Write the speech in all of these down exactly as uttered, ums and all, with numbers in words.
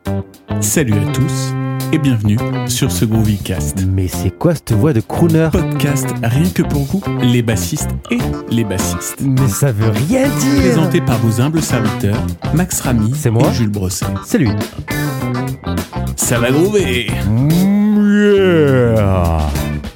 Salut à tous et bienvenue sur ce Groovycast. Mais c'est quoi cette voix de crooner ? Podcast rien que pour vous, les bassistes et les bassistes. Mais ça veut rien dire. Présenté par vos humbles serviteurs, Max Ramy C'est moi. et Jules Brosset. C'est lui. Ça va groover. Yeah.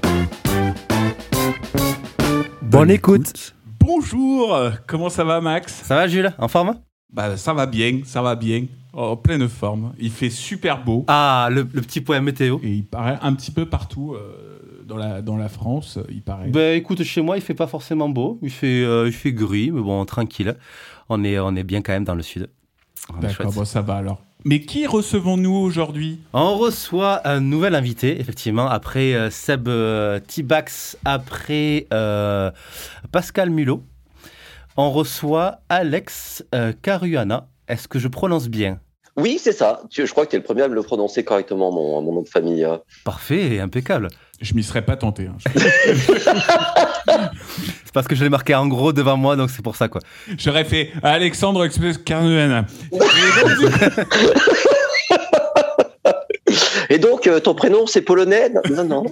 Bonne écoute. Bonjour, comment ça va Max ? Ça va Jules ? En forme ? Bah ça va bien, ça va bien. En pleine forme. Il fait super beau. Ah, le, le petit point météo. Et il paraît un petit peu partout euh, dans, la, dans la France, il paraît. Bah écoute, chez moi il fait pas forcément beau. Il fait, euh, il fait gris, mais bon, tranquille. On est, on est bien quand même dans le sud. On est D'accord, chouette. bon, ça va alors. Mais qui recevons-nous aujourd'hui ? On reçoit un nouvel invité, effectivement, après euh, Seb euh, Tibax, après euh, Pascal Mulot. On reçoit Alex euh, Caruana. Est-ce que je prononce bien ? Oui, c'est ça. Tu, je crois que tu es le premier à me le prononcer correctement, mon, mon nom de famille. Parfait et impeccable. Je m'y serais pas tenté. Hein. C'est parce que je l'ai marqué en gros devant moi, donc c'est pour ça, quoi. J'aurais fait Alexandre Express Caruana. Et donc, euh, ton prénom, c'est polonais ? Non, non.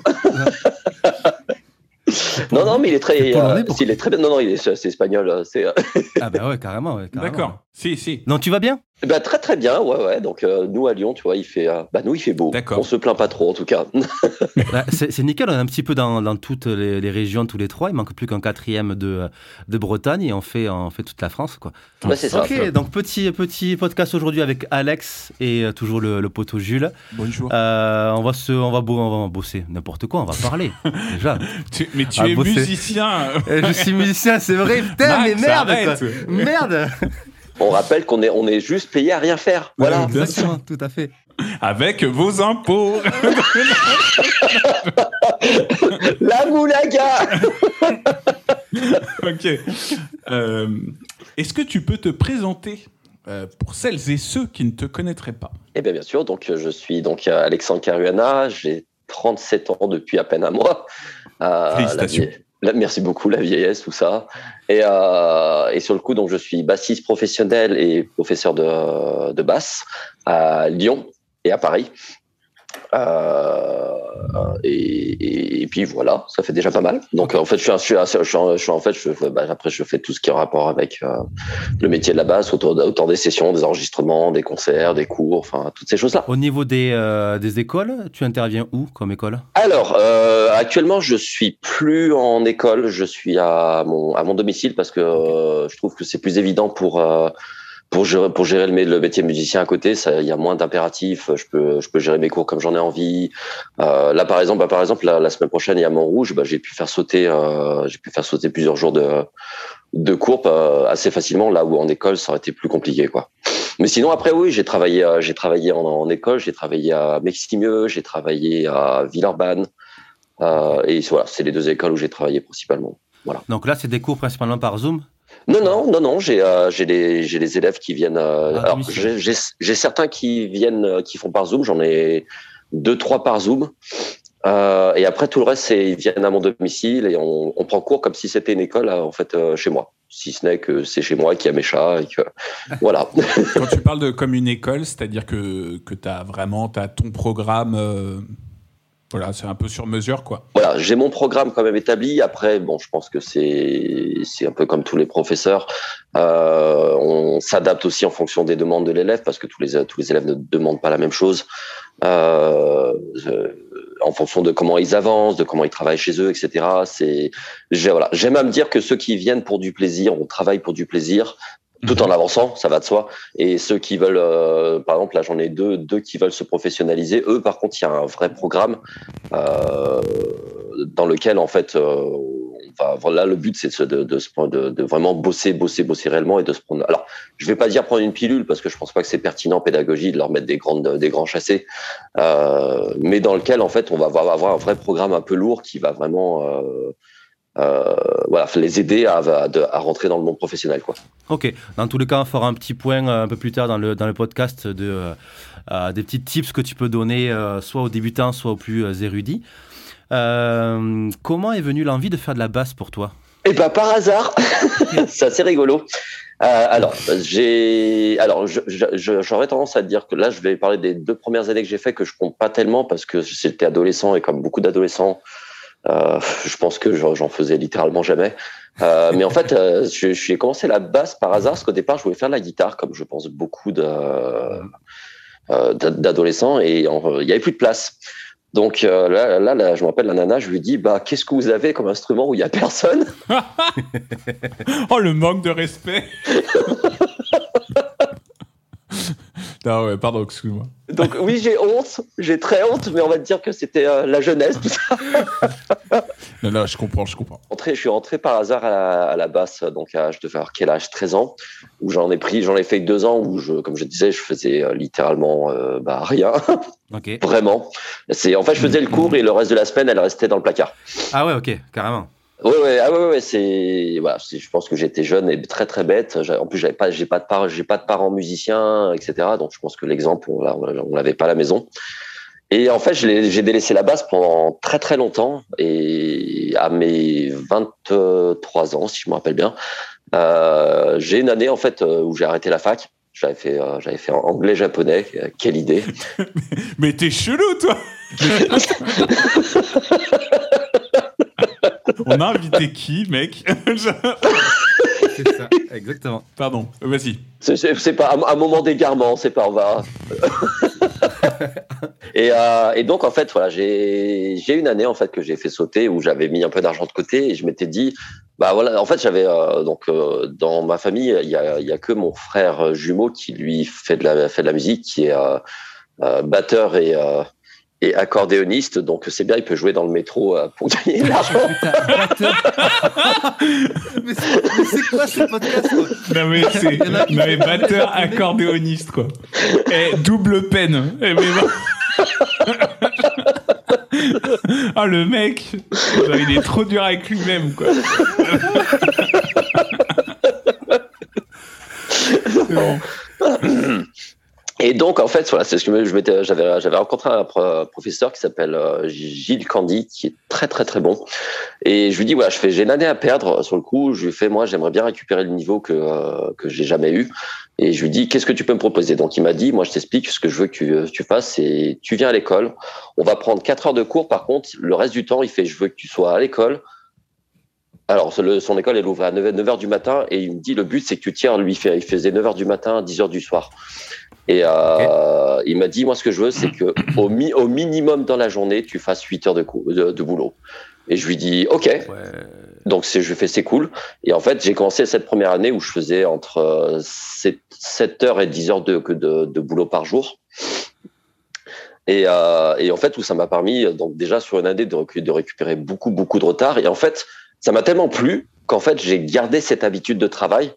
non, non, mais il est très, C'est polonais, euh, il est très bien. Non, non, il est, c'est espagnol. C'est, euh... Ah bah ouais, carrément. Ouais, carrément. D'accord. Si, si. Non, tu vas bien ? bah, très, très bien. Ouais, ouais. Donc, euh, nous à Lyon, tu vois, il fait, euh... bah, nous, il fait beau. D'accord. On se plaint pas trop, en tout cas. Bah, c'est, c'est nickel, on est un petit peu dans, dans toutes les, les régions, tous les trois. Il manque plus qu'un quatrième de, de Bretagne et on fait, on fait toute la France, quoi. Bah, c'est ça. Ok, donc petit, petit podcast aujourd'hui avec Alex et euh, toujours le, le poteau Jules. Bonjour. Euh, on, va se, on, va bo- on va bosser n'importe quoi, on va parler, déjà. Tu- mais tu Ah, es bosser. musicien. Euh, Je suis musicien, c'est vrai, putain, Max, mais merde, arrête. quoi. Merde. On rappelle qu'on est, on est juste payé à rien faire. Voilà. Bien sûr. Exactement, tout à fait. Avec vos impôts. La moulaga. Ok. Euh, est-ce que tu peux te présenter euh, pour celles et ceux qui ne te connaîtraient pas ? Eh bien, bien sûr. Donc, je suis donc euh, Alexandre Caruana. J'ai trente-sept ans depuis à peine un mois. Euh, Félicitations. la vie- la- merci beaucoup, la vieillesse, tout ça. Et, euh, et sur le coup, donc, je suis bassiste professionnel et professeur de, de basse à Lyon et à Paris. Euh, et, et, et puis voilà, ça fait déjà pas mal. Donc en fait, je suis, un, je suis, un, je suis, un, je suis en fait, je, bah, après je fais tout ce qui est en rapport avec euh, le métier de la basse, autour, autant des sessions, des enregistrements, des concerts, des cours, enfin toutes ces choses-là. Au niveau des, euh, des écoles, tu interviens où comme école ? Alors euh, actuellement, je suis plus en école, je suis à mon à mon domicile parce que euh, je trouve que c'est plus évident pour euh, Pour gérer, pour gérer le, le métier de musicien à côté, ça, il y a moins d'impératifs. Je peux, je peux gérer mes cours comme j'en ai envie. Euh, là, par exemple, bah, par exemple, la, la semaine prochaine, il y a Montrouge. Bah, j'ai pu faire sauter, euh, j'ai pu faire sauter plusieurs jours de, de cours euh, assez facilement. Là où en école, ça aurait été plus compliqué, quoi. Mais sinon, après, oui, j'ai travaillé, euh, j'ai travaillé en, en école. J'ai travaillé à Meximieux, j'ai travaillé à Villeurbanne. Euh, et voilà, c'est les deux écoles où j'ai travaillé principalement. Voilà. Donc là, c'est des cours principalement par Zoom ? Non, non, non, non. J'ai, euh, j'ai les, j'ai les élèves qui viennent. Euh, Ah, alors, oui, c'est j'ai, j'ai, j'ai certains qui viennent, euh, qui font par Zoom. J'en ai deux, trois par Zoom. Euh, et après, tout le reste, c'est ils viennent à mon domicile et on, on prend cours comme si c'était une école, euh, en fait, euh, chez moi. Si ce n'est que c'est chez moi qu'il y a mes chats et que voilà. Quand tu parles de comme une école, c'est-à-dire que que t'as vraiment t'as ton programme. Euh... Voilà, c'est un peu sur mesure, quoi. Voilà, j'ai mon programme quand même établi. Après, bon, je pense que c'est c'est un peu comme tous les professeurs. Euh, on s'adapte aussi en fonction des demandes de l'élève parce que tous les tous les élèves ne demandent pas la même chose. Euh, euh, en fonction de comment ils avancent, de comment ils travaillent chez eux, et cetera. C'est, j'ai, voilà, j'aime à me dire que ceux qui viennent pour du plaisir, on travaille pour du plaisir. Tout en avançant, ça va de soi. Et ceux qui veulent, euh, par exemple, là j'en ai deux, deux qui veulent se professionnaliser. Eux, par contre, il y a un vrai programme euh, dans lequel, en fait, euh, on va. Là, le but, c'est de, de, de, de, de vraiment bosser, bosser, bosser réellement et de se prendre. Alors, je vais pas dire prendre une pilule parce que je pense pas que c'est pertinent en pédagogie de leur mettre des grandes, des grands chassés, euh, mais dans lequel, en fait, on va avoir, avoir un vrai programme un peu lourd qui va vraiment. Euh, Euh, voilà, les aider à, à, à rentrer dans le monde professionnel, quoi. Ok, dans tous les cas, on fera un petit point euh, un peu plus tard dans le, dans le podcast de, euh, euh, des petits tips que tu peux donner euh, soit aux débutants, soit aux plus euh, érudits. Euh, comment est venue l'envie de faire de la basse pour toi ? Et bah par hasard, c'est assez rigolo. Euh, alors, j'ai, alors, je, je, j'aurais tendance à dire que là, je vais parler des deux premières années que j'ai fait que je compte pas tellement parce que j'étais adolescent et comme beaucoup d'adolescents, euh, je pense que j'en faisais littéralement jamais. Euh, mais en fait, euh, je, j'ai commencé la basse par hasard parce qu'au départ, je voulais faire de la guitare, comme je pense beaucoup de, euh, d'adolescents, et il y avait plus de place. Donc euh, là, là, là, je me rappelle la nana, je lui dis, bah, qu'est-ce que vous avez comme instrument où il y a personne? Oh, le manque de respect. Non, ouais, pardon, excuse-moi. Donc oui, j'ai honte, j'ai très honte, mais on va te dire que c'était euh, la jeunesse, tout ça. Non, non, je comprends, je comprends. Je suis rentré par hasard à la, à la basse, donc à, je devais avoir quel âge, treize ans, où j'en ai pris, j'en ai fait deux ans, où je, comme je disais, je faisais euh, littéralement euh, bah, rien. Ok. Vraiment. C'est, en fait, je faisais le cours et le reste de la semaine, elle restait dans le placard. Ah ouais, ok, carrément. Ouais, ouais, ah ouais, ouais, c'est, voilà, c'est, je pense que j'étais jeune et très, très bête. En plus, j'avais pas, j'ai pas de parents, j'ai pas de parents musiciens, et cetera. Donc, je pense que l'exemple, on, on l'avait pas à la maison. Et en fait, j'ai, j'ai délaissé la basse pendant très, très longtemps. Et à mes vingt-trois ans, si je me rappelle bien, euh, j'ai une année, en fait, où j'ai arrêté la fac. J'avais fait, euh, j'avais fait anglais-japonais. Quelle idée. Mais t'es chelou, toi. On a invité qui, mec? C'est ça, exactement. Pardon, vas-y. C'est, c'est, c'est pas un, un moment d'égarement, c'est pas, on va. et, euh, et donc, en fait, voilà, j'ai, j'ai une année, en fait, que j'ai fait sauter où j'avais mis un peu d'argent de côté et je m'étais dit, bah voilà, en fait, j'avais, euh, donc, euh, dans ma famille, il y a, il y a que mon frère jumeau qui, lui, fait de la, fait de la musique, qui est euh, euh, batteur et, euh, et accordéoniste, donc c'est bien, il peut jouer dans le métro euh, pour gagner de l'argent. mais, c'est, mais c'est quoi ce podcast, quoi? Non mais c'est non, mais batteur accordéoniste, quoi. Et double peine. Et mais ah, le mec, il est trop dur avec lui-même, quoi. C'est bon. Et donc, en fait, voilà, c'est ce que je m'étais, j'avais, j'avais rencontré un professeur qui s'appelle Gilles Candy, qui est très, très, très bon. Et je lui dis, voilà, je fais, j'ai une année à perdre sur le coup. Je lui fais, moi, j'aimerais bien récupérer le niveau que, euh, que j'ai jamais eu. Et je lui dis, qu'est-ce que tu peux me proposer? Donc, il m'a dit, moi, je t'explique, ce que je veux que tu, tu fasses, c'est, tu viens à l'école. On va prendre quatre heures de cours. Par contre, le reste du temps, il fait, je veux que tu sois à l'école. Alors, le, son école, elle ouvre à neuf heures du matin. Et il me dit, le but, c'est que tu tires, lui, il faisait neuf heures du matin, dix heures du soir. Et euh, okay. Il m'a dit, moi, ce que je veux, c'est que au, mi- au minimum dans la journée, tu fasses huit heures de, cou- de, de boulot. Et je lui dis, OK. Ouais. Donc, c'est, je fais, c'est cool. Et en fait, j'ai commencé cette première année où je faisais entre sept heures et dix heures de, de, de boulot par jour. Et, euh, et en fait, où ça m'a permis, donc déjà sur une année, de, recu- de récupérer beaucoup, beaucoup de retard. Et en fait, ça m'a tellement plu qu'en fait, j'ai gardé cette habitude de travail.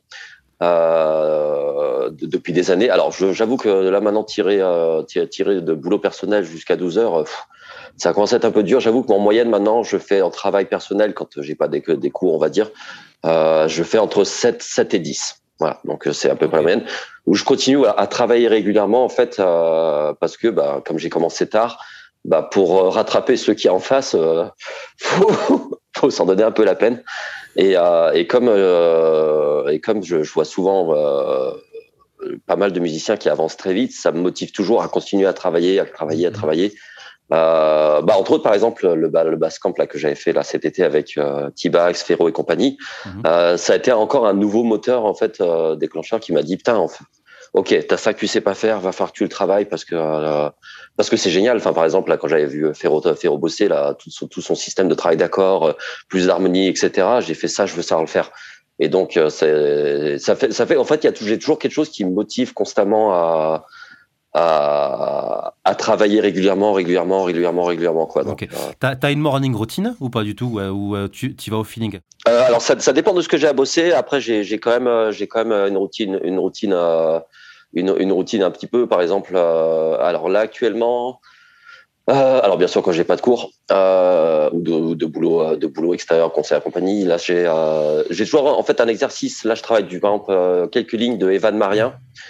Euh, de, depuis des années. Alors, je, j'avoue que là, maintenant, tirer, euh, tirer de boulot personnel jusqu'à douze heures, pff, ça commence à être un peu dur. J'avoue qu'en moyenne, maintenant, je fais en travail personnel, quand j'ai pas des, des cours, on va dire, euh, je fais entre sept, sept et dix. Voilà. Donc, c'est à peu près la moyenne. Où je continue à, à travailler régulièrement, en fait, euh, parce que, bah, comme j'ai commencé tard, bah, pour rattraper ceux qui en face, euh, faut, faut s'en donner un peu la peine. Et, euh, et comme euh, et comme je, je vois souvent euh, pas mal de musiciens qui avancent très vite, ça me motive toujours à continuer à travailler, à travailler, à travailler. Euh, bah entre autres, par exemple, le, le Basscamp là que j'avais fait là cet été avec euh, T-Bax, Ferro et compagnie, mm-hmm. euh, ça a été encore un nouveau moteur en fait euh, déclencheur qui m'a dit putain, en fait, ok, t'as ça que tu sais pas faire, va falloir que tu le travailles parce que euh, parce que c'est génial. Enfin, par exemple, là, quand j'avais vu Ferro, Ferro bosser là, tout son, tout son système de travail d'accords, plus d'harmonie, et cetera. J'ai fait ça, je veux savoir le faire. Et donc, c'est, ça fait, ça fait. En fait, il y a j'ai toujours quelque chose qui me motive constamment à à, à travailler régulièrement, régulièrement, régulièrement, régulièrement, quoi. Donc, okay. euh, t'as, t'as une morning routine ou pas du tout, ou, ou euh, tu, tu vas au feeling? euh, Alors, ça, ça dépend de ce que j'ai à bosser. Après, j'ai, j'ai quand même, j'ai quand même une routine, une routine. Euh, Une, une routine un petit peu, par exemple. Euh, alors là, actuellement, euh, alors bien sûr quand j'ai pas de cours euh, ou de, de boulot, de boulot extérieur, conseil à compagnie, là j'ai, euh, j'ai toujours en fait un exercice. Là, je travaille du par exemple euh, quelques lignes de Evan Marien.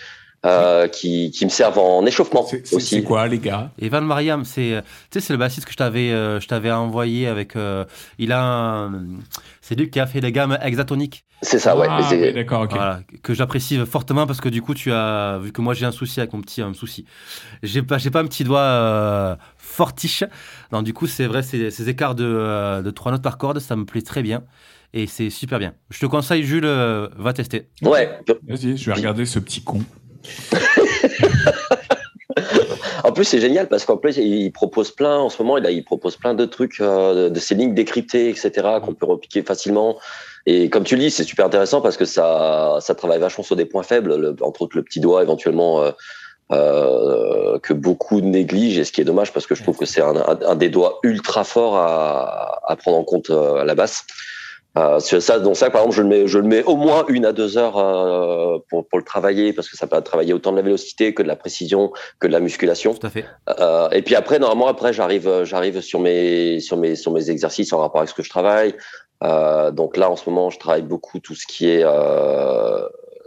euh, qui, qui me servent en échauffement c'est, c'est, aussi. C'est quoi, les gars? Evan Mariam, c'est, tu sais, c'est le bassiste que je t'avais, euh, je t'avais envoyé avec. Euh, il a un, c'est lui qui a fait les gammes hexatoniques. C'est ça, ouais. Ah, c'est... oui, d'accord, ok. Voilà, que j'apprécie fortement parce que du coup, tu as vu que moi j'ai un souci avec mon petit, un souci. J'ai pas, j'ai pas un petit doigt euh, fortiche. Donc du coup, c'est vrai, ces, ces écarts de, euh, de trois notes par corde, ça me plaît très bien. Et c'est super bien. Je te conseille, Jules, euh, va tester. Ouais. Vas-y, je vais regarder ce petit con. En plus, c'est génial parce qu'en plus, il propose plein, en ce moment, il, a, il propose plein de trucs, euh, de, de ces lignes décryptées, et cetera, qu'on peut repiquer facilement. Et comme tu le dis, c'est super intéressant parce que ça, ça travaille vachement sur des points faibles, le, entre autres le petit doigt éventuellement, euh, euh, que beaucoup négligent, et ce qui est dommage parce que je trouve que c'est un, un, un des doigts ultra forts à, à prendre en compte euh, à la basse. Euh, c'est ça, donc ça, par exemple, je le mets, je le mets au moins une à deux heures euh, pour, pour le travailler parce que ça peut travailler autant de la vélocité que de la précision que de la musculation. Tout à fait. Euh, et puis après, normalement, après, j'arrive, j'arrive sur mes, sur mes, sur mes exercices en rapport avec ce que je travaille. Euh, donc là, en ce moment, je travaille beaucoup tout ce qui est euh,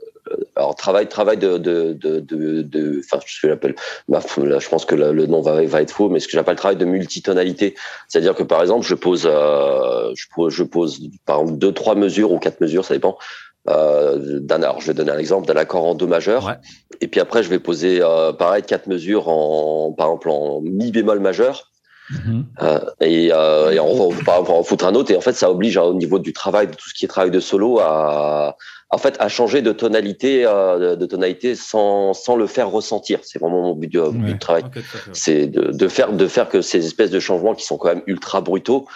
alors travail travail de de de de, de enfin ce que j'appelle là, je pense que le, le nom va va être faux, mais ce que j'appelle travail de multitonalité, c'est-à-dire que par exemple je pose euh, je pose je pose par exemple deux trois mesures ou quatre mesures, ça dépend euh, d'un alors je vais donner un exemple d'un accord en do majeur, Ouais. et puis après je vais poser euh, pareil quatre mesures en par exemple en mi bémol majeur. Mmh. Euh, et, euh, et on va, on va en foutre un autre, et en fait ça oblige hein, au niveau du travail, de tout ce qui est travail de solo, à en fait à changer de tonalité, euh, de tonalité sans sans le faire ressentir. C'est vraiment mon but, euh, but Ouais. de travail. Okay, okay. C'est de, de faire de faire que ces espèces de changements qui sont quand même ultra brutaux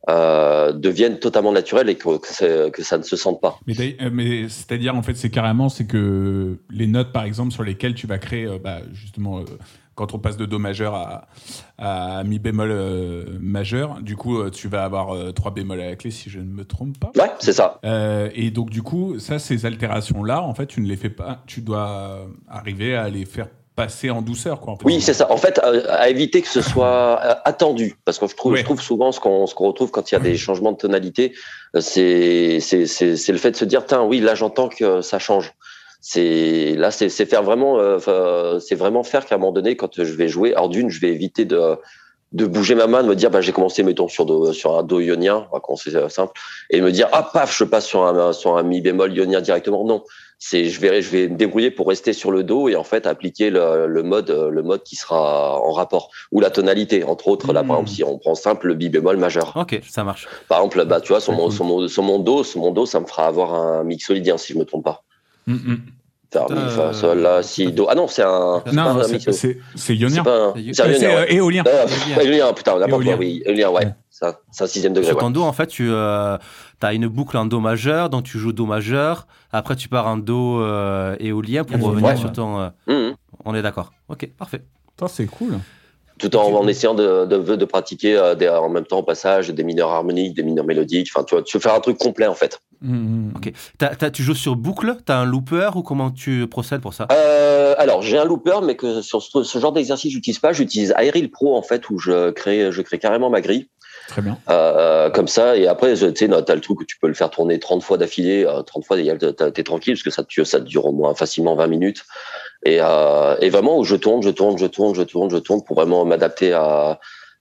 euh, deviennent totalement naturels et que que, que ça ne se sente pas. Mais, mais c'est-à-dire en fait c'est carrément c'est que les notes par exemple sur lesquelles tu vas créer euh, bah, justement euh, quand on passe de do majeur à, à mi bémol euh, majeur, du coup euh, tu vas avoir euh, trois bémols à la clé si je ne me trompe pas. Ouais, c'est ça. Euh, et donc du coup ça, ces altérations là en fait tu ne les fais pas, tu dois arriver à les faire passer en douceur, quoi. En fait. Oui, c'est ça. En fait, euh, à éviter que ce soit euh, attendu, parce que je trouve, Ouais. je trouve souvent ce qu'on, ce qu'on retrouve quand il y a des changements de tonalité, euh, c'est, c'est, c'est, c'est le fait de se dire, tiens, oui, là, j'entends que ça change. C'est là, c'est, c'est faire vraiment, euh, c'est vraiment faire qu'à un moment donné, quand je vais jouer, alors d'une, je vais éviter de de bouger ma main, de me dire, bah, j'ai commencé, mettons, sur, do, sur un do ionien, on va commencer simple, et de me dire, ah, paf, je passe sur un, sur un mi bémol ionien directement. Non, c'est, je vais, je vais me débrouiller pour rester sur le do et en fait appliquer le, le mode, le mode qui sera en rapport, ou la tonalité, entre autres. Mmh. Là, par exemple, si on prend simple, le mi bémol majeur. Ok, ça marche. Par exemple, bah, tu vois, sur mon, sur mon, sur mon do, sur mon do, ça me fera avoir un mixolydien, si je me trompe pas. Mmh. Faire mi, fa, sol, la, si, do. Ah non, c'est un. Non, c'est, c'est, c'est, c'est ionien. C'est, pas un, c'est, c'est, un c'est ionien, euh, éolien. Euh, éolien, putain, n'importe quoi, oui. Éolien, ouais. ouais. C'est, un, c'est un sixième degré. Sur ton ouais. do, en fait, tu euh, as une boucle en do majeur, donc tu joues do majeur. Après, tu pars en do euh, éolien pour revenir ouais. sur ton. Euh... Mmh. On est d'accord. Ok, parfait. Ça, c'est cool. Tout en, en essayant de, de, de pratiquer euh, des, en même temps au passage des mineurs harmoniques, des mineurs mélodiques. Enfin, tu vois, tu veux faire un truc complet en fait. Mmh. Ok. T'as, t'as, tu joues sur boucle, t'as un looper ou comment tu procèdes pour ça? euh, Alors, j'ai un looper, mais que sur ce, ce genre d'exercice, j'utilise pas. J'utilise Aireel Pro en fait, où je crée, je crée carrément ma grille. Très bien. Euh, comme ça, et après, tu sais, t'as le truc où tu peux le faire tourner trente fois d'affilée. Euh, trente fois, t'es tranquille parce que ça, ça dure au moins facilement vingt minutes. Et, euh, et vraiment où je tourne, je tourne, je tourne, je tourne, je tourne pour vraiment m'adapter à.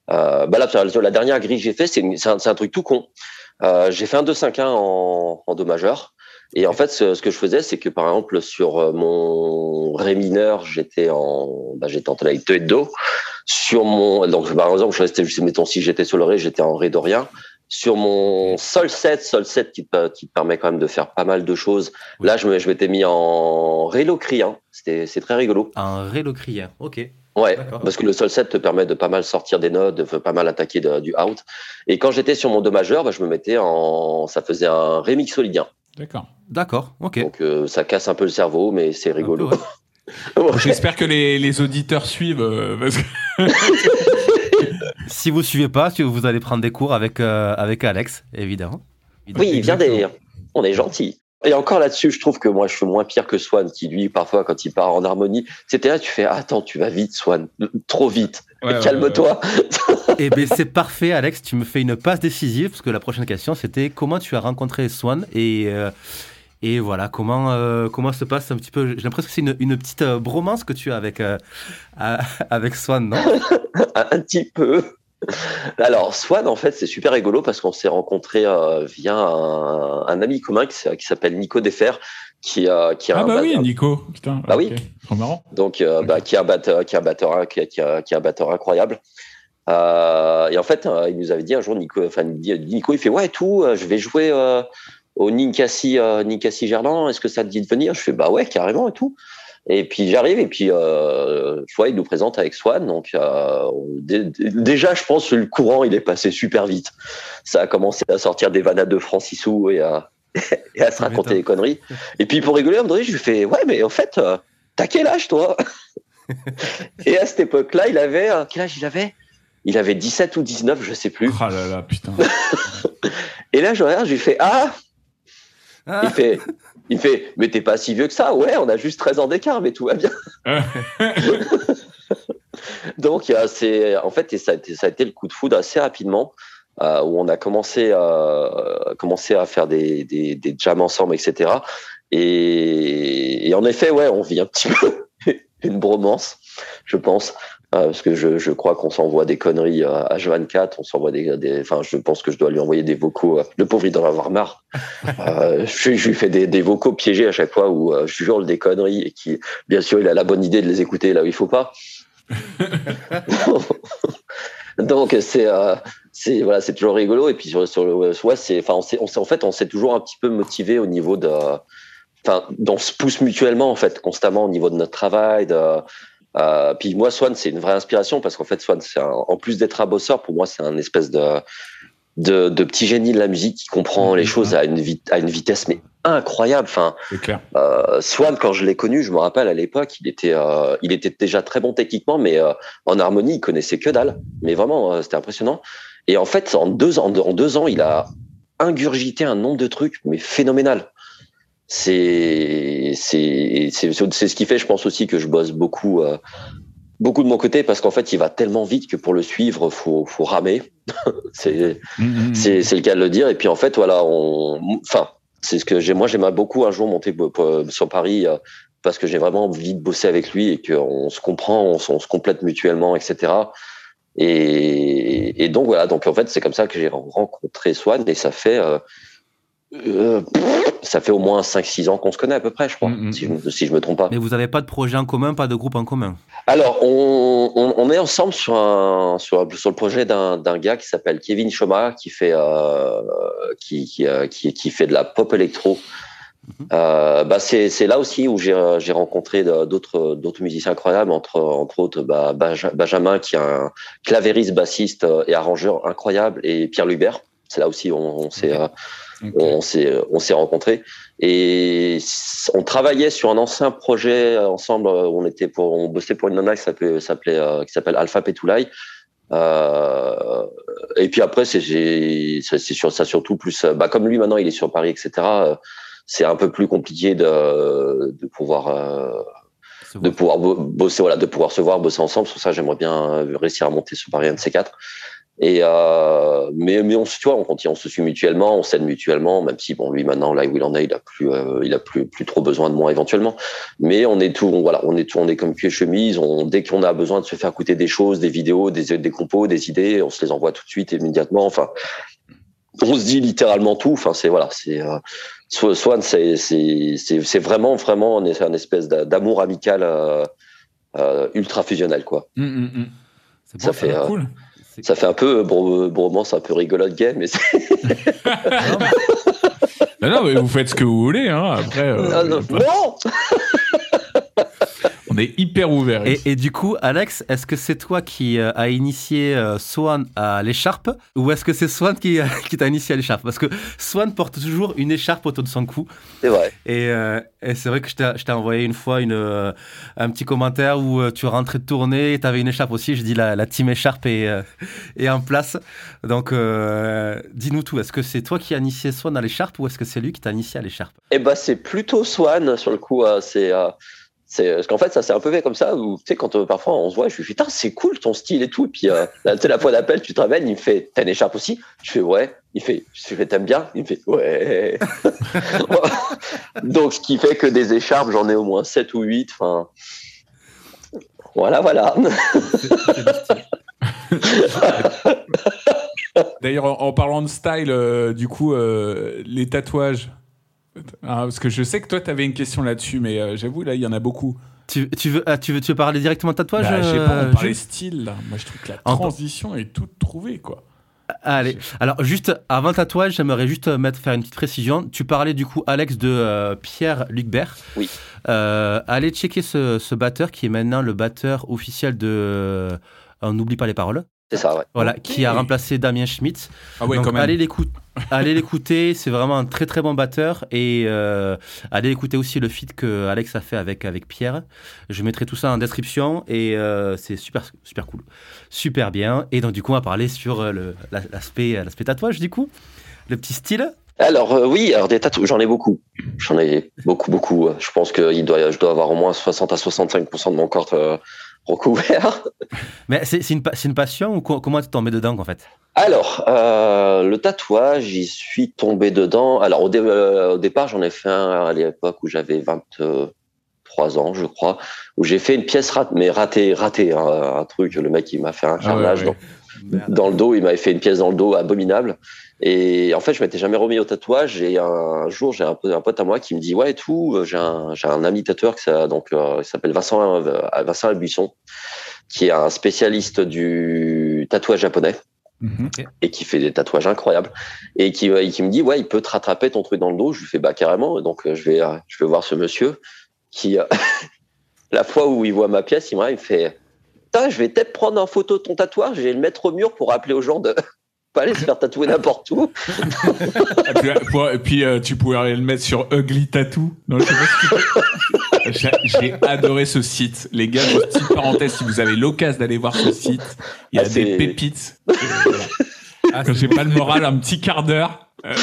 à bah là, la dernière grille que j'ai fait, c'est, une, c'est, un, c'est un truc tout con. Euh, j'ai fait un deux cinq un en, en do majeur. Et en fait, ce, ce que je faisais, c'est que par exemple sur mon ré mineur, j'étais en, bah, j'étais en tonalité de do. Sur mon, donc par exemple, je restais, mettons si j'étais sur le ré, j'étais en ré dorien. Sur mon sol sept, sol sept qui te, qui te permet quand même de faire pas mal de choses. Oui. Là, je, me, je m'étais mis en ré locrien. C'était, c'est très rigolo. Un ré locrien, ok. Ouais, d'accord. Parce que le sol sept te permet de pas mal sortir des notes, de pas mal attaquer de, du out. Et quand j'étais sur mon do majeur, bah, je me mettais en, ça faisait un ré mixolydien. D'accord. D'accord, ok. Donc euh, ça casse un peu le cerveau, mais c'est rigolo. Peu, ouais. Ouais. J'espère que les, les auditeurs suivent. Euh, parce que... Si vous suivez pas, vous allez prendre des cours avec, euh, avec Alex, évidemment. Oui, il vient des... On est gentil. Et encore là-dessus, je trouve que moi, je suis moins pire que Swan, qui lui, parfois, quand il part en harmonie, c'était là, tu fais, attends, tu vas vite, Swan, trop vite, ouais, calme-toi. Ouais, ouais. Eh bien, c'est parfait, Alex, tu me fais une passe décisive, parce que la prochaine question, c'était comment tu as rencontré Swan et, euh, Et voilà, comment, euh, comment se passe un petit peu... J'ai l'impression que c'est une, une petite euh, bromance que tu as avec, euh, avec Swan, non? un, un petit peu. Alors, Swan, en fait, c'est super rigolo parce qu'on s'est rencontrés euh, via un, un ami commun qui, qui s'appelle Nico Defer, qui, euh, qui a ah un bah ba- oui, Nico. Putain, Bah ok. oui. Trop marrant. Donc, euh, Ok. bah, qui est un batteur, qui est un batteur, qui, qui, qui est un batteur incroyable. Euh, et en fait, euh, il nous avait dit un jour, Nico, enfin, Nico, il fait ouais, tout, euh, je vais jouer euh, au Ninkasi, euh, Ninkasi Gerland. Est-ce que ça te dit de venir? Je fais bah ouais, carrément et tout. Et puis j'arrive et puis euh, tu vois, il nous présente avec Swan. Donc euh, d- d- déjà, je pense que le courant il est passé super vite. Ça a commencé à sortir des vanades de Francisou et à, et à se raconter des conneries. Et puis pour rigoler, à un moment donné, je lui fais ouais, mais en fait, euh, t'as quel âge toi? Et à cette époque-là, il avait euh, quel âge il avait? Il avait dix-sept ou dix-neuf, je sais plus. Oh là là, putain. Et là, je regarde, je lui fais ah. Ah. Il fait. Il fait, mais t'es pas si vieux que ça. Ouais, on a juste treize ans d'écart, mais tout va bien. Donc, euh, c'est, en fait, et ça, a été, ça a été le coup de foudre assez rapidement, euh, où on a commencé, euh, commencé à faire des, des, des jams ensemble, et cetera. Et, et en effet, ouais, on vit un petit peu une bromance, je pense. Euh, parce que je, je crois qu'on s'envoie des conneries à H vingt-quatre, on s'envoie des, des, enfin, je pense que je dois lui envoyer des vocaux. Euh, le pauvre, il doit en avoir marre. Euh, je, je lui fais des, des vocaux piégés à chaque fois où euh, je hurle des conneries et qui, bien sûr, il a la bonne idée de les écouter là où il faut pas. Donc c'est, euh, c'est voilà, c'est toujours rigolo. Et puis sur, sur le, ouais, c'est, enfin, on s'est, on s'est, en fait, on s'est toujours un petit peu motivé au niveau de, enfin, on se pousse mutuellement en fait, constamment au niveau de notre travail. De, Euh, puis moi, Swan, c'est une vraie inspiration parce qu'en fait, Swan, c'est un, en plus d'être un bosseur, pour moi, c'est un espèce de, de, de petit génie de la musique qui comprend les choses à une, vi- à une vitesse mais incroyable. Enfin, c'est clair. Euh, Swan, quand je l'ai connu, je me rappelle à l'époque, il était, euh, il était déjà très bon techniquement, mais euh, en harmonie, il connaissait que dalle. Mais vraiment, euh, c'était impressionnant. Et en fait, en deux ans, en deux ans, il a ingurgité un nombre de trucs, mais phénoménal. C'est, c'est, c'est, c'est ce qui fait, je pense aussi que je bosse beaucoup, euh, beaucoup de mon côté parce qu'en fait, il va tellement vite que pour le suivre, faut, faut ramer. c'est, Mmh, c'est, c'est le cas de le dire. Et puis en fait, voilà, on, enfin, c'est ce que j'ai. Moi, j'aimerais beaucoup un jour monter sur Paris euh, parce que j'ai vraiment envie de bosser avec lui et qu'on se comprend, on, on se complète mutuellement, et cetera. Et, et donc voilà. Donc en fait, c'est comme ça que j'ai rencontré Swan et ça fait. Euh, Euh, ça fait au moins cinq six ans qu'on se connaît à peu près, je crois, Mmh, si, je, si je me trompe pas. Mais vous n'avez pas de projet en commun, pas de groupe en commun? Alors, on, on, on est ensemble sur, un, sur, sur le projet d'un, d'un gars qui s'appelle Kevin Choma, qui fait, euh, qui, qui, euh, qui, qui fait de la pop électro. Mm-hmm. Euh, bah c'est, c'est là aussi où j'ai, j'ai rencontré d'autres, d'autres musiciens incroyables, entre, entre autres bah, Benjamin, qui est un clavériste, bassiste et arrangeur incroyable, et Pierre Lubert. C'est là aussi où on, on s'est... Okay. Euh, Okay. On s'est, on s'est rencontrés et on travaillait sur un ancien projet ensemble. On était pour, on bossait pour une nana qui s'appelait, s'appelait, euh, qui s'appelle Alpha Petulai. Euh, et puis après, c'est, c'est, c'est sur ça surtout plus. Bah comme lui maintenant, il est sur Paris, et cetera. C'est un peu plus compliqué de, de pouvoir. Euh, de pouvoir bosser, voilà, de pouvoir se voir, bosser ensemble. Sur ça, j'aimerais bien réussir à monter sur Paris un de ces quatre. Et euh, mais mais on se tu vois on continue on se suit mutuellement, on s'aide mutuellement, même si bon lui maintenant là où il en est il a plus euh, il a plus plus trop besoin de moi éventuellement, mais on est tout on, voilà on est tout on est comme pied chemise, on dès qu'on a besoin de se faire écouter des choses, des vidéos, des des compos, des idées, on se les envoie tout de suite immédiatement, enfin on se dit littéralement tout, enfin c'est voilà c'est euh, Swan c'est c'est c'est c'est vraiment vraiment un, un espèce d'amour amical euh, euh, ultra fusionnel quoi. Mmh, mmh. C'est bon, ça, ça fait euh, cool. Ça fait un peu bromance, un peu rigolote gay, mais c'est. non, non, mais vous faites ce que vous voulez, hein. Après. Euh, non, non, pas... non On est hyper ouvert. Et, et du coup, Alex, est-ce que c'est toi qui euh, a initié euh, Swan à l'écharpe ou est-ce que c'est Swan qui, euh, qui t'a initié à l'écharpe? Parce que Swan porte toujours une écharpe autour de son cou. C'est vrai. Et, euh, et c'est vrai que je t'ai, je t'ai envoyé une fois une, euh, un petit commentaire où euh, tu rentrais de tournée et tu avais une écharpe aussi. Je dis la, la team écharpe est, euh, est en place. Donc, euh, dis-nous tout. Est-ce que c'est toi qui as initié Swan à l'écharpe ou est-ce que c'est lui qui t'a initié à l'écharpe? Eh ben, c'est plutôt Swan sur le coup. Euh, c'est. Euh... C'est, parce qu'en fait, ça s'est un peu fait comme ça, où, tu sais, quand euh, parfois on se voit, je lui fais, putain, c'est cool ton style et tout. Et puis, euh, là, tu sais, la fois d'appel, tu te ramènes, il me fait, t'as une écharpe aussi? Je fais, ouais. Il fait, je fais, t'aimes bien? Il me fait, ouais. Donc, ce qui fait que des écharpes, j'en ai au moins sept ou huit. Enfin, voilà, voilà. D'ailleurs, en, en parlant de style, euh, du coup, euh, les tatouages. Ah, parce que je sais que toi, tu avais une question là-dessus, mais euh, j'avoue, là, il y en a beaucoup. Tu, tu, veux, ah, tu, veux, tu veux parler directement de tatouage? Bah, je sais pas, on euh, parlait je... style, là. Moi, je trouve que la En... transition est toute trouvée, quoi. Allez, alors juste avant le tatouage, j'aimerais juste mettre, faire une petite précision. Tu parlais du coup, Alex, de euh, Pierre Lucbert. Oui. Euh, allez checker ce, ce batteur qui est maintenant le batteur officiel de euh, On n'oublie pas les paroles. C'est ça, ouais. Voilà, Okay. qui a remplacé Damien Schmitt. Ah ouais, donc, quand même. Allez l'écouter, allez l'écouter, c'est vraiment un très très bon batteur. Et euh, allez écouter aussi le feat que Alex a fait avec, avec Pierre. Je mettrai tout ça en description et euh, c'est super, super cool. Super bien. Et donc du coup, on va parler sur le, l'aspect, l'aspect tatouage du coup. Le petit style. Alors euh, oui, alors des tatouages, j'en ai beaucoup. J'en ai beaucoup, beaucoup. Je pense que il doit, je dois avoir au moins soixante à soixante-cinq pour cent de mon corps euh, recouvert. Mais c'est, c'est, une, c'est une passion ou co- comment tu es tombé dedans en fait? Alors, euh, le tatouage, j'y suis tombé dedans. Alors au, dé- euh, au départ, j'en ai fait un à l'époque où j'avais vingt-trois ans, je crois, où j'ai fait une pièce ratée, mais ratée, ratée, hein, un truc. Le mec, il m'a fait un carnage ah ouais, ouais. dans, dans le dos. Il m'avait fait une pièce dans le dos abominable. Et en fait, je m'étais jamais remis au tatouage. Et un jour, j'ai un, un pote à moi qui me dit, ouais, et tout, j'ai un, j'ai un ami tatoueur qui, ça, donc, euh, qui s'appelle Vincent, euh, Vincent Albuisson, qui est un spécialiste du tatouage japonais. Mmh. Et qui fait des tatouages incroyables et qui, euh, qui me dit ouais, il peut te rattraper ton truc dans le dos. Je lui fais bah carrément. Donc euh, je vais euh, je vais voir ce monsieur qui euh, la fois où il voit ma pièce, il me, il me fait putain, je vais peut-être prendre en photo ton tatouage, je vais le mettre au mur pour rappeler aux gens de pas aller se faire tatouer n'importe où. Et puis euh, tu pouvais aller le mettre sur Ugly Tattoo. Non, je sais pas si tu... j'ai, j'ai adoré ce site. Les gars, petite parenthèse, si vous avez l'occasion d'aller voir ce site, il y a ah, des pépites. Et, voilà. Ah, quand j'ai pas le moral, un petit quart d'heure. Euh...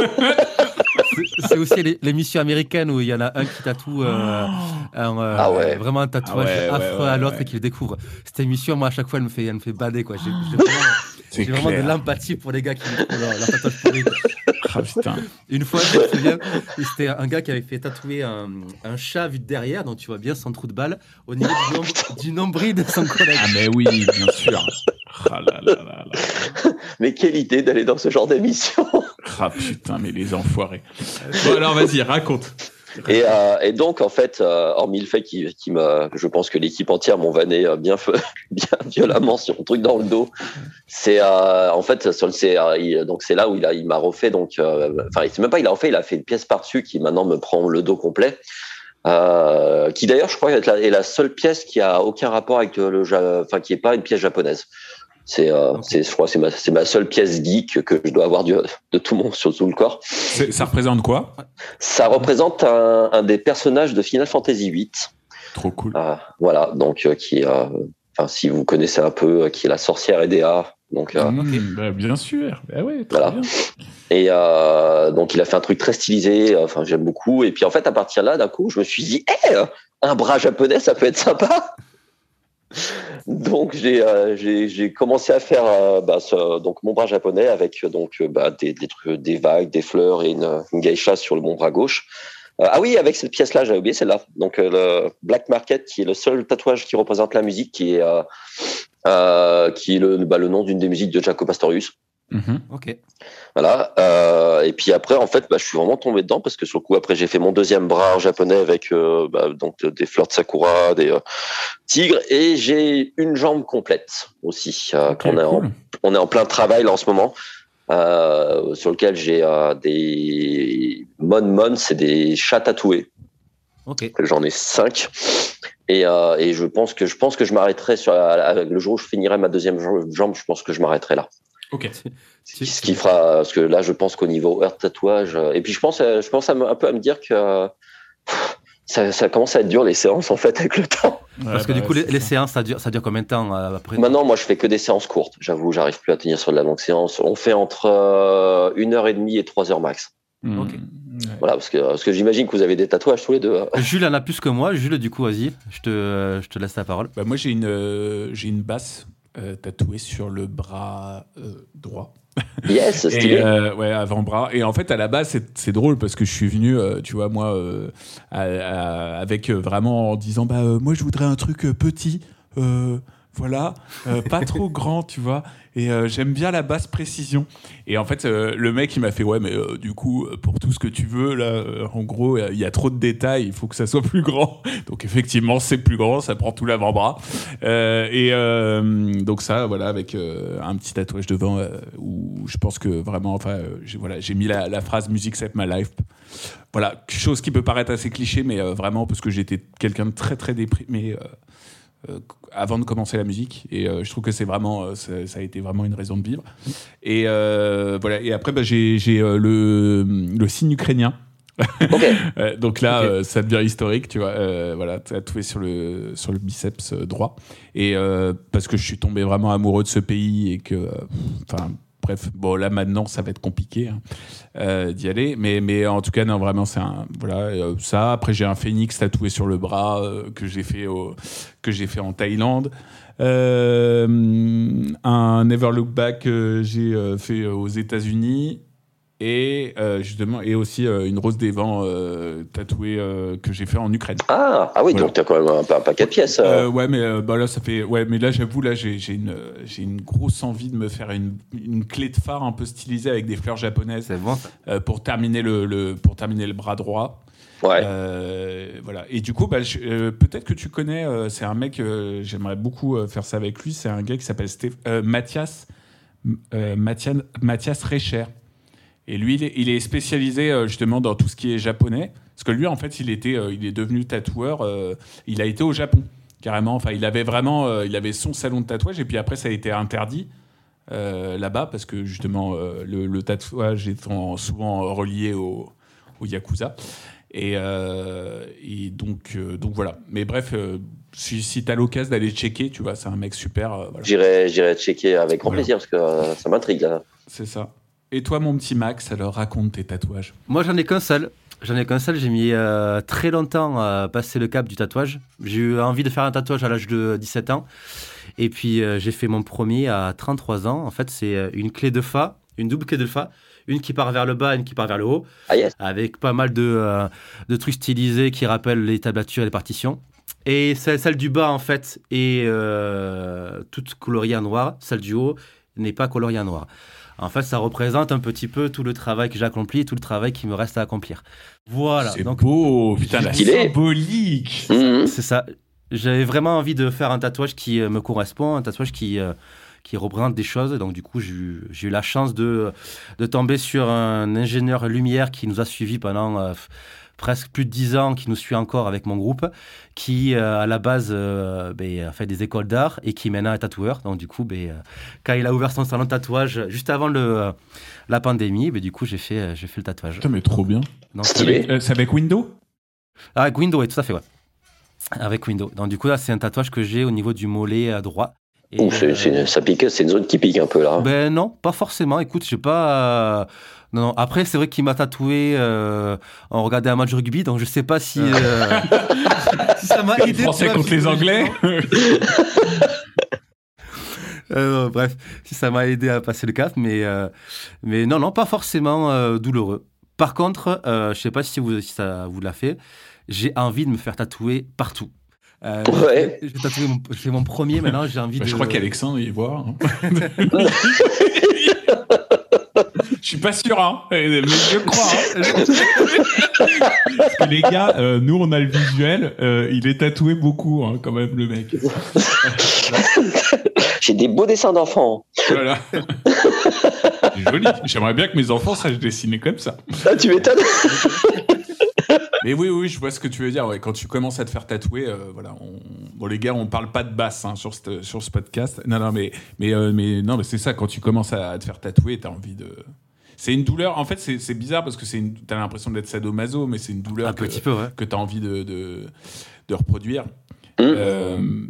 C'est, c'est aussi l'émission américaine où il y en a un qui tatoue euh, un, euh, ah ouais. vraiment un tatouage ah ouais, affreux ouais, ouais, à l'autre ouais. et qui le découvre. Cette émission, moi, à chaque fois, elle me fait, elle me fait bader, quoi. J'ai, j'ai vraiment, j'ai vraiment de l'empathie pour les gars qui me trouvent leur, leur tatouage pourri. Ah, putain. Une fois, je me souviens, c'était un gars qui avait fait tatouer un, un chat vu de derrière, donc tu vois bien son trou de balle, au niveau du, nombre, du nombril de son collègue. Ah, mais oui, bien sûr. Ah là là là là. Mais quelle idée d'aller dans ce genre d'émission. Ah putain, mais les enfoirés. Bon, alors vas-y, raconte. Et, euh, et donc, en fait, euh, hormis le fait qu'il, qu'il m'a, je pense que l'équipe entière m'ont vanné euh, bien, bien violemment sur un truc dans le dos. C'est, euh, en fait, c'est, euh, il, donc c'est là où il a, il m'a refait. Donc, euh, enfin, c'est même pas il a refait, il a fait une pièce par-dessus qui maintenant me prend le dos complet. Euh, qui d'ailleurs, je crois, est la, est la seule pièce qui a aucun rapport avec le, enfin, qui est pas une pièce japonaise. C'est, euh, okay. c'est, je crois, c'est ma, c'est ma seule pièce geek que je dois avoir du, de tout mon sur tout le corps. C'est, ça représente quoi? Ça représente un, un des personnages de Final Fantasy huit. Trop cool. Euh, voilà, donc euh, qui, enfin, euh, si vous connaissez un peu, euh, qui est la sorcière Edea. Donc, euh, mmh, okay. bah, bien sûr. Bah ouais. Voilà. Bien. Et euh, donc il a fait un truc très stylisé. Enfin, j'aime beaucoup. Et puis en fait, à partir de là, d'un coup, je me suis dit, hey, un bras japonais, ça peut être sympa. Donc j'ai, euh, j'ai j'ai commencé à faire euh, bah, ce, donc mon bras japonais avec donc bah, des des trucs, des vagues, des fleurs et une, une geisha sur le mon bras gauche. Euh, ah oui, avec cette pièce-là, j'avais oublié celle-là. Donc euh, le Black Market, qui est le seul tatouage qui représente la musique, qui est euh, euh, qui est le bah, le nom d'une des musiques de Jaco Pastorius. Mmh, ok. Voilà. Euh, et puis après, en fait, bah, je suis vraiment tombé dedans parce que sur le coup, après, j'ai fait mon deuxième bras en japonais avec euh, bah, donc des fleurs de sakura, des euh, tigres, et j'ai une jambe complète aussi. Euh, okay, qu'on est cool. en, on est en plein travail là en ce moment, euh, sur lequel j'ai euh, des mon mon, c'est des chats tatoués. Ok. J'en ai cinq. Et, euh, et je pense que je pense que je m'arrêterai sur la, le jour où je finirai ma deuxième jambe. Je pense que je m'arrêterai là. Ok. Ce qui fera, parce que là, je pense qu'au niveau heure tatouage, et puis je pense, je pense à me, un peu à me dire que ça, ça commence à être dur les séances en fait avec le temps. Ouais, Parce que bah, du coup, les, les séances, ça dure, ça dure combien de temps euh, après? Maintenant, moi, je fais que des séances courtes. J'avoue, j'arrive plus à tenir sur de la longue séance. On fait entre euh, une heure et demie et trois heures max. Mmh. Ok. Ouais. Voilà, parce que, parce que j'imagine que vous avez des tatouages tous les deux. Hein. Jules en a plus que moi. Jules, du coup, vas-y, je te, euh, je te laisse la parole. Bah, moi, j'ai une, euh, j'ai une basse euh, tatouée sur le bras euh, droit. Yes, stylé. Et, euh, ouais, avant-bras. Et en fait, à la base, c'est, c'est drôle parce que je suis venu, euh, tu vois, moi, euh, à, à, avec euh, vraiment en disant, bah, euh, moi, je voudrais un truc euh, petit. Euh, Voilà, euh, pas trop grand, tu vois. Et euh, j'aime bien la basse précision. Et en fait, euh, le mec, il m'a fait, ouais, mais euh, du coup, pour tout ce que tu veux, là, euh, en gros, il y a trop de détails, il faut que ça soit plus grand. Donc, effectivement, c'est plus grand, ça prend tout l'avant-bras. Euh, et euh, donc, ça, voilà, avec euh, un petit tatouage devant euh, où je pense que vraiment, enfin, euh, j'ai, voilà, j'ai mis la, la phrase Music Save My Life. Voilà, chose qui peut paraître assez cliché, mais euh, vraiment, parce que j'étais quelqu'un de très, très déprimé. Euh, Euh, avant de commencer la musique, et euh, je trouve que c'est vraiment euh, ça, ça a été vraiment une raison de vivre. Et euh, voilà, et après bah, j'ai, j'ai euh, le, le signe ukrainien. Okay. euh, donc là okay. euh, ça devient historique, tu vois. Euh, voilà, tatoué sur le sur le biceps droit, et euh, parce que je suis tombé vraiment amoureux de ce pays et que enfin euh, bref, bon là maintenant ça va être compliqué hein, euh, d'y aller, mais mais en tout cas non vraiment c'est un voilà euh, ça. Après j'ai un phénix tatoué sur le bras euh, que j'ai fait au, que j'ai fait en Thaïlande. Euh, un Never Look Back que j'ai euh, fait aux États-Unis. Et euh, justement, et aussi euh, une rose des vents euh, tatouée euh, que j'ai fait en Ukraine. Ah, ah oui, voilà. Donc tu as quand même un, un paquet de pièces. Euh. Euh, ouais, mais euh, bah là ça fait, ouais, mais là j'avoue là j'ai, j'ai une j'ai une grosse envie de me faire une, une clé de phare un peu stylisée avec des fleurs japonaises. C'est bon ça. Euh, pour terminer le, le pour terminer le bras droit. Ouais. Euh, voilà. Et du coup, bah, je, euh, peut-être que tu connais. Euh, c'est un mec. Euh, j'aimerais beaucoup euh, faire ça avec lui. C'est un gars qui s'appelle Stéph- euh, Mathias euh, Mathias Mathias Recher. Et lui, il est, il est spécialisé euh, justement dans tout ce qui est japonais. Parce que lui, en fait, il, était, euh, il est devenu tatoueur. Euh, il a été au Japon, carrément. Enfin, il avait vraiment euh, il avait son salon de tatouage. Et puis après, ça a été interdit euh, là-bas. Parce que justement, euh, le, le tatouage étant souvent relié au, au Yakuza. Et, euh, et donc, euh, donc voilà. Mais bref, euh, si, si tu as l'occasion d'aller checker, tu vois, c'est un mec super. Euh, voilà. J'irai, j'irai checker avec grand voilà. plaisir parce que euh, ça m'intrigue là. C'est ça. Et toi, mon petit Max, alors raconte tes tatouages. Moi, j'en ai qu'un seul. J'en ai qu'un seul. J'ai mis euh, très longtemps à passer le cap du tatouage. J'ai eu envie de faire un tatouage à l'âge de dix-sept ans. Et puis, euh, j'ai fait mon premier à trente-trois ans. En fait, c'est une clé de fa, une double clé de fa. Une qui part vers le bas, une qui part vers le haut. Ah yes. Avec pas mal de, euh, de trucs stylisés qui rappellent les tablatures et les partitions. Et celle, celle du bas, en fait, est euh, toute coloriée en noir. Celle du haut n'est pas coloriée en noir. En fait, ça représente un petit peu tout le travail que j'ai accompli et tout le travail qui me reste à accomplir. Voilà. C'est donc, beau, putain, la symbolique. Mmh. C'est ça. J'avais vraiment envie de faire un tatouage qui me correspond, un tatouage qui, euh, qui représente des choses. Donc, du coup, j'ai eu, j'ai eu la chance de, de tomber sur un ingénieur lumière qui nous a suivis pendant euh, presque plus de dix ans, qui nous suit encore avec mon groupe, qui, euh, à la base, euh, ben, a fait des écoles d'art et qui maintenant est tatoueur. Donc, du coup, ben, euh, quand il a ouvert son salon de tatouage juste avant le, euh, la pandémie, ben, du coup, j'ai fait, euh, j'ai fait le tatouage. Putain, mais trop bien. Donc, c'est, avec, euh, c'est avec Windows ? Ah, avec Windows, oui, tout à fait, ouais. Avec Windows. Donc, du coup, là, c'est un tatouage que j'ai au niveau du mollet à droit. Et Ouh, c'est, euh, c'est, ça pique, c'est une zone qui pique un peu là. Ben non, pas forcément. Écoute, je sais pas. Euh, non, non. Après, c'est vrai qu'il m'a tatoué. Euh, on regardait un match de rugby, donc je sais pas si, euh, si ça m'a aidé. Les Français contre les Anglais. euh, bref, si ça m'a aidé à passer le cap, mais euh, mais non, non, pas forcément euh, douloureux. Par contre, euh, je sais pas si, vous, si ça vous l'a fait. J'ai envie de me faire tatouer partout. Euh, ouais. J'ai tatoué mon, c'est mon premier maintenant, j'ai envie bah, de... Je crois qu'Alexandre y voit. Hein. Je suis pas sûr, hein, mais je crois. Hein. Parce que les gars, euh, nous on a le visuel, euh, il est tatoué beaucoup, hein, quand même, le mec. J'ai des beaux dessins d'enfants. Voilà. C'est joli. J'aimerais bien que mes enfants sachent dessiner comme ça. Ah, tu m'étonnes. Mais oui, oui, je vois ce que tu veux dire. Ouais, quand tu commences à te faire tatouer, euh, voilà. On... Bon, les gars, on parle pas de basse hein, sur ce sur ce podcast. Non, non, mais mais euh, mais non, mais c'est ça. Quand tu commences à te faire tatouer, t'as envie de. C'est une douleur. En fait, c'est c'est bizarre parce que c'est une... t'as l'impression d'être sadomaso, mais c'est une douleur un que petit peu, ouais. que t'as envie de de, de reproduire. Mmh. Euh...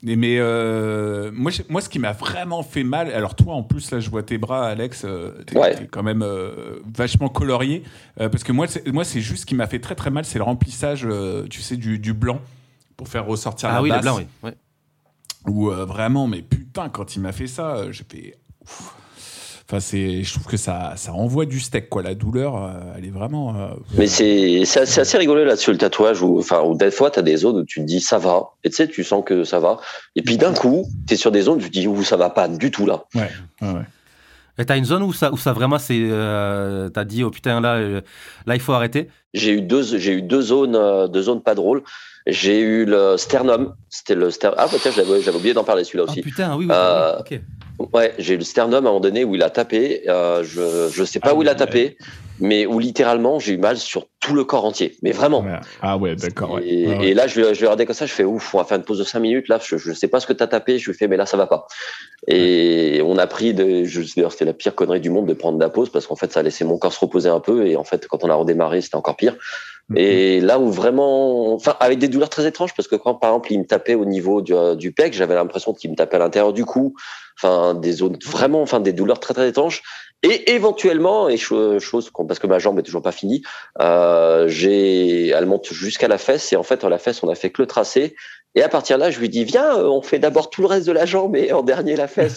Et mais euh, moi, moi, ce qui m'a vraiment fait mal, alors toi en plus, là je vois tes bras, Alex, euh, t'es, Ouais. t'es quand même euh, vachement colorié, euh, parce que moi c'est, moi, c'est juste ce qui m'a fait très très mal, c'est le remplissage, euh, tu sais, du, du blanc, pour faire ressortir Ah la oui, le basse. blanc, oui. Ouais. Où euh, vraiment, mais putain, quand il m'a fait ça, euh, j'ai fait... Ouf. Enfin, c'est, je trouve que ça, ça envoie du steak, quoi. La douleur, euh, elle est vraiment... Euh, Mais c'est, c'est, c'est assez rigolo là-dessus le tatouage où, enfin, où des fois t'as des zones où tu te dis ça va, et tu sais, tu sens que ça va, et puis d'un coup, t'es sur des zones où tu te dis où ça va pas du tout là. Ouais, ouais, ouais. Et t'as une zone où ça, où ça vraiment, c'est, euh, t'as dit, oh putain, là, euh, là, il faut arrêter. J'ai eu deux, j'ai eu deux zones, euh, deux zones pas drôles. J'ai eu le sternum, c'était le sternum. Ah, bah, tiens, j'avais, j'avais oublié d'en parler celui-là aussi. Oh putain, oui, oui, Euh, oui, ok. Ouais, j'ai eu le sternum à un moment donné où il a tapé. Euh, je je sais pas Ah où il a ouais. tapé, mais où littéralement j'ai eu mal sur tout le corps entier. Mais vraiment. Ouais. Ah ouais, d'accord. Ouais. Et, Ouais, ouais. et là, je vais, je vais regarder comme ça. Je fais ouf, on va faire une pause de cinq minutes. Là, je je sais pas ce que t'as tapé. Je lui fais mais là ça va pas. Et on a pris de. Je, d'ailleurs, c'était la pire connerie du monde de prendre de la pause parce qu'en fait ça a laissé mon corps se reposer un peu. Et en fait, quand on a redémarré, c'était encore pire. Et là où vraiment, enfin, avec des douleurs très étranges, parce que quand, par exemple, il me tapait au niveau du, du pec, j'avais l'impression qu'il me tapait à l'intérieur du cou, enfin, des zones vraiment, enfin, des douleurs très, très étranges. Et éventuellement, et chose, chose parce que ma jambe est toujours pas finie, euh, j'ai, elle monte jusqu'à la fesse, et en fait, à la fesse, on a fait que le tracé. Et à partir de là, je lui dis, viens, on fait d'abord tout le reste de la jambe et en dernier la fesse.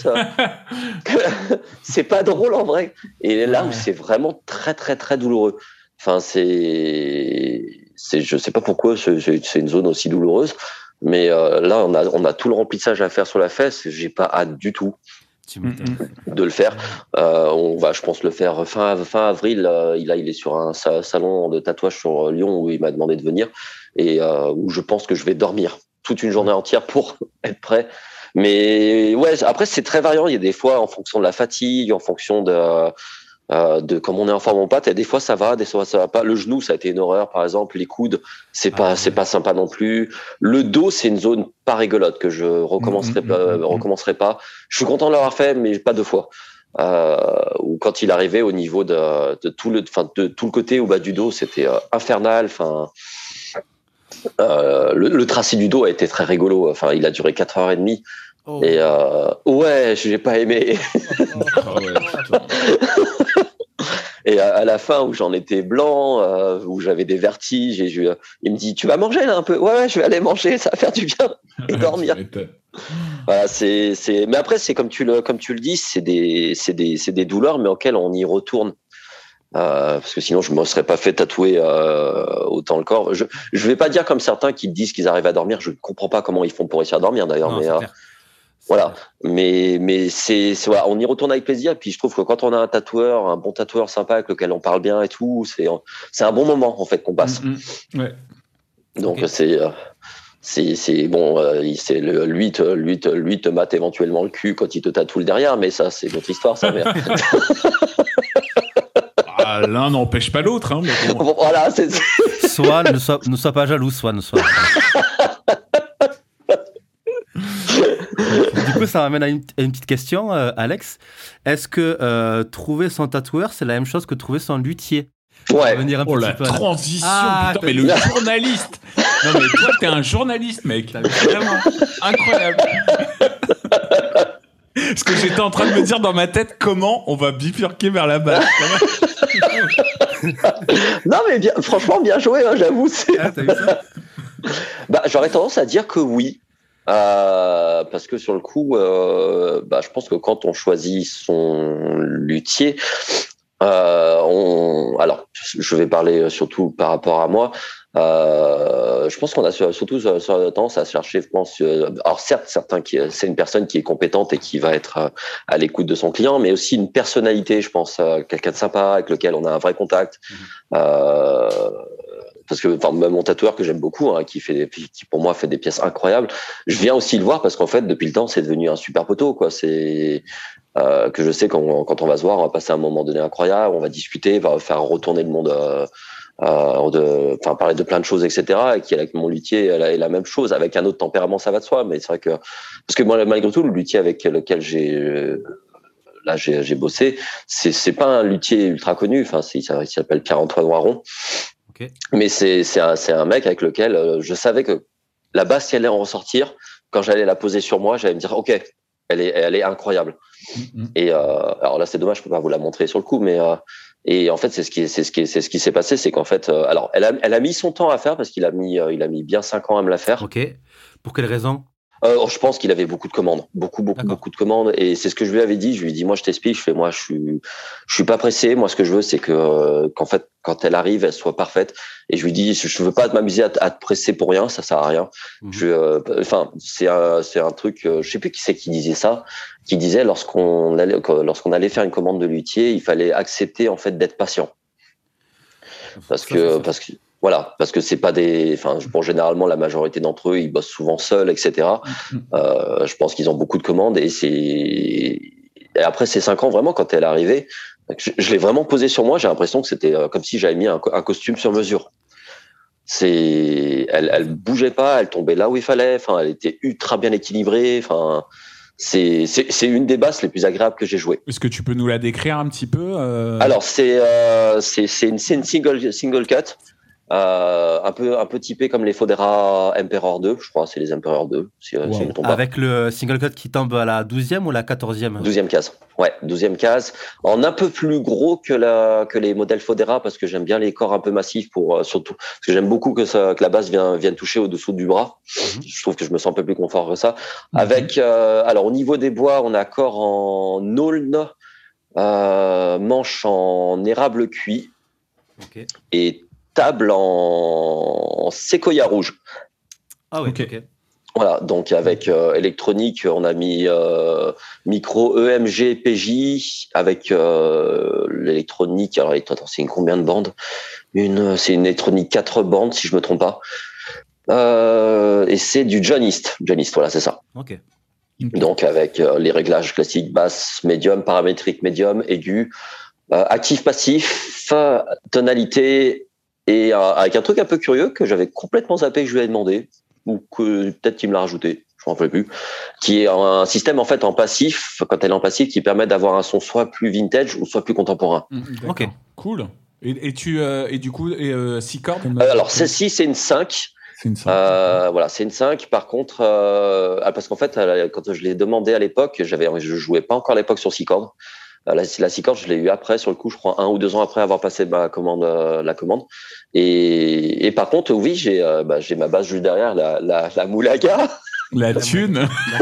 C'est pas drôle en vrai. Et là où c'est vraiment très, très, très douloureux. Enfin, c'est, c'est, je sais pas pourquoi c'est, c'est une zone aussi douloureuse, mais euh, là, on a, on a tout le remplissage à faire sur la fesse. J'ai pas hâte du tout de le faire. Euh, on va, je pense, le faire fin, fin avril. Euh, il, a, il est sur un sa, salon de tatouage sur Lyon où il m'a demandé de venir et euh, où je pense que je vais dormir toute une journée entière pour être prêt. Mais ouais, après, c'est très variant. Il y a des fois, en fonction de la fatigue, en fonction de... Euh, de comme on est en forme ou pas, des fois ça va, des fois ça va pas. Le genou, ça a été une horreur, par exemple. Les coudes, c'est pas, ah, c'est ouais. pas sympa non plus. Le dos, c'est une zone pas rigolote que je recommencerai, mmh, euh, mmh, recommencerai pas. Je suis content de l'avoir fait, mais pas deux fois. Euh, ou quand il arrivait au niveau de, de tout le, enfin de tout le côté au bas du dos, c'était euh, infernal. Enfin, euh, le, le tracé du dos a été très rigolo. Enfin, il a duré quatre heures et demie. Oh. Et euh, ouais, j'ai pas aimé. Oh, ouais, et à, à la fin où j'en étais blanc, euh, où j'avais des vertiges, et je, il me dit tu vas manger là un peu. Ouais, ouais, je vais aller manger, ça va faire du bien et dormir. Voilà, c'est, c'est. Mais après, c'est comme tu le, comme tu le dis, c'est des, c'est des, c'est des douleurs, mais auxquelles on y retourne. Euh, parce que sinon je me serais pas fait tatouer euh, autant le corps. Je, je vais pas dire comme certains qui disent qu'ils arrivent à dormir. Je ne comprends pas comment ils font pour réussir à dormir d'ailleurs, non, mais. Euh, Voilà, mais mais c'est, c'est voilà, on y retourne avec plaisir. Et puis je trouve que quand on a un tatoueur, un bon tatoueur sympa avec lequel on parle bien et tout, c'est c'est un bon moment en fait qu'on passe. Mmh, ouais. Donc okay. c'est c'est c'est bon, euh, c'est le, lui te lui te lui te mate éventuellement le cul quand il te tatoue le derrière, mais ça c'est notre histoire, ça. Ah, l'un n'empêche pas l'autre, hein. Mais bon. Bon, voilà, c'est. Soit ne sois ne sois pas jaloux, soit ne sois. Du coup, ça m'amène à une, à une petite question, euh, Alex. Est-ce que euh, trouver son tatoueur, c'est la même chose que trouver son luthier? Ouais. Venir un oh la transition, ah, putain, mais le journaliste. Non mais toi, t'es un journaliste, mec. Vraiment incroyable. Parce que j'étais en train de me dire dans ma tête comment on va bifurquer vers la base. Non mais bien, franchement, bien joué, hein, j'avoue. C'est... Ah, t'as vu ça? Bah, j'aurais tendance à dire que oui. Euh, parce que sur le coup, euh, bah, je pense que quand on choisit son luthier, euh, on, alors je vais parler surtout par rapport à moi. Euh, je pense qu'on a surtout tendance à chercher, je pense. Alors certes, certains qui, c'est une personne qui est compétente et qui va être à l'écoute de son client, mais aussi une personnalité, je pense, quelqu'un de sympa avec lequel on a un vrai contact. Mmh. Euh, parce que enfin mon tatoueur que j'aime beaucoup, hein, qui fait des, qui pour moi fait des pièces incroyables, je viens aussi le voir parce qu'en fait depuis le temps c'est devenu un super poteau, quoi. C'est euh, que je sais quand, quand on va se voir, on va passer un moment donné incroyable, on va discuter, on va faire retourner le monde, euh, euh, de, enfin parler de plein de choses, et cetera. Et qui avec mon luthier elle a la même chose, avec un autre tempérament, ça va de soi, mais c'est vrai que parce que moi malgré tout le luthier avec lequel j'ai là j'ai, j'ai bossé, c'est c'est pas un luthier ultra connu, enfin c'est, il s'appelle Pierre-Antoine Noiron. Okay. Mais c'est c'est un c'est un mec avec lequel euh, je savais que la basse si elle allait en ressortir, quand j'allais la poser sur moi, j'allais me dire, ok, elle est, elle est incroyable. Mm-hmm. Et euh, alors là, c'est dommage, je peux pas vous la montrer sur le coup, mais euh, et en fait, c'est ce qui, c'est ce qui, c'est ce qui s'est passé, c'est qu'en fait, euh, alors elle a, elle a mis son temps à faire parce qu'il a mis, euh, il a mis bien cinq ans à me la faire. Ok. Pour quelle raison? Euh, je pense qu'il avait beaucoup de commandes, beaucoup, beaucoup, D'accord. beaucoup de commandes, et c'est ce que je lui avais dit. Je lui ai dit, moi, je t'explique. Je fais, moi, je suis, je suis pas pressé. Moi, ce que je veux, c'est que, euh, qu'en fait, quand elle arrive, elle soit parfaite. Et je lui dis, je veux pas m'amuser à, à te presser pour rien, ça sert à rien. Mmh. Je, euh, enfin, c'est un, c'est un truc. Euh, je sais plus qui c'est qui disait ça, qui disait lorsqu'on allait, lorsqu'on allait faire une commande de luthier, il fallait accepter en fait d'être patient, parce ça, que, parce que. Voilà, parce que c'est pas des, enfin, bon, généralement la majorité d'entre eux, ils bossent souvent seuls, et cetera. Mm-hmm. Euh, je pense qu'ils ont beaucoup de commandes et c'est, et après ces cinq ans, vraiment, quand elle est arrivée, je, je l'ai vraiment posée sur moi. J'ai l'impression que c'était comme si j'avais mis un, un costume sur mesure. C'est, elle, elle bougeait pas, elle tombait là où il fallait. Enfin, elle était ultra bien équilibrée. Enfin, c'est, c'est, c'est une des basses les plus agréables que j'ai jouées. Est-ce que tu peux nous la décrire un petit peu euh... Alors c'est, euh, c'est, c'est une, c'est une single, single cut. Euh, un peu un peu typé comme les Fodera Emperor deux, je crois, c'est les Emperor deux, si, wow. si je ne me trompe pas. Avec le single cut qui tombe à la douzième ou la quatorzième? douzième case, ouais, douzième case. En un peu plus gros que la que les modèles Fodera, parce que j'aime bien les corps un peu massifs, pour euh, surtout parce que j'aime beaucoup que ça que la base vienne vienne toucher au-dessous du bras. Mm-hmm. Je trouve que je me sens un peu plus confort que ça. Mm-hmm. Avec euh, alors au niveau des bois, on a corps en aulne, euh, manche en érable cuit. Okay. Et table en, en séquoia rouge. Ah oui, ok. okay. Voilà, donc avec euh, électronique, on a mis euh, micro E M G P J avec euh, l'électronique. Alors, attends, c'est une combien de bandes? Une, c'est une électronique quatre bandes, si je me trompe pas. Euh, et c'est du John East. John East, voilà, c'est ça. Ok. Donc avec euh, les réglages classiques, basse, médium, paramétrique, médium, aigu, euh, actif, passif, tonalité. Et euh, avec un truc un peu curieux que j'avais complètement zappé, que je lui avais demandé, ou que peut-être qu'il me l'a rajouté, je m'en rappelle plus, qui est un système en fait en passif, quand elle est en passif, qui permet d'avoir un son soit plus vintage ou soit plus contemporain. Mmh, ok, cool. Et, et tu euh, et du coup, et, euh, six cordes euh, Alors celle-ci, c'est une cinq. C'est une cinq. Euh, voilà, c'est une cinq. Par contre, euh, parce qu'en fait, quand je l'ai demandé à l'époque, j'avais, je jouais pas encore à l'époque sur six cordes. La, la six cordes, je l'ai eu après, sur le coup, je crois un ou deux ans après avoir passé ma commande, euh, la commande. Et, et par contre, oui, j'ai, euh, bah, j'ai ma base juste derrière, la, la, la moulaga. La thune.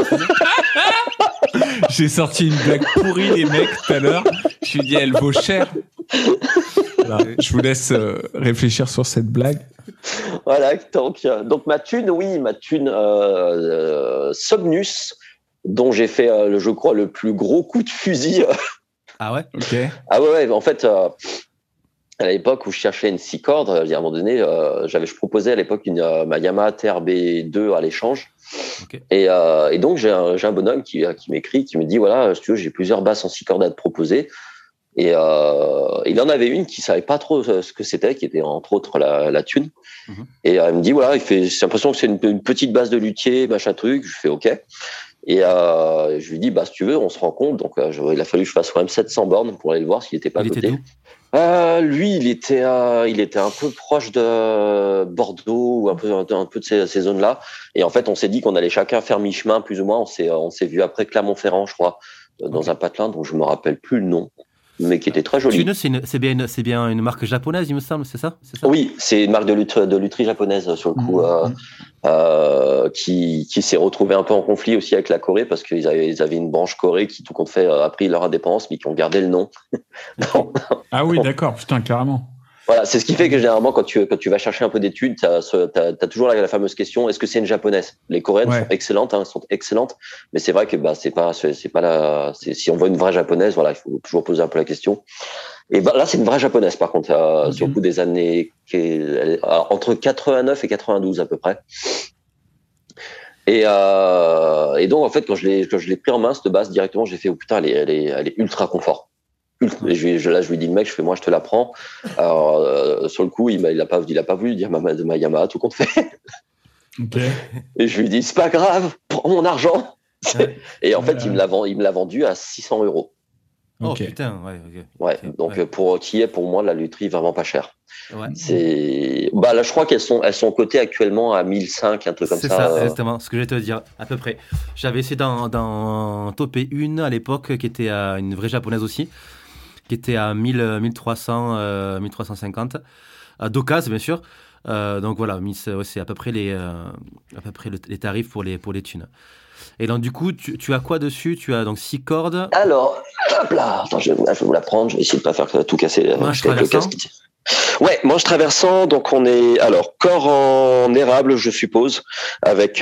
J'ai sorti une blague pourrie, les mecs, tout à l'heure. Je suis dit, elle vaut cher. Voilà. Je vous laisse euh, réfléchir sur cette blague. Voilà, donc, donc ma thune, oui, ma thune euh, euh, Somnus, dont j'ai fait, euh, je crois, le plus gros coup de fusil. Ah ouais? Ok. Ah ouais, ouais, en fait, euh, à l'époque où je cherchais une six cordes, à un moment donné, euh, j'avais, je proposais à l'époque une euh, ma Yamaha T R B deux à l'échange. Okay. Et, euh, et donc j'ai un, j'ai un bonhomme qui, qui m'écrit, qui me dit voilà, si tu veux, j'ai plusieurs basses en six cordes à te proposer. Et euh, il en avait une qui savait pas trop ce que c'était, qui était entre autres la, la thune. Mm-hmm. Et euh, il me dit voilà, il fait, j'ai l'impression que c'est une, une petite basse de luthier, machin truc. Je fais ok. Et euh, je lui dis bah si tu veux, on se rencontre. Donc euh, je, il a fallu que je fasse quand même sept cents bornes pour aller le voir s'il était pas il à côté. Était euh, lui, il était, euh, il était un peu proche de Bordeaux ou un peu, un, un peu de ces, ces zones-là. Et en fait, on s'est dit qu'on allait chacun faire mi-chemin, plus ou moins. On s'est, on s'est vu après Clermont-Ferrand, je crois, dans okay. un patelin dont je me rappelle plus le nom, mais qui était très joli. Thune, c'est, c'est, bien une, c'est bien une marque japonaise, il me semble, c'est ça, c'est ça? Oui, c'est une marque de, lutte, de lutherie japonaise, sur le coup, mmh. euh, euh, qui, qui s'est retrouvée un peu en conflit aussi avec la Corée, parce qu'ils avaient, ils avaient une branche Corée qui, tout compte fait, a pris leur indépendance, mais qui ont gardé le nom. non, ah oui, d'accord, putain, carrément. Voilà, c'est ce qui fait que généralement, quand tu, quand tu vas chercher un peu d'études, tu as toujours la, la fameuse question, est-ce que c'est une japonaise? Les coréennes ouais. sont excellentes, hein, sont excellentes, mais c'est vrai que bah, c'est pas, c'est, c'est pas la, c'est, si on veut une vraie japonaise, voilà, il faut toujours poser un peu la question. Et bah, là, c'est une vraie japonaise, par contre, euh, okay. sur le coup des années, qui est, alors, entre quatre-vingt-neuf et quatre-vingt-douze à peu près. Et, euh, et donc, en fait, quand je l'ai, quand je l'ai pris en main, cette basse, directement, j'ai fait, oh putain, elle est, elle est, elle est ultra confort. Et je, je, là, je lui dis, le mec, je fais, moi, je te la prends. Alors, euh, sur le coup, il m'a, il a pas, il a pas voulu dire ma, de ma Yamaha, tout compte fait. Okay. Et je lui dis, c'est pas grave, prends mon argent. Ouais. Et en fait, ouais, il me l'a, il me l'a vendu à six cents euros. Ok. Oh putain, ouais, ok. Ouais, Ok, donc ouais. euh, pour qui est pour moi la lutherie vraiment pas chère. Ouais. C'est bah là je crois qu'elles sont elles sont cotées actuellement à mille cinq, un truc comme C'est ça. ça, euh. exactement, ce que j'allais te dire, à peu près. J'avais essayé d'en, d'en toper une à l'époque, qui était à une vraie japonaise aussi, qui était à mille, mille trois cents, euh, mille trois cent cinquante, à d'occasion, bien sûr. Euh, donc voilà, mille, ouais, c'est à peu près les, euh, à peu près le- les tarifs pour les, pour les thunes. Et donc du coup, tu, tu as quoi dessus? Tu as donc six cordes, Alors, hop là, attends, je, je vais vous la prendre, je vais essayer de pas faire tout casser euh, manche avec le traversant. casque. Ouais, manche traversant, donc on est alors corps en érable, je suppose, avec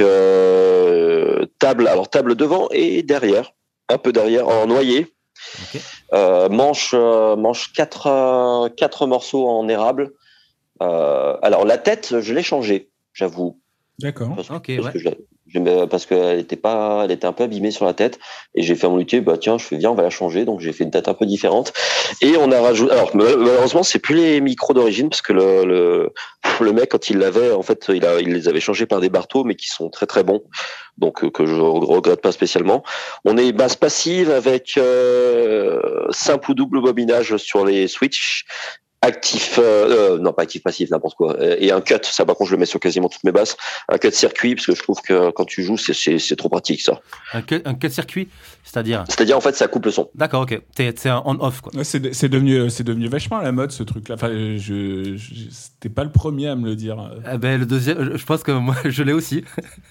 euh, table, alors table devant et derrière, un peu derrière en noyer. Ok. Euh, manche euh, manche quatre euh, quatre morceaux en érable. Euh, alors la tête, je l'ai changée, j'avoue. D'accord. Parce que, Ok, parce ouais. que je, l'ai- je l'ai- parce qu'elle était pas, elle était un peu abîmée sur la tête. Et j'ai fait à mon luthier, bah tiens, je fais bien, on va la changer. Donc j'ai fait une tête un peu différente. Et on a rajouté. Alors mal- malheureusement, c'est plus les micros d'origine parce que le, le le mec quand il l'avait, en fait, il a, il les avait changés par des Bartaux, mais qui sont très très bons. Donc euh, que je regrette pas spécialement. On est basse passive avec euh, simple ou double bobinage sur les switches. Actif, euh, euh, non pas actif passif, n'importe quoi, et un cut, ça par contre je le mets sur quasiment toutes mes basses, un cut circuit parce que je trouve que quand tu joues c'est c'est, c'est trop pratique ça. Un cut, un cut circuit, c'est-à-dire. C'est-à-dire en fait ça coupe le son. D'accord, ok. T'es, c'est un on-off, quoi. Ouais, c'est, c'est devenu, c'est devenu vachement à la mode ce truc-là. Enfin, je, je, c'était pas le premier à me le dire. Eh ben, le deuxième, je pense que moi, je l'ai aussi.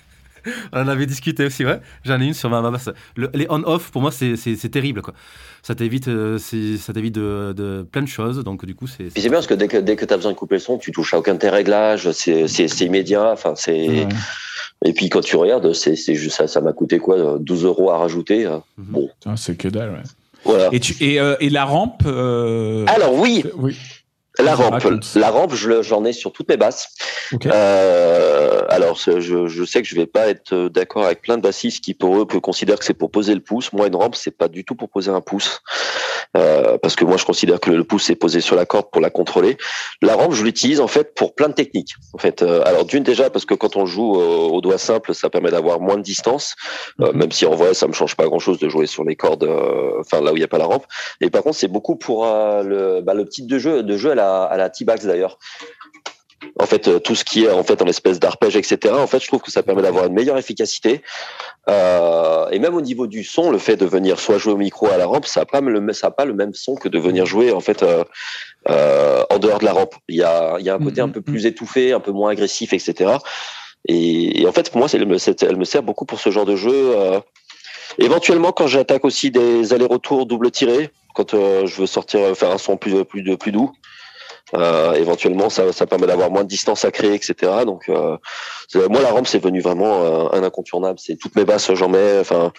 On en avait discuté aussi, ouais. J'en ai une sur ma, ma basse. Le- les on-off, pour moi, c'est, c'est, c'est terrible, quoi. Ça t'évite, euh, c'est, ça t'évite de, de plein de choses, donc du coup, c'est. Puis c'est bien parce que dès que dès que t'as besoin de couper le son, tu touches à aucun de tes réglages, c'est c'est, c'est immédiat, enfin c'est Ouais. et puis quand tu regardes, c'est c'est juste ça, ça m'a coûté quoi, douze euros à rajouter. euh, Mhm. Bon, Putain, c'est que dalle, ouais. voilà. Et, tu, et, euh, et la rampe euh, Alors oui, oui. la Vas-y, rampe, raconte. la rampe, je le- j'en ai sur toutes mes basses. Ok. Euh, alors, ce- je, je sais que je vais pas être euh, d'accord avec plein de bassistes qui, pour eux, peut- considèrent que c'est pour poser le pouce. Moi, une rampe, c'est pas du tout pour poser un pouce, euh, parce que moi, je considère que le pouce est posé sur la corde pour la contrôler. La rampe, je l'utilise en fait pour plein de techniques. En fait, euh, alors d'une déjà parce que quand on joue euh, au doigt simple, ça permet d'avoir moins de distance, euh, Mhm. même si en vrai, ça me change pas grand-chose de jouer sur les cordes, euh, enfin là où il y a pas la rampe. Et par contre, c'est beaucoup pour euh, le, bah, le type de jeu, de jeu à la, à la T-Bax d'ailleurs. En fait, euh, tout ce qui est en fait en espèce d'arpège, et cetera. En fait, je trouve que ça permet d'avoir une meilleure efficacité. Euh, et même au niveau du son, le fait de venir soit jouer au micro à la rampe, ça n'a pas le, ça a pas le même son que de venir jouer en fait euh, euh, en dehors de la rampe. Il y a, il y a un côté un peu plus étouffé, un peu moins agressif, et cetera. Et, et en fait, pour moi, c'est, elle me sert beaucoup pour ce genre de jeu. Euh, éventuellement, quand j'attaque aussi des allers-retours double tirés, quand euh, je veux sortir, faire un son plus, plus, de, plus doux. Euh, éventuellement, ça, ça permet d'avoir moins de distance à créer, et cetera. Donc, euh, moi, la rampe, c'est devenu vraiment euh, un incontournable. C'est toutes mes basses, j'en mets. Enfin,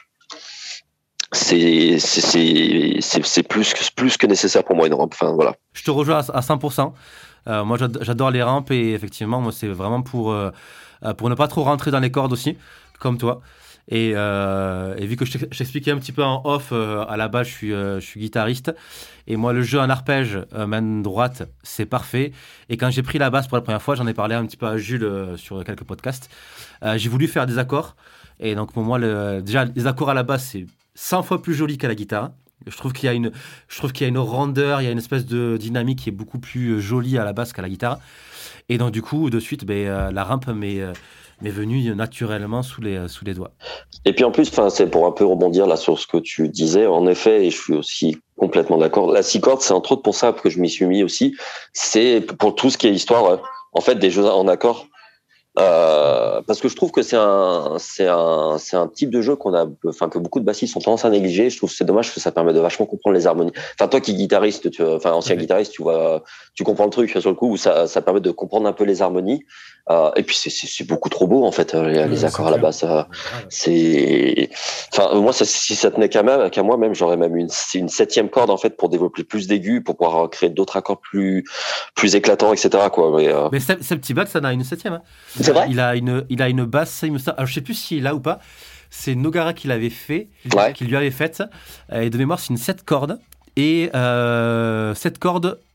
c'est c'est c'est c'est, c'est plus que plus que nécessaire pour moi une rampe. Enfin, voilà. Je te rejoins à, à cent pour cent. Euh, moi, j'ad- j'adore les rampes et effectivement, moi, c'est vraiment pour, euh, euh, pour ne pas trop rentrer dans les cordes aussi, comme toi. Et, euh, et vu que je t'ex- je t'expliquais un petit peu en off, euh, à la base, je suis, euh, je suis guitariste. Et moi, le jeu en arpège, euh, main droite, c'est parfait. Et quand j'ai pris la basse pour la première fois, j'en ai parlé un petit peu à Jules euh, sur quelques podcasts. Euh, j'ai voulu faire des accords. Et donc, pour moi, le, déjà, les accords à la basse, c'est cent fois plus joli qu'à la guitare. Je trouve qu'il y a une, je trouve qu'il y a une rondeur, il y a une espèce de dynamique qui est beaucoup plus jolie à la basse qu'à la guitare. Et donc, du coup, de suite, ben, euh, la rampe m'est, euh, m'est venue naturellement sous les, sous les doigts. Et puis en plus, enfin, c'est pour un peu rebondir là sur ce que tu disais. En effet, et je suis aussi complètement d'accord. La six cordes, c'est entre autres pour ça que je m'y suis mis aussi. C'est pour tout ce qui est histoire, euh, en fait, des jeux en accord. Euh, parce que je trouve que c'est un, c'est un, c'est un type de jeu qu'on a, enfin que beaucoup de bassistes ont tendance à négliger. Je trouve que c'est dommage parce que ça permet de vachement comprendre les harmonies. Enfin toi qui es guitariste, tu, enfin ancien Oui. guitariste, tu vois, tu comprends le truc sur le coup où ça, ça permet de comprendre un peu les harmonies. Euh, et puis c'est, c'est, c'est beaucoup trop beau en fait les, Ouais, les accords c'est à la clair. basse. Euh, c'est, enfin moi ça, si ça tenait qu'à même, qu'à moi même, j'aurais même une, c'est une septième corde en fait pour développer plus d'aigus, pour pouvoir créer d'autres accords plus, plus éclatants, et cetera quoi. Mais, euh, Mais ce, ce petit bac, ça en a une septième. Hein. c'est vrai. Il a une, il a une basse, il me semble. Alors, je sais plus s'il a ou pas. C'est Nogara qui l'avait fait, Ouais. qui lui avait faite. Et de mémoire, c'est une sept cordes. Et euh, sept cordes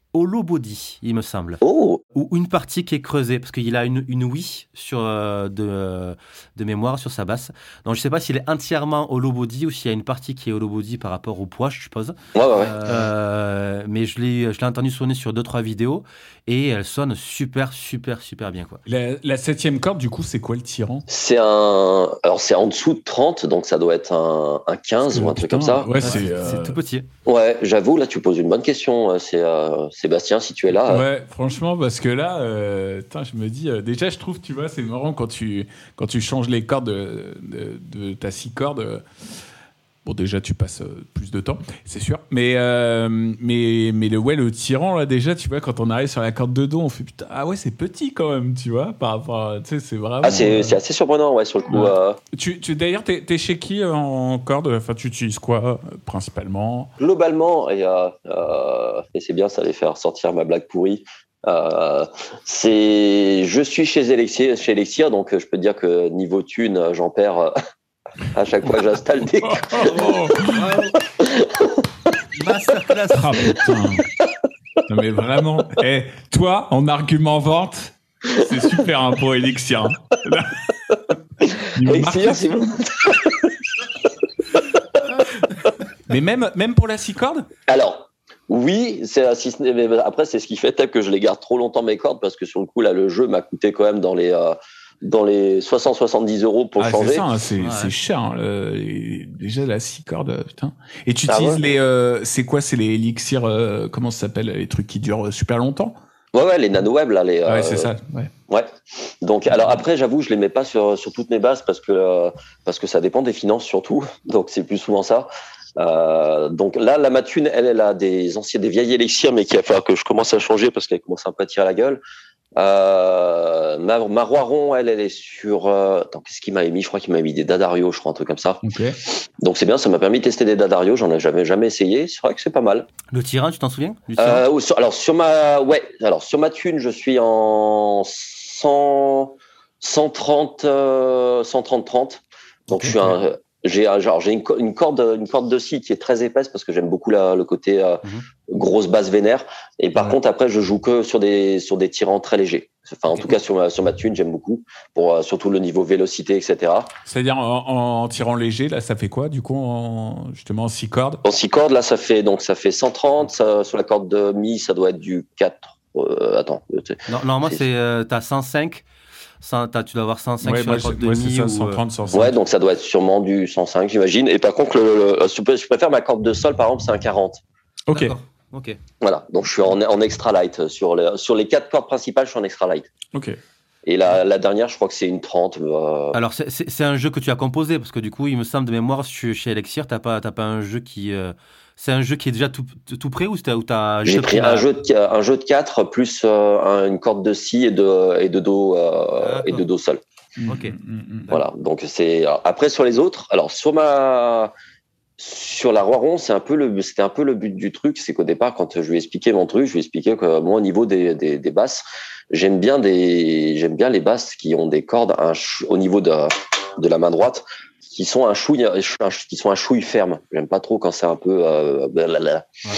hollow body, il me semble. Oh. Ou une partie qui est creusée, parce qu'il a une, une Wii sur, euh, de, de mémoire sur sa basse. Donc je ne sais pas s'il est entièrement hollow body ou s'il y a une partie qui est hollow body par rapport au poids, je suppose. Ouais, ouais, ouais. Euh, mais je l'ai, je l'ai entendu sonner sur deux trois vidéos et elle sonne super, super, super bien, quoi. La, la septième corde, du coup, c'est quoi le tirant? C'est un. Alors, c'est en dessous de trente, donc ça doit être un, un quinze ou un truc putain, comme ça. Ouais, c'est, c'est, euh... c'est tout petit. Ouais, j'avoue, là, tu poses une bonne question. C'est euh, Sébastien, si tu es là. Ouais, franchement, parce que là, euh, tain, je me dis, euh, déjà, je trouve, tu vois, c'est marrant quand tu, quand tu changes les cordes de, de, de ta six cordes. Euh, bon, déjà, tu passes euh, plus de temps, c'est sûr. Mais, euh, mais, mais le, ouais, le tyran, là, déjà, tu vois, quand on arrive sur la corde de do, on fait putain, ah ouais, c'est petit quand même, tu vois, par rapport à, tu sais, c'est vraiment. Ah, c'est, euh... c'est assez surprenant, ouais, sur le coup. Ouais. Euh... Tu, tu, d'ailleurs, t'es, t'es chez qui en corde? Enfin, tu utilises quoi, euh, principalement? Globalement, et, euh, euh, et c'est bien, ça allait faire sortir ma blague pourrie. Euh, c'est, je suis chez Elixir, chez Elixir, donc je peux te dire que niveau thune, j'en perds euh, à chaque fois que j'installe des. Masterclass. Ah putain. Non mais vraiment, hey, toi, en argument vente, c'est super hein, pour Elixir. Hein. Elixir, c'est bon. Mais même, même pour la six cordes? Alors. Oui, c'est, si ce n'est, mais après, c'est ce qui fait peut-être que je les garde trop longtemps mes cordes parce que sur le coup, là, le jeu m'a coûté quand même dans les, euh, dans les soixante à soixante-dix euros pour ah, changer. C'est ça, hein, c'est, ouais. c'est cher. Hein, le, déjà, la six cordes, putain. Et tu utilises ah ouais. les, euh, c'est quoi, c'est les élixirs, euh, comment ça s'appelle, les trucs qui durent super longtemps? Ouais, ouais, les nano-web, là. Les, ouais, euh, c'est ça, ouais. Ouais. Donc, alors après, j'avoue, je les mets pas sur, sur toutes mes basses parce que, euh, parce que ça dépend des finances surtout. Donc, c'est plus souvent ça. Euh, donc là, la Matune, elle, elle a des anciens, des vieilles élixirs, mais qu'il va falloir que je commence à changer parce qu'elle commence un peu à tirer la gueule. Euh, ma, ma Roiron, elle, elle est sur. Euh, attends, qu'est-ce qu'il m'avait mis? Je crois qu'il m'avait mis des Dadario, je crois, un truc comme ça. Okay. Donc c'est bien, ça m'a permis de tester des Dadario. J'en ai jamais jamais essayé. C'est vrai que c'est pas mal. Le tyran, tu t'en souviens du euh, sur, Alors sur ma, ouais, alors sur ma thune, je suis en cent, cent trente, euh, cent trente trente. Donc okay. je suis un. J'ai, genre, j'ai une, une, corde, une corde de scie qui est très épaisse parce que j'aime beaucoup la, le côté euh, mm-hmm. grosse basse vénère. Et par ouais. contre, après, je joue que sur des, sur des tyrans très légers. Enfin, okay. en tout cas, sur ma, sur ma thune, j'aime beaucoup. Pour euh, surtout le niveau vélocité, et cetera. C'est-à-dire, en, en tirant léger, là, ça fait quoi, du coup, en, justement, en six cordes? En six cordes, là, ça fait, donc, ça fait cent trente. Ça, sur la corde de mi, ça doit être du quatre. Euh, attends. Non, non moi, c'est, c'est euh, t'as cent cinq. cent, tu dois avoir cent cinq ouais, sur moi, la corde de ouais, mi. C'est ça, ou... cent trente, cent cinq. Ouais, donc ça doit être sûrement du cent cinq, j'imagine. Et par contre, le, le, je préfère ma corde de sol, par exemple, c'est un quarante. Ok. D'accord. Ok. Voilà, donc je suis en, en extra light. Sur les, sur les quatre cordes principales, je suis en extra light. Ok. Et la, la dernière, je crois que c'est une trente. Euh... Alors, c'est, c'est, c'est un jeu que tu as composé, parce que du coup, il me semble de mémoire, chez Elixir, tu n'as pas, t'as pas un jeu qui. Euh... C'est un jeu qui est déjà tout, tout prêt ou tu as J'ai pris un jeu, de, un jeu de quatre plus euh, une corde de scie et de, et de dos, euh, et de dos sol. Ok. Mmh, voilà. Donc c'est après sur les autres. Alors sur ma sur la Roiron, c'est un peu le c'était un peu le but du truc, c'est qu'au départ quand je lui ai expliqué mon truc, je lui ai expliqué que moi au niveau des des, des basses, j'aime bien des j'aime bien les basses qui ont des cordes un, au niveau de de la main droite qui sont un chouille qui sont un chouille ferme. J'aime pas trop quand c'est un peu euh, blablabla. Ouais.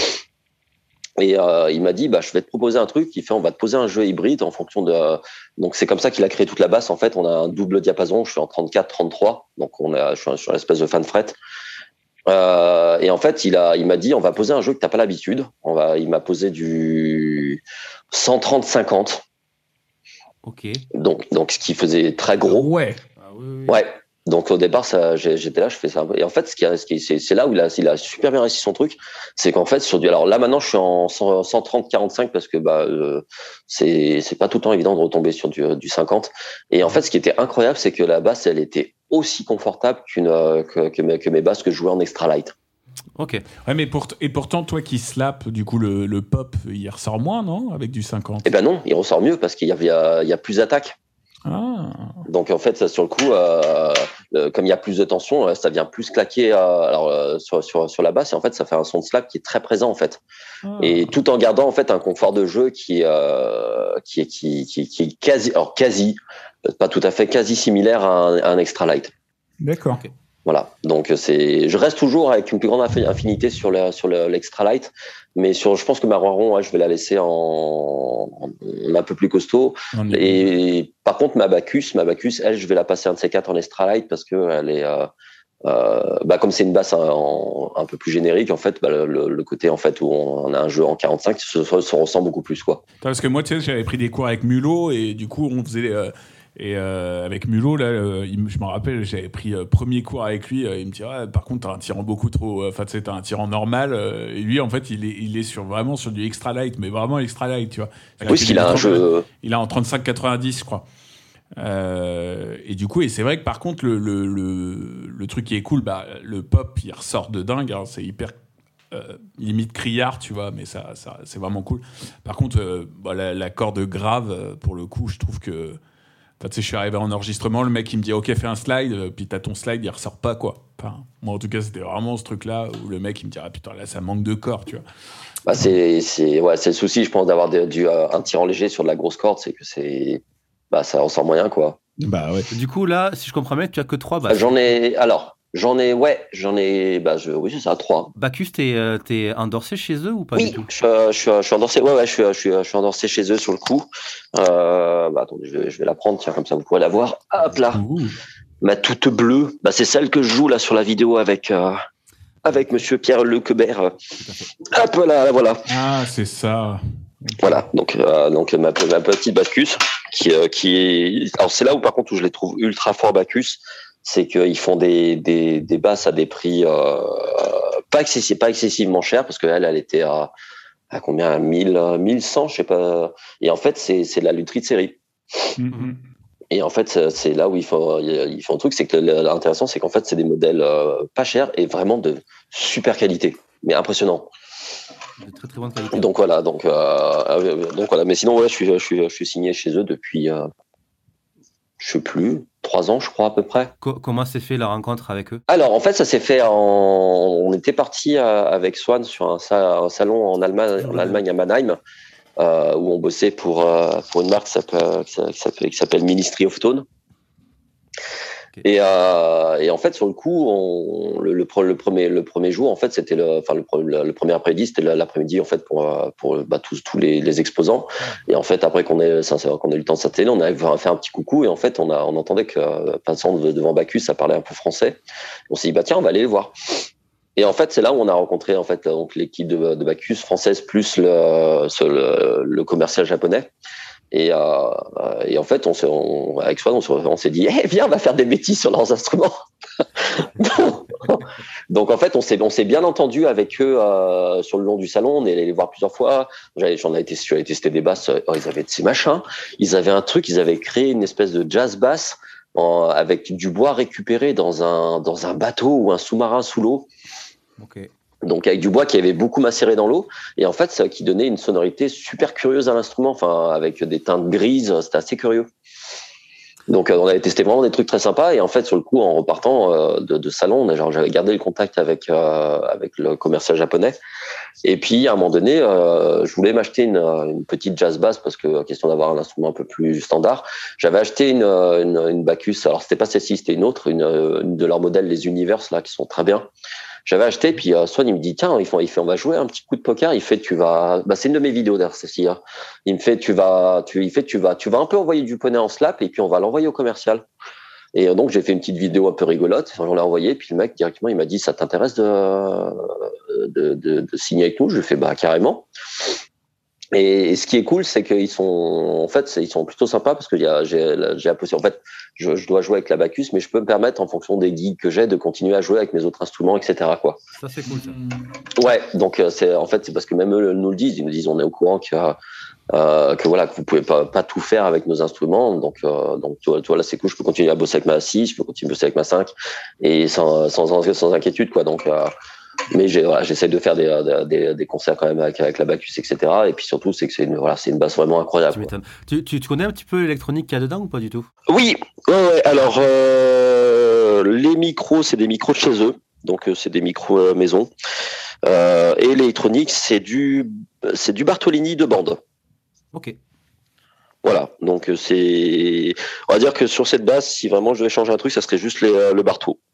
Et euh, il m'a dit, bah, je vais te proposer un truc qui fait, on va te poser un jeu hybride en fonction de. Euh, donc c'est comme ça qu'il a créé toute la basse. En fait, on a un double diapason. Je suis en trente-quatre, trente-trois, donc on a, je suis sur l'espèce de fan fret. Euh, et en fait, il a, il m'a dit, on va poser un jeu que t'as pas l'habitude. On va, il m'a posé du cent trente, cinquante. Ok. Donc, donc ce qui faisait très gros. Ouais. Ah, oui, oui. Ouais. Donc au départ, ça, j'étais là, je fais ça. Et en fait, ce qui, a, ce qui c'est, c'est là où il a, il a super bien réussi son truc, c'est qu'en fait sur du, alors là maintenant, je suis en cent trente quarante-cinq parce que bah euh, c'est, c'est pas tout le temps évident de retomber sur du, du cinquante. Et en fait, ce qui était incroyable, c'est que la basse, elle était aussi confortable qu'une que, que, mes, que mes basses que je jouais en extra light. Ok. Ouais, mais pour, et pourtant, toi qui slap, du coup, le, le pop, il ressort moins, non, avec du cinquante? Eh ben non, il ressort mieux parce qu'il y a, il y a, il y a plus d'attaque. Ah. Donc en fait, ça, sur le coup, euh, euh, comme il y a plus de tension, ça vient plus claquer euh, alors, euh, sur, sur, sur la basse et en fait, ça fait un son de slap qui est très présent en fait. Ah. Et tout en gardant en fait un confort de jeu qui euh, qui est qui, qui, qui est quasi, alors quasi, pas tout à fait, quasi similaire à un, à un extra light. D'accord. Okay. Voilà, donc c'est, je reste toujours avec une plus grande affinité sur le, sur le, l'extra light, mais sur, je pense que ma Roiron, ouais, je vais la laisser en, en, en un peu plus costaud. Et par contre, ma Bacchus, ma Bacchus, elle, je vais la passer un de ces quatre en extra light parce que elle est, euh, euh, bah comme c'est une basse en, un peu plus générique, en fait, bah le, le côté en fait où on a un jeu en quarante-cinq, se, se ressent beaucoup plus, quoi. Parce que moi, tu sais, j'avais pris des cours avec Mulot et du coup, on faisait. Euh, Et euh, avec Mulot, là, euh, il, je me rappelle, j'avais pris euh, premier cours avec lui. Euh, il me dit, ah, par contre, t'as un tirant beaucoup trop. Enfin, tu sais, t'as un tirant normal. Euh, et lui, en fait, il est, il est sur, vraiment sur du extra light, mais vraiment extra light, tu vois. Oui, parce qu'il a un jeu. Il a en trente-cinq quatre-vingt-dix, je crois. Euh, et du coup, et c'est vrai que par contre, le, le, le, le truc qui est cool, bah, le pop, il ressort de dingue. Hein, c'est hyper. Euh, limite criard, tu vois, mais ça, ça, c'est vraiment cool. Par contre, euh, bah, la, la corde grave, pour le coup, je trouve que. Tu sais, je suis arrivé en enregistrement, le mec il me dit ok, fais un slide, euh, puis t'as ton slide, il ressort pas, quoi. Enfin, moi en tout cas, c'était vraiment ce truc-là où le mec il me dit ah putain, là ça manque de corps, tu vois. Bah, c'est, c'est, ouais, c'est le souci, je pense, d'avoir de, du, euh, un tirant léger sur de la grosse corde, c'est que c'est, bah, ça ressort moyen, quoi. Bah ouais. Du coup, là, si je comprends bien, tu as que trois basses. J'en ai, alors, j'en ai, ouais, j'en ai, bah, je, oui, c'est ça, trois. Bacchus, t'es, euh, t'es endorsé chez eux ou pas oui, du tout? je, je, suis, je suis endorsé, ouais, ouais, je suis, je suis, je suis endorsé chez eux sur le coup. Euh, bah, attendez, je vais, je vais la prendre, tiens, comme ça vous pourrez la voir. Hop là. Ouh. Ma toute bleue, bah, c'est celle que je joue là sur la vidéo avec, euh, avec monsieur Pierre Lecebert. Hop là, voilà. Ah, c'est ça. Voilà, donc, euh, donc ma, ma petite Bacchus, qui, euh, qui est. Alors, c'est là où, par contre, où je les trouve ultra forts, Bacchus, c'est qu'ils font des, des, des basses à des prix euh, pas, excessif, pas excessivement chers, parce qu'elle, elle était à, à combien, mille, mille cent, je sais pas. Et en fait, c'est, c'est de la lutherie de série. Mm-hmm. Et en fait, c'est là où ils font, ils font un truc, c'est que l'intéressant, c'est qu'en fait, c'est des modèles euh, pas chers et vraiment de super qualité, mais impressionnant. De très très bonne qualité. Donc voilà, donc, euh, donc voilà. Mais sinon, ouais, je suis, je suis, je suis signé chez eux depuis, euh, je sais plus, trois ans, je crois à peu près. Co- comment s'est fait la rencontre avec eux? Alors en fait, ça s'est fait en, on était parti avec Swan sur un, un salon en Allemagne, en Allemagne à Mannheim, euh, où on bossait pour euh, pour une marque qui s'appelle, qui s'appelle, qui s'appelle Ministry of Tone. Okay. Et, euh, et en fait, sur le coup, on, le, le, le premier le premier jour, en fait, c'était le, enfin le, le, le premier après-midi, c'était l'après-midi en fait pour pour bah, tous tous les, les exposants. Et en fait, après qu'on ait qu'on ait eu le temps de s'atteler, on a fait un petit coucou et en fait, on a on entendait que passant devant Bacchus, ça parlait un peu français. On s'est dit bah tiens, on va aller les voir. Et en fait, c'est là où on a rencontré en fait donc l'équipe de, de Bacchus française plus le, le le commercial japonais. Et, euh, et en fait, on s'est, on, avec Swan, on, on s'est dit, eh, viens, on va faire des bêtises sur leurs instruments. Donc, en fait, on s'est, on s'est bien entendu avec eux euh, sur le long du salon. On est allé les voir plusieurs fois. J'avais, j'en ai été, j'avais testé des basses. Oh, ils avaient de ces machins. Ils avaient un truc. Ils avaient créé une espèce de jazz bass en, avec du bois récupéré dans un dans un bateau ou un sous-marin sous l'eau. Ok. Donc avec du bois qui avait beaucoup macéré dans l'eau et en fait ça qui donnait une sonorité super curieuse à l'instrument, enfin avec des teintes grises, c'était assez curieux. Donc euh, on avait testé vraiment des trucs très sympas et en fait sur le coup en repartant euh, de, de salon, on a, genre, j'avais gardé le contact avec euh, avec le commercial japonais et puis à un moment donné euh, je voulais m'acheter une, une petite jazz bass parce que question d'avoir un instrument un peu plus standard. J'avais acheté une une, une Bacchus, alors c'était pas celle-ci, c'était une autre, une, une de leurs modèles, les Universe là qui sont très bien. J'avais acheté, puis euh, Swan il me dit tiens, il fait, il fait, on va jouer un petit coup de poker. Il fait, tu vas, bah c'est une de mes vidéos d'ailleurs, celle-ci. Hein. Il me fait, tu vas, tu, il fait, tu vas, tu vas un peu envoyer du poney en slap et puis on va l'envoyer au commercial. Et euh, donc j'ai fait une petite vidéo un peu rigolote, j'en l'ai envoyé, puis le mec directement il m'a dit ça t'intéresse de, de, de, de signer avec nous? Je lui ai fait bah carrément. Et ce qui est cool, c'est qu'ils sont, en fait, ils sont plutôt sympas parce que y a, j'ai, j'ai la possibilité. En fait, je, je dois jouer avec la Bacchus, mais je peux me permettre, en fonction des gigs que j'ai, de continuer à jouer avec mes autres instruments, et cetera. Quoi. Ça, c'est cool, ça. Ouais, donc c'est, en fait, c'est parce que même eux nous le disent. Ils nous disent, on est au courant que, euh, que voilà, que vous pouvez pas, pas tout faire avec nos instruments. Donc, euh, donc, tu vois, tu vois, là, c'est cool. Je peux continuer à bosser avec ma six, je peux continuer à bosser avec ma cinq, et sans, sans, sans inquiétude, quoi. Donc. Euh, Mais j'ai, voilà, j'essaie de faire des, des, des concerts quand même avec, avec la Bacchus, et cetera. Et puis surtout, c'est que c'est une, voilà, c'est une basse vraiment incroyable. Tu m'étonnes. Tu, tu, tu connais un petit peu l'électronique qu'il y a dedans ou pas du tout? Oui, ouais, ouais. Alors, euh, les micros, c'est des micros de chez eux. Donc, euh, c'est des micros euh, maison. Euh, et l'électronique, c'est du, c'est du Bartolini de bande. Ok. Voilà. Donc, c'est, on va dire que sur cette basse, si vraiment je devais changer un truc, ça serait juste les, le Barto.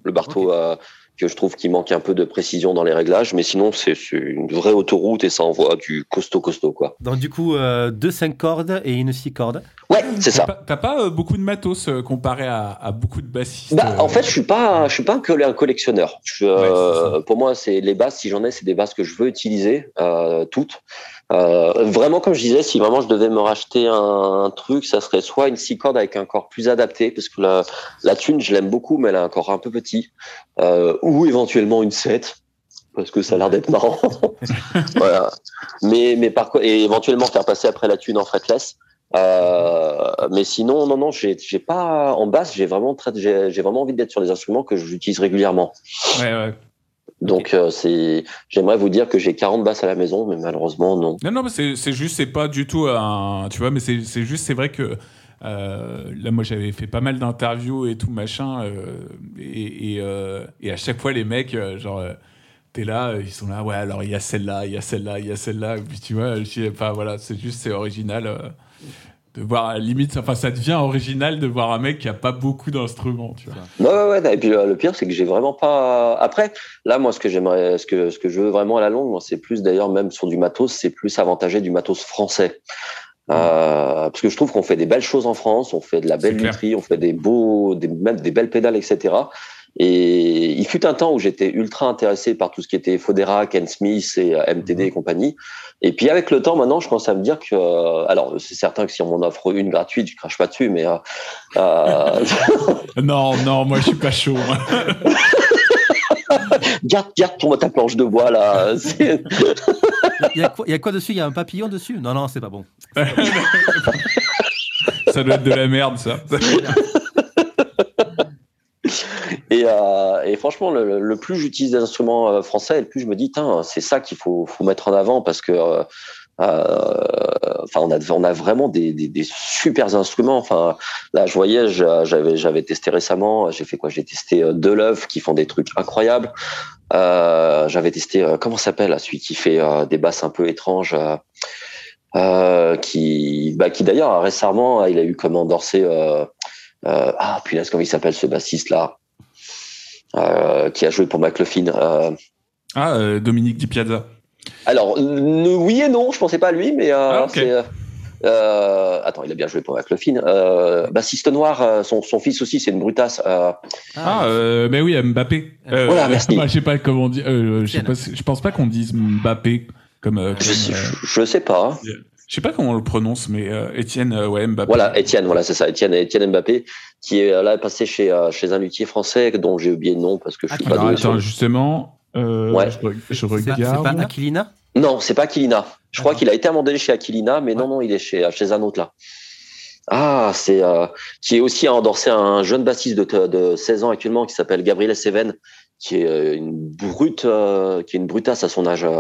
Le Bartow, Ok. euh, que je trouve qu'il manque un peu de précision dans les réglages, mais sinon c'est, c'est une vraie autoroute et ça envoie du costaud costaud quoi. Donc du coup, euh, deux cinq cordes et une six cordes. Ouais, c'est T'as ça. pas, t'as pas, euh, beaucoup de matos euh, comparé à, à beaucoup de bassistes. Bah, euh, en fait, je suis pas, je suis pas un, coll- un collectionneur. Je, euh, Ouais, c'est ça. pour moi, c'est les basses. Si j'en ai, c'est des basses que je veux utiliser euh, toutes. Euh, vraiment, comme je disais, si vraiment je devais me racheter un, un truc, ça serait soit une six cordes avec un corps plus adapté, parce que la, la Thune, je l'aime beaucoup, mais elle a un corps un peu petit, euh, ou éventuellement une sept, parce que ça a l'air d'être marrant. Voilà. Mais, mais par quoi, et éventuellement faire passer après la Thune en fretless. Euh, mais sinon, non, non, j'ai, j'ai pas en basse, j'ai vraiment très, j'ai, j'ai vraiment envie d'être sur des instruments que j'utilise régulièrement. Ouais, ouais. Donc, euh, c'est, j'aimerais vous dire que j'ai quarante basses à la maison, mais malheureusement, non. Non, non, mais c'est, c'est juste, c'est pas du tout un. Tu vois, mais c'est, c'est juste, c'est vrai que. Euh, là, moi, j'avais fait pas mal d'interviews et tout, machin. Euh, et, et, euh, et à chaque fois, les mecs, euh, genre. Euh, T'es là, euh, ils sont là, ouais, alors il y a celle-là, il y a celle-là, il y a celle-là. Et puis tu vois, je dis, enfin voilà, c'est juste, c'est original. Euh, de voir, à la limite, enfin, ça devient original de voir un mec qui a pas beaucoup d'instruments, tu vois. Ouais, ouais, ouais. Et puis euh, le pire, c'est que j'ai vraiment pas. Après, là, moi, ce que j'aimerais, ce que, ce que je veux vraiment à la longue, moi, c'est plus d'ailleurs, même sur du matos, c'est plus avantagé du matos français. Euh, parce que je trouve qu'on fait des belles choses en France, on fait de la belle C'est clair. lutherie, on fait des beaux, des, même des belles pédales, et cetera. Et il fut un temps où j'étais ultra intéressé par tout ce qui était Fodera, Ken Smith et euh, M T D et compagnie. Et puis avec le temps, maintenant, je commence à me dire que, euh, alors c'est certain que si on m'en offre une gratuite, je crache pas dessus, mais euh, euh, Non, non, moi je suis pas chaud. moi. garde, garde ton ta planche de bois là. C'est- Il y a quoi, il y a quoi dessus? Il y a un papillon dessus? Non, non, c'est pas bon. Ça doit être de la merde, ça. Et, euh, et franchement, le, le plus j'utilise des instruments euh, français, le plus je me dis, Tain, c'est ça qu'il faut, faut mettre en avant parce que, euh, euh, enfin, on a, on a vraiment des, des, des super instruments. Enfin, là, je voyais, je- j'avais, j'avais testé récemment. J'ai fait quoi? J'ai testé euh, Deleuve qui font des trucs incroyables. Euh, j'avais testé, euh, comment ça s'appelle, là, celui qui fait euh, des basses un peu étranges. Euh, euh, qui, bah, qui d'ailleurs récemment, il a eu comme endorsé. Euh, euh, ah, punaise, comment il s'appelle ce bassiste là? Euh, qui a joué pour McLaughlin. Euh, Ah, euh, Dominique Di Piazza. alors, euh, oui et non, je pensais pas à lui, mais euh, Ah, ok. c'est. Euh, attends, il a bien joué pour McLaughlin. Euh, bassiste noir, euh, son, son fils aussi, c'est une brutasse. Euh, Ah, euh, mais oui, Mbappé. Euh, Voilà, merci. moi, je sais pas comment on dit. Euh, je sais Etienne. pas. si- Je pense pas qu'on dise Mbappé comme. euh, je, comme, sais, euh, je, je sais pas. Hein. je sais pas comment on le prononce, mais euh, Étienne, euh, ouais, Mbappé. Voilà, Étienne, voilà, c'est ça, Étienne, Étienne Mbappé, qui est là passé chez, euh, chez un luthier français dont j'ai oublié le nom parce que je suis Ah, pas Alors doué sur attends, le- justement, euh, Ouais. je, re- je C'est pas, c'est regarde. pas Aquilina? Non, c'est pas Aquilina. Je crois D'accord. qu'il a été abandonné chez Aquilina, mais non, Ouais. non, il est chez, chez un autre là. Ah, c'est euh, qui est aussi a endorsé un jeune bassiste de, de seize ans actuellement qui s'appelle Gabriel Seven, qui est euh, une brute, euh, qui est une brutasse à son âge. euh.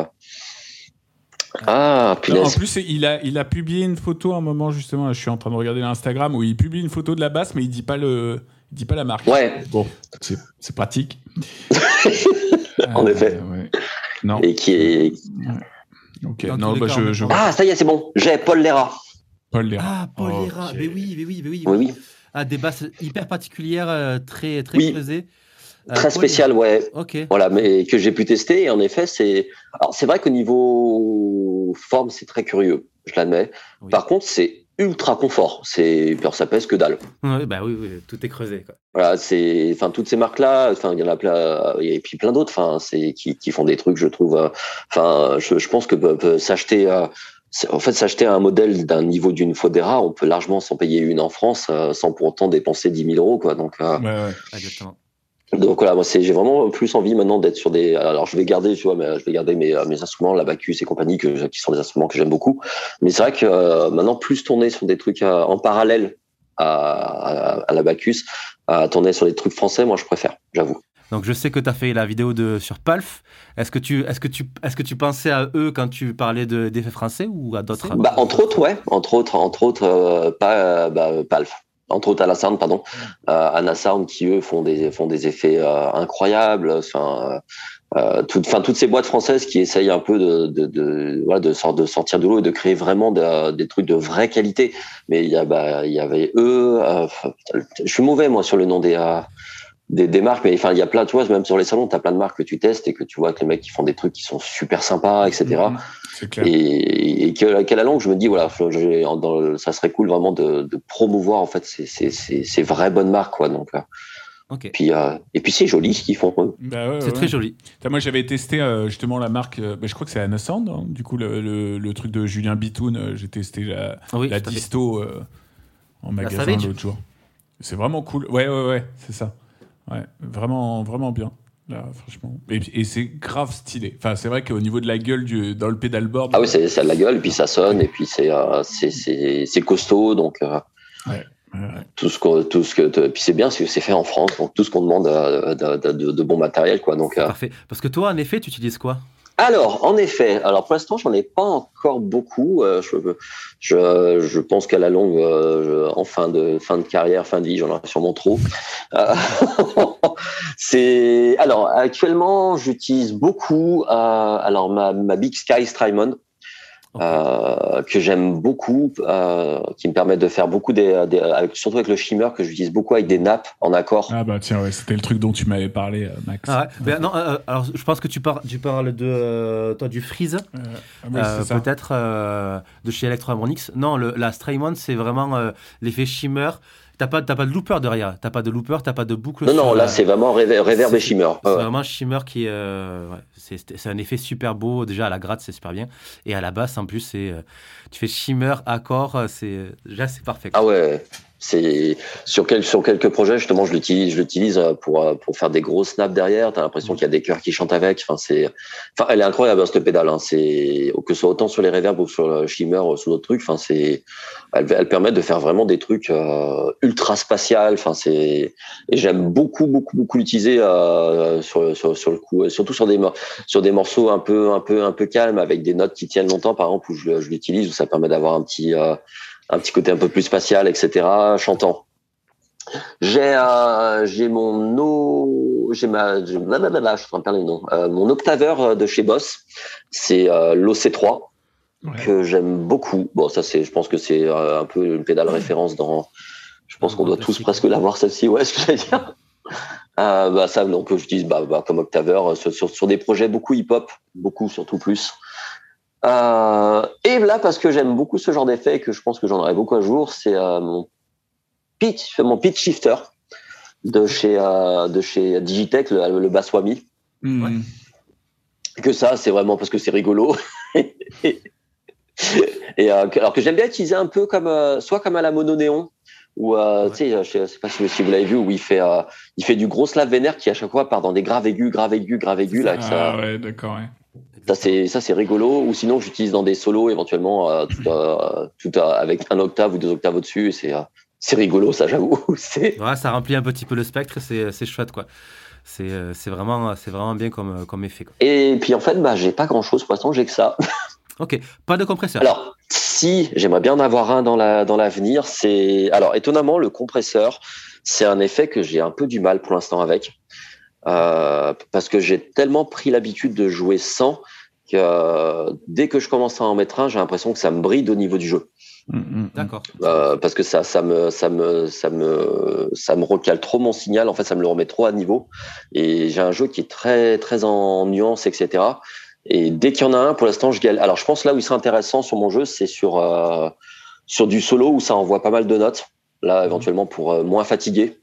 Ah, Non, en punaise. plus, il a, il a publié une photo à un moment, justement, je suis en train de regarder l'Instagram, où il publie une photo de la basse, mais il dit pas, le, il dit pas la marque. Ouais, Bon, c'est c'est pratique. En Euh, effet. ouais. Non. et qui est. Ok, Dans non, tous les bah, cas, je, en je même temps. Ah, ça y est, c'est bon. J'ai Paul Lera. Paul Léra. Ah, Paul Ok. Lera. Mais oui, mais oui, mais oui. Oui, oui. Ah, des basses hyper particulières, euh, très, très Oui. creusées. Euh, Très Paul spécial, ouais. Lera. Ok. Voilà, mais que j'ai pu tester. Et en effet, c'est. Alors, c'est vrai qu'au niveau forme, c'est très curieux. Je l'admets. Oui. Par contre, c'est ultra confort. C'est, alors, ça pèse que dalle. Ouais, bah oui, oui, tout est creusé, quoi. Voilà, c'est, enfin, toutes ces marques-là, enfin, il y en a plein, et puis plein d'autres, enfin, c'est, qui, qui font des trucs, je trouve, euh, enfin, je, je pense que peut, peut s'acheter, euh, c'est- en fait, s'acheter un modèle d'un niveau d'une Fodera, on peut largement s'en payer une en France, euh, sans pour autant dépenser dix mille euros, quoi. Donc, euh, Ouais, ouais. Exactement. donc voilà, moi, c'est, j'ai vraiment plus envie maintenant d'être sur des, alors, je vais garder, tu vois, mais je vais garder mes, mes instruments, la Bacchus et compagnie, que, qui sont des instruments que j'aime beaucoup. Mais c'est vrai que, euh, maintenant, plus tourner sur des trucs euh, en parallèle à, à, à la Bacchus, à tourner sur des trucs français, moi, je préfère, j'avoue. Donc je sais que tu as fait la vidéo de, sur Palf. Est-ce que, tu, est-ce, que tu, est-ce que tu pensais à eux quand tu parlais de, d'effets français ou à d'autres? Bah, entre autres, ouais. Entre autres, entre autres, euh, pas, euh, bah, Palf. Entre autres, Anasound, pardon. Euh, Anasound qui, eux, font des, font des effets euh, incroyables. Enfin, euh, tout, enfin, toutes ces boîtes françaises qui essayent un peu de, de, de, voilà, de, sort- de sortir de l'eau et de créer vraiment de, des trucs de vraie qualité. Mais il y a, bah, il y avait eux. Euh, je suis mauvais, moi, sur le nom des, euh, des, des marques, mais enfin, il y a plein, tu vois, même sur les salons, tu as plein de marques que tu testes et que tu vois que les mecs qui font des trucs qui sont super sympas, et cetera. Mmh, c'est clair. Et, et que, qu'à la longue, je me dis, voilà, j'ai, dans le, ça serait cool vraiment de, de promouvoir, en fait, ces, ces, ces, ces vraies bonnes marques, quoi. Donc, euh, Ok. puis, euh, et puis, c'est joli ce qu'ils font. Eux. Bah ouais, C'est ouais. très joli. Putain, moi, j'avais testé euh, justement la marque, euh, bah, je crois que c'est Anasand, hein, du coup, le, le, le truc de Julien Bitoun. Euh, j'ai testé la, Oui, la tout à fait. disto euh, en magasin Savage. l'autre jour. C'est vraiment cool. Ouais, ouais, ouais, c'est ça. Ouais, vraiment, vraiment bien. Là, franchement. Et, et c'est grave stylé. Enfin, c'est vrai qu'au niveau de la gueule du, dans le pédalboard. Ah oui, c'est, ça a de la gueule, puis ça sonne, et puis c'est, euh, c'est, c'est, c'est costaud, donc. Euh, ouais. Ouais, ouais. Tout ce qu'on, tout ce que, puis c'est bien, c'est, c'est fait en France, donc tout ce qu'on demande de, de, de, de, de bon matériel, quoi. Donc. Euh... Parfait. Parce que toi, en effet, tu utilises quoi ? Alors, en effet, alors pour l'instant, j'en ai pas encore beaucoup. Euh, je, je, je pense qu'à la longue, euh, en fin de fin de carrière, fin de vie, j'en aurai sûrement trop. Euh, c'est alors actuellement, j'utilise beaucoup. Euh, alors ma, ma Big Sky Strymon. Okay. Euh, que j'aime beaucoup, euh, qui me permet de faire beaucoup des, des avec, surtout avec le shimmer que j'utilise beaucoup avec des nappes en accord. Ah bah tiens ouais, c'était le truc dont tu m'avais parlé, Max. Ah ouais. Ben, non, euh, alors je pense que tu parles, tu parles de euh, toi du freeze, euh, oui, euh, peut-être euh, de chez Electro-Harmonix. Non, le, la Strymon c'est vraiment euh, l'effet shimmer. T'as pas, t'as pas de looper derrière, t'as pas de looper, t'as pas de boucle. Non, non, là la... c'est vraiment reverb, reverb et shimmer. C'est ouais. vraiment shimmer qui, euh, ouais, c'est, c'est un effet super beau. Déjà à la gratte c'est super bien, et à la basse en plus c'est, euh, tu fais shimmer, accord, c'est déjà c'est parfait. Ah ouais. C'est sur, quel, sur quelques projets justement je l'utilise je l'utilise pour pour faire des gros snaps derrière. T'as l'impression qu'il y a des chœurs qui chantent avec. Enfin c'est enfin elle est incroyable cette pédale. Hein. C'est que ce soit autant sur les reverbs ou sur le shimmer ou sur d'autres trucs. Enfin c'est elle, elle permet de faire vraiment des trucs euh, ultra spatial. Enfin c'est et j'aime beaucoup beaucoup beaucoup l'utiliser euh, sur sur sur le coup, surtout sur des sur des morceaux un peu un peu un peu calmes avec des notes qui tiennent longtemps par exemple où je, je l'utilise où ça permet d'avoir un petit euh, un petit côté un peu plus spatial, et cetera, chantant. J'ai euh, j'ai mon no, j'ai ma, j'ai, blablabla, je suis en train de perdre les noms. Euh, mon octaveur de chez Boss, c'est euh, l'O C trois ouais. que j'aime beaucoup. Bon, ça c'est, je pense que c'est euh, un peu une pédale référence dans. Je pense qu'on doit tous presque l'avoir celle-ci. Ouais, ce que j'allais dire. Euh, bah ça, donc j'utilise bah, bah, comme octaveur sur, sur sur des projets beaucoup hip-hop, beaucoup surtout plus. Euh, et là, parce que j'aime beaucoup ce genre d'effet et que je pense que j'en aurai beaucoup un jour, c'est euh, mon pitch, mon pitch shifter de chez euh, de chez Digitech, le, le Baswami. Mmh. Ouais. Que ça, c'est vraiment parce que c'est rigolo. et euh, alors que j'aime bien utiliser un peu comme euh, soit comme à la mono néon. Ou euh, ouais. tu sais, je sais pas si, si vous l'avez vu, où il fait euh, il fait du gros slave vénère qui à chaque fois part dans des graves aigus, graves aigus, graves aigus là. Ah ça, ouais, d'accord. Ouais. Ça c'est ça c'est rigolo. Ou sinon j'utilise dans des solos éventuellement euh, tout, euh, tout euh, avec un octave ou deux octaves au-dessus. Et c'est euh, c'est rigolo ça j'avoue. c'est... Ouais, ça remplit un petit peu le spectre. C'est c'est chouette quoi. C'est c'est vraiment c'est vraiment bien comme comme effet quoi. Et puis en fait bah j'ai pas grand chose pour l'instant, j'ai que ça. Ok, pas de compresseur. Alors si j'aimerais bien en avoir un dans la dans l'avenir, c'est alors étonnamment le compresseur c'est un effet que j'ai un peu du mal pour l'instant avec. Euh, parce que j'ai tellement pris l'habitude de jouer sans que euh, dès que je commence à en mettre un, j'ai l'impression que ça me bride au niveau du jeu. Mmh, d'accord. Euh, parce que ça, ça me, ça me, ça me, ça me recale trop mon signal. En fait, ça me le remet trop à niveau. Et j'ai un jeu qui est très, très en nuances, et cetera. Et dès qu'il y en a un, pour l'instant, je galère. Alors, je pense là où il serait intéressant sur mon jeu, c'est sur euh, sur du solo où ça envoie pas mal de notes. Là, éventuellement pour euh, moins fatiguer.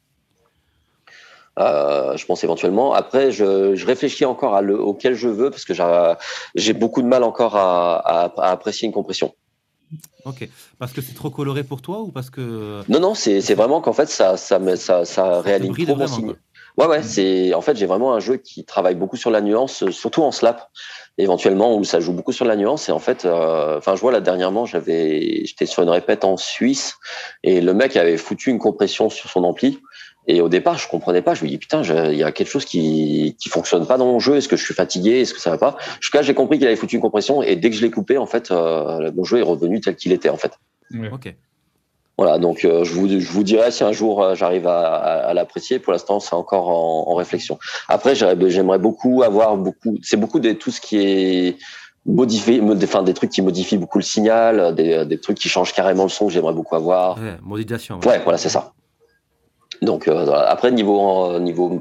Euh, je pense éventuellement. Après, je, je réfléchis encore à le, auquel je veux parce que j'ai, j'ai beaucoup de mal encore à, à, à apprécier une compression. Ok. Parce que c'est trop coloré pour toi ou parce que non non c'est c'est vraiment qu'en fait ça ça me, ça ça, ça réaligne trop mon signe. Ouais ouais, c'est en fait j'ai vraiment un jeu qui travaille beaucoup sur la nuance, surtout en slap éventuellement où ça joue beaucoup sur la nuance et en fait euh, enfin je vois là dernièrement j'avais j'étais sur une répète en Suisse et le mec avait foutu une compression sur son ampli. Et au départ, je comprenais pas. Je me dis putain, il y a quelque chose qui qui fonctionne pas dans mon jeu. Est-ce que je suis fatigué? Est-ce que ça va pas? Jusqu'à j'ai compris qu'il avait foutu une compression et dès que je l'ai coupé, en fait, euh, mon jeu est revenu tel qu'il était en fait. Ouais. Ok. Voilà, donc euh, je vous je vous dirai si un jour euh, j'arrive à, à, à l'apprécier. Pour l'instant, c'est encore en, en réflexion. Après, j'aimerais beaucoup avoir beaucoup. C'est beaucoup de tout ce qui est modifié, enfin des trucs qui modifient beaucoup le signal, des des trucs qui changent carrément le son que j'aimerais beaucoup avoir. Ouais, modulation. Ouais, ouais voilà, c'est ça. Donc euh, après niveau niveau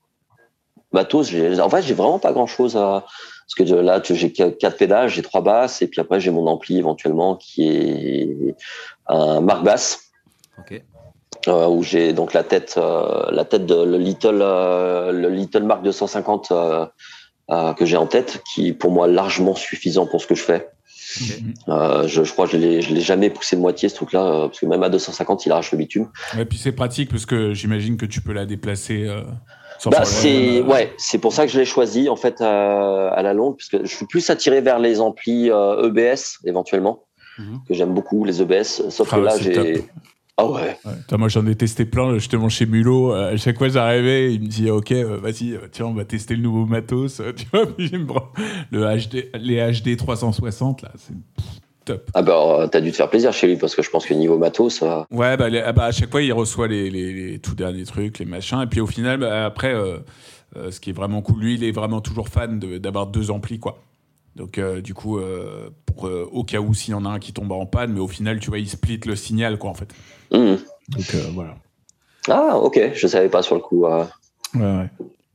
matos, j'ai, en fait j'ai vraiment pas grand chose à parce que là j'ai quatre pédales, j'ai trois basses et puis après j'ai mon ampli éventuellement qui est un Mark Bass. Ok. Euh, où j'ai donc la tête, euh, la tête de le Little, euh, le Little Mark deux cent cinquante euh, euh, que j'ai en tête, qui est pour moi largement suffisant pour ce que je fais. Okay. Euh, je, je crois que je l'ai, je l'ai jamais poussé de moitié ce truc-là, euh, parce que même à deux cent cinquante, il arrache le bitume. Ouais, puis c'est pratique parce que j'imagine que tu peux la déplacer. Euh... Sans bah, problème, c'est euh... ouais, c'est pour ça que je l'ai choisi en fait euh, à la longue, puisque je suis plus attiré vers les amplis euh, E B S éventuellement, mm-hmm. que j'aime beaucoup les E B S. Sauf ah, que là, j'ai top. Ah ouais. ouais. Attends, moi j'en ai testé plein justement chez Mulot. À chaque fois j'arrivais, il me dit ok, euh, vas-y, tiens, on va tester le nouveau matos. Tu vois, le H D, les H D trois cent soixante là, c'est top. Ah bah t'as dû te faire plaisir chez lui parce que je pense que niveau matos. Ça... Ouais bah, les, bah à chaque fois il reçoit les, les, les tout derniers trucs, les machins, et puis au final bah, après, euh, euh, ce qui est vraiment cool, lui il est vraiment toujours fan de, d'avoir deux amplis quoi. Donc euh, du coup, euh, pour, euh, au cas où s'il y en a un qui tombe en panne, mais au final, tu vois, il split le signal, quoi, en fait. Mmh. Donc euh, voilà. Ah, ok, je savais pas sur le coup. Euh... Ouais, ouais.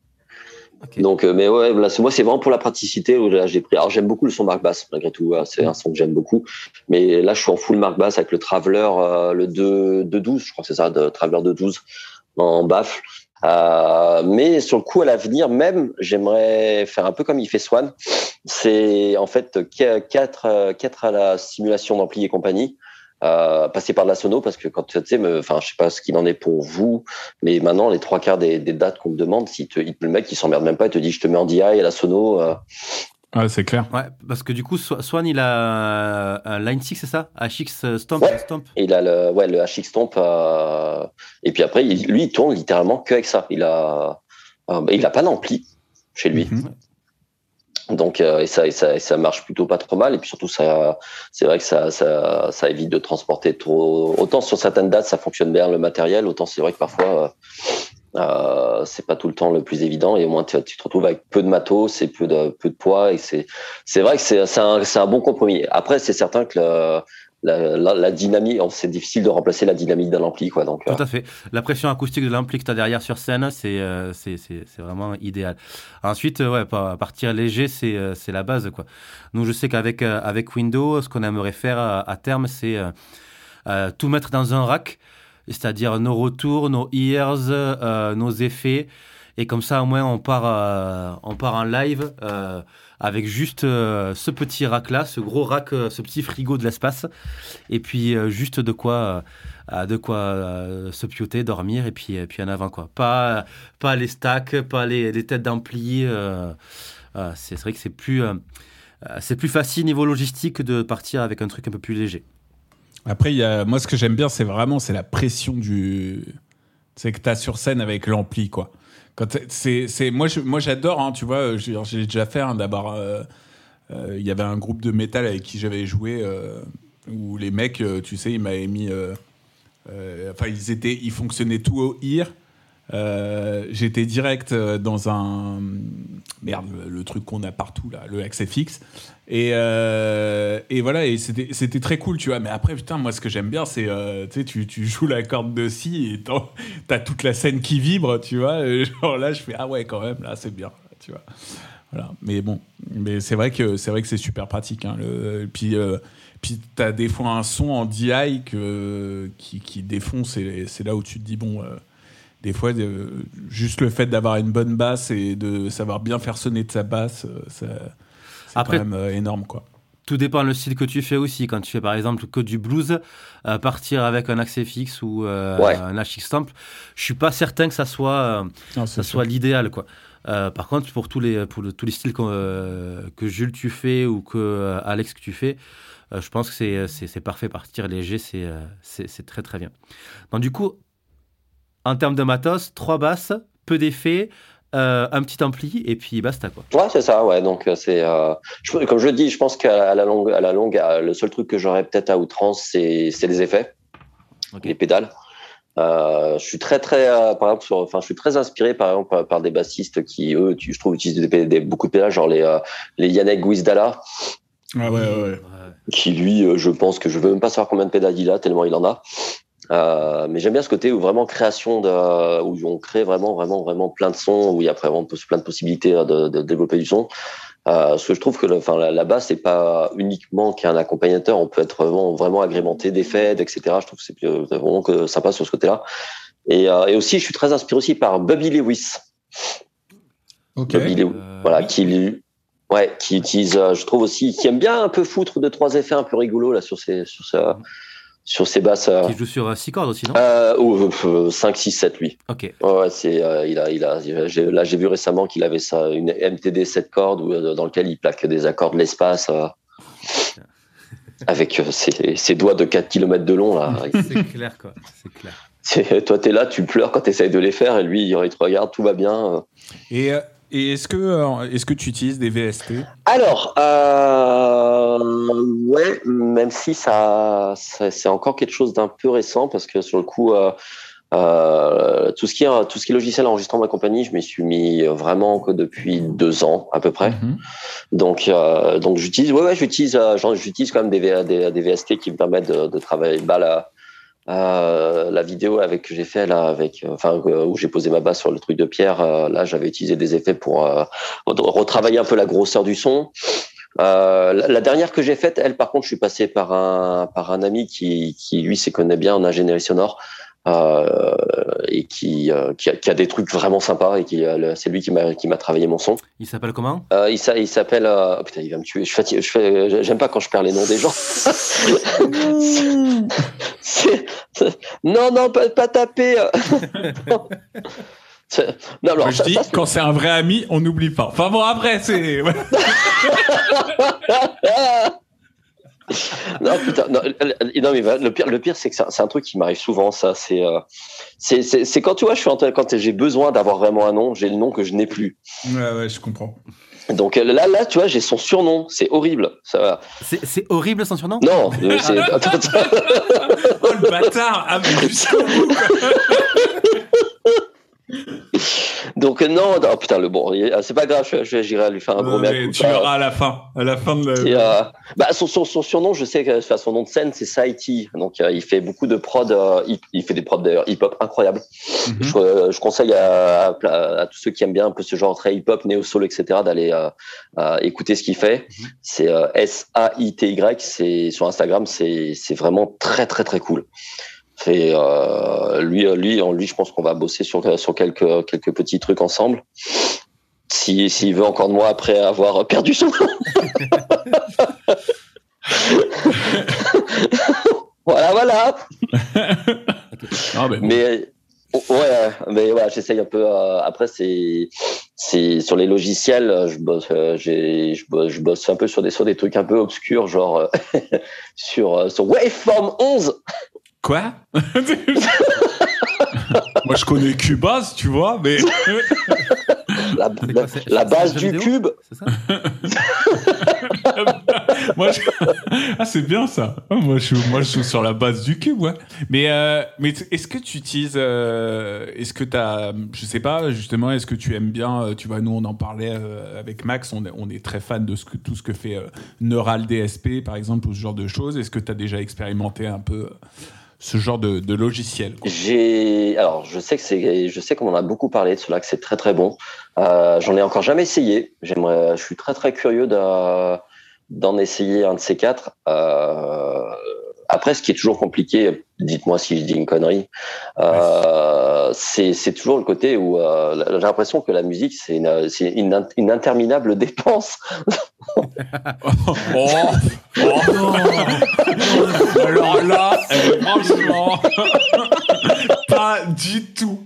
Okay. Donc, euh, mais ouais, là, moi, c'est vraiment pour la praticité où là, j'ai pris. Alors, j'aime beaucoup le son Mark Bass, malgré tout. Euh, c'est mmh. un son que j'aime beaucoup. Mais là, je suis en full Mark Bass avec le Traveler, euh, le deux douze, je crois que c'est ça, de Traveler deux douze en baffle. Euh, mais sur le coup, à l'avenir, même, j'aimerais faire un peu comme il fait Swan. C'est en fait quatre, quatre à la simulation d'ampli et compagnie, euh, passer par de la sono, parce que quand tu sais, enfin, je sais pas ce qu'il en est pour vous, mais maintenant, les trois quarts des, des dates qu'on me demande, si te, le mec, il s'emmerde même pas, il te dit, je te mets en D I à la sono. Euh, Ah, c'est clair. Ouais, parce que du coup, Swan, il a un Line six, c'est ça? H X Stomp, ouais, Stomp. Il a le, ouais, le H X Stomp. Euh, et puis après, il, lui, il tourne littéralement qu'avec ça. Il a, euh, il a pas d'ampli chez lui. Mm-hmm. Donc, euh, et, ça, et, ça, et ça marche plutôt pas trop mal. Et puis surtout, ça, c'est vrai que ça, ça, ça évite de transporter trop. Autant sur certaines dates, ça fonctionne bien le matériel, autant c'est vrai que parfois. Euh, Euh, c'est pas tout le temps le plus évident et au moins tu, tu te retrouves avec peu de matos et peu de peu de poids et c'est c'est vrai que c'est c'est un c'est un bon compromis. Après c'est certain que le, la, la la dynamique, c'est difficile de remplacer la dynamique d'un ampli quoi donc. Tout à fait. La pression acoustique de l'ampli que tu as derrière sur scène, c'est euh, c'est c'est c'est vraiment idéal. Ensuite ouais, partir léger, c'est c'est la base quoi. Nous je sais qu'avec euh, avec Windows, ce qu'on aimerait faire à, à terme, c'est euh, euh, tout mettre dans un rack. C'est-à-dire nos retours, nos ears, euh, nos effets. Et comme ça, au moins, on part, euh, on part en live euh, avec juste euh, ce petit rack-là, ce gros rack, euh, ce petit frigo de l'espace. Et puis, euh, juste de quoi, euh, de quoi euh, se pioter, dormir, et puis, et puis en avant, quoi. Pas, pas les stacks, pas les, les têtes d'ampli. Euh, euh, c'est vrai que c'est plus, euh, c'est plus facile niveau logistique de partir avec un truc un peu plus léger. Après, y a, moi, ce que j'aime bien, c'est vraiment c'est la pression du, c'est que t'as sur scène avec l'ampli, quoi. Quand c'est, c'est, moi, je, moi, j'adore, hein, tu vois. J'ai, j'ai déjà fait hein, d'abord. Il euh, euh, y avait un groupe de métal avec qui j'avais joué euh, où les mecs, euh, tu sais, ils m'avaient mis. Euh, euh, enfin, ils étaient, ils fonctionnaient tout au ear. Euh, j'étais direct dans un merde le, le truc qu'on a partout là, le X F X et euh, et voilà et c'était c'était très cool tu vois mais après putain moi ce que j'aime bien c'est euh, tu sais tu tu joues la corde de si et t'as toute la scène qui vibre tu vois et genre là je fais ah ouais quand même là c'est bien tu vois voilà mais bon mais c'est vrai que c'est vrai que c'est super pratique hein, le puis euh, puis t'as des fois un son en D I que qui qui défonce et c'est là où tu te dis bon euh, des fois, euh, juste le fait d'avoir une bonne basse et de savoir bien faire sonner de sa basse, euh, ça, c'est Après, quand même euh, énorme, quoi. Tout dépend le style que tu fais aussi. Quand tu fais par exemple que du blues, euh, partir avec un Axe F X ou euh, ouais. un H X Stomp, je suis pas certain que ça soit, euh, non, ça soit l'idéal, quoi. Euh, par contre, pour tous les pour le, tous les styles que, euh, que Jules tu fais ou que euh, Alex que tu fais, euh, je pense que c'est, c'est c'est parfait. Partir léger, c'est euh, c'est c'est très très bien. Donc du coup. En termes de matos, trois basses, peu d'effets, euh, un petit ampli et puis basta quoi. Ouais, c'est ça. Ouais, donc c'est euh, je, comme je le dis, je pense qu'à la longue, à la longue, le seul truc que j'aurais peut-être à outrance, c'est c'est les effets, okay. Les pédales. Euh, je suis très très, euh, par exemple, sur, enfin, je suis très inspiré par exemple par, par des bassistes qui eux, tu, je trouve, utilisent des, des, beaucoup de pédales, genre les euh, les Yannick Guizdala. Ah ouais, ouais, ouais. Qui lui, euh, je pense que je veux même pas savoir combien de pédales il a tellement il en a. Euh, mais j'aime bien ce côté où vraiment création de, où on crée vraiment, vraiment, vraiment plein de sons, où il y a vraiment plein de possibilités de, de développer du son. Euh, parce que je trouve que le, enfin, la, la basse, c'est pas uniquement qu'un accompagnateur. On peut être vraiment, vraiment agrémenté d'effets, et cetera. Je trouve que c'est vraiment que sympa sur ce côté-là. Et, euh, et aussi, je suis très inspiré aussi par Bobby Lewis. Ok. Bobby Lewis, euh, voilà, qui, ouais, qui utilise, euh, je trouve aussi, qui aime bien un peu foutre deux trois effets un peu rigolos là sur ses, sur sa, mmh. sur ses basses. Euh, qui joue sur six cordes aussi, non? euh, ou euh, cinq, six, sept, lui. Ok. Ouais, c'est, euh, il a, il a, j'ai, là, j'ai vu récemment qu'il avait ça, une M T D sept cordes où, dans lequel il plaque des accords de l'espace. Euh, avec euh, ses, ses doigts de quatre kilomètres de long là. C'est clair quoi, c'est clair. C'est, toi t'es là, tu pleures quand t'essayes de les faire et lui il te regarde, tout va bien. Et, et est-ce que est-ce que tu utilises des V S T? Alors euh, ouais, même si ça, ça c'est encore quelque chose d'un peu récent parce que sur le coup euh, euh, tout ce qui est tout ce qui est logiciel enregistrement et compagnie, je m'y suis mis vraiment que depuis deux ans à peu près. Mm-hmm. Donc euh, donc j'utilise ouais ouais j'utilise euh, genre, j'utilise quand même des, des des V S T qui me permettent de, de travailler bah là. Euh, la vidéo avec que j'ai fait là avec euh, enfin euh, où j'ai posé ma basse sur le truc de Pierre euh, là j'avais utilisé des effets pour euh, retravailler un peu la grosseur du son. Euh, la, la dernière que j'ai faite, elle par contre je suis passé par un par un ami qui qui lui s'y connaît bien en ingénierie sonore euh, et qui euh, qui, a, qui a des trucs vraiment sympas et qui euh, c'est lui qui m'a qui m'a travaillé mon son. Il s'appelle comment? euh, il, il s'appelle euh, oh putain il va me tuer. Je fatigue, je fais j'aime pas quand je perds les noms des gens. c'est, c'est, non non pas pas taper. non. Non, alors, je ça, dis, ça, quand c'est un vrai ami, on n'oublie pas. Enfin bon, après, c'est... non, putain, non, non, mais le pire, le pire c'est que c'est, c'est un truc qui m'arrive souvent, ça. C'est, euh, c'est, c'est, c'est quand tu vois, je suis en, quand j'ai besoin d'avoir vraiment un nom, j'ai le nom que je n'ai plus. Ouais, ouais, je comprends. Donc là, là, tu vois, j'ai son surnom. C'est horrible. Ça... C'est, c'est horrible son surnom? Non. C'est... oh le bâtard! Ah, mais jusqu'au bout, quoi. Donc non, oh, putain le bon, c'est pas grave, je, je, j'irai lui faire un gros mec. Tu verras à la fin, à la fin de. La... Et, euh, bah son, son, son surnom, je sais que enfin, son nom de scène c'est Saïti, donc euh, il fait beaucoup de prod, euh, il, il fait des prods d'ailleurs hip-hop incroyables. Mm-hmm. Je, euh, je conseille à, à, à, à tous ceux qui aiment bien un peu ce genre très hip-hop, néo-soul, et cetera d'aller euh, euh, écouter ce qu'il fait. Mm-hmm. C'est euh, S A I T Y, c'est sur Instagram, c'est c'est vraiment très très très cool. Et euh, lui, lui, lui, je pense qu'on va bosser sur sur quelques quelques petits trucs ensemble. Si s'il veut encore de moi après avoir perdu son. voilà, voilà. Ah, ben bon. Mais ouais, mais ouais, j'essaye un peu. Euh, après, c'est c'est sur les logiciels, je bosse, euh, j'ai, je bosse, je bosse un peu sur des sur des trucs un peu obscurs, genre euh, sur sur Waveform onze. Quoi? Moi, je connais Cubase, tu vois, mais... la, la, la base du vidéo cube. C'est ça? moi, je... Ah, c'est bien, ça. Moi je, moi, je suis sur la base du cube, ouais. Mais, euh, mais est-ce que tu utilises... Euh, est-ce que tu as... Je sais pas, justement, est-ce que tu aimes bien... Tu vois, nous, on en parlait euh, avec Max, on est, on est très fan de ce que, tout ce que fait euh, Neural D S P, par exemple, ou ce genre de choses. Est-ce que tu as déjà expérimenté un peu... Euh, ce genre de, de logiciel, quoi. J'ai, alors je sais que c'est, je sais qu'on en a beaucoup parlé de cela, que c'est très très bon. Euh, j'en ai encore jamais essayé. J'aimerais, je suis très très curieux de, d'en essayer un de ces quatre. Euh, après, ce qui est toujours compliqué, dites-moi si je dis une connerie, euh, c'est, c'est toujours le côté où euh, j'ai l'impression que la musique c'est une, c'est une, une interminable dépense. oh, oh, oh non. Alors là, euh, franchement, pas du tout.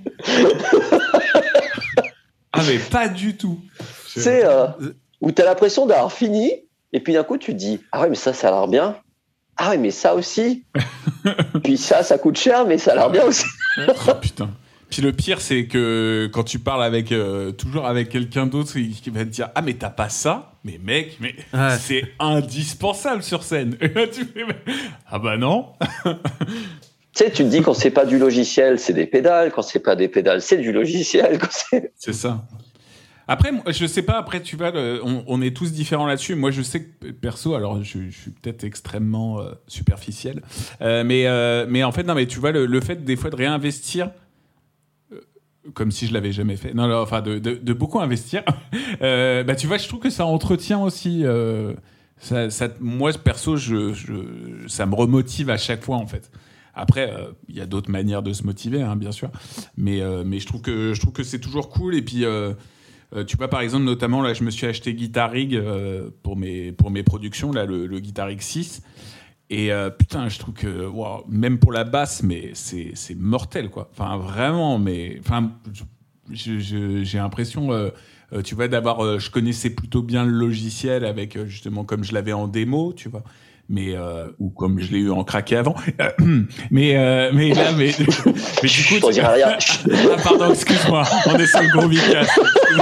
Ah mais pas du tout. C'est euh, où t'as l'impression d'avoir fini et puis d'un coup tu te dis ah ouais mais ça ça a l'air bien. Ah ouais mais ça aussi. Puis ça ça coûte cher mais ça a l'air bien aussi. Oh putain. Puis le pire, c'est que quand tu parles avec euh, toujours avec quelqu'un d'autre qui va te dire ah mais t'as pas ça, mais mec, mais ouais. C'est indispensable sur scène. Tu fais, ah bah non. Tu sais, tu te dis quand c'est pas du logiciel, c'est des pédales. Quand c'est pas des pédales, c'est du logiciel. Quand c'est... c'est ça. Après, moi, je sais pas, après, tu vois, le- on, on est tous différents là-dessus. Moi, je sais que, perso, alors je, je suis peut-être extrêmement euh, superficiel, euh, mais, euh, mais en fait, non, mais tu vois, le, le fait des fois de réinvestir, euh, comme si je l'avais jamais fait, non, non, enfin, de, de, de beaucoup investir, euh, bah, tu vois, je trouve que ça entretient aussi. Euh, ça, ça, moi, perso, je, je, ça me remotive à chaque fois, en fait. Après, il euh, y a d'autres manières de se motiver, hein, bien sûr, mais, euh, mais je trouve que, je trouve que c'est toujours cool, et puis. Euh, Euh, tu vois, par exemple, notamment, là, je me suis acheté Guitar Rig euh, pour, mes, pour mes productions, là, le, le Guitar Rig six. Et euh, putain, je trouve que, wow, même pour la basse, mais c'est, c'est mortel, quoi. Enfin, vraiment, mais. Enfin, je- je- j'ai l'impression, euh, euh, tu vois, d'avoir. Euh, je connaissais plutôt bien le logiciel avec, euh, justement, comme je l'avais en démo, tu vois. Mais euh, ou comme je l'ai eu en craqué avant, mais euh, mais là, mais, mais du coup, On tu... dirait rien. ah pardon, excuse-moi, on est sur le gros Vicast.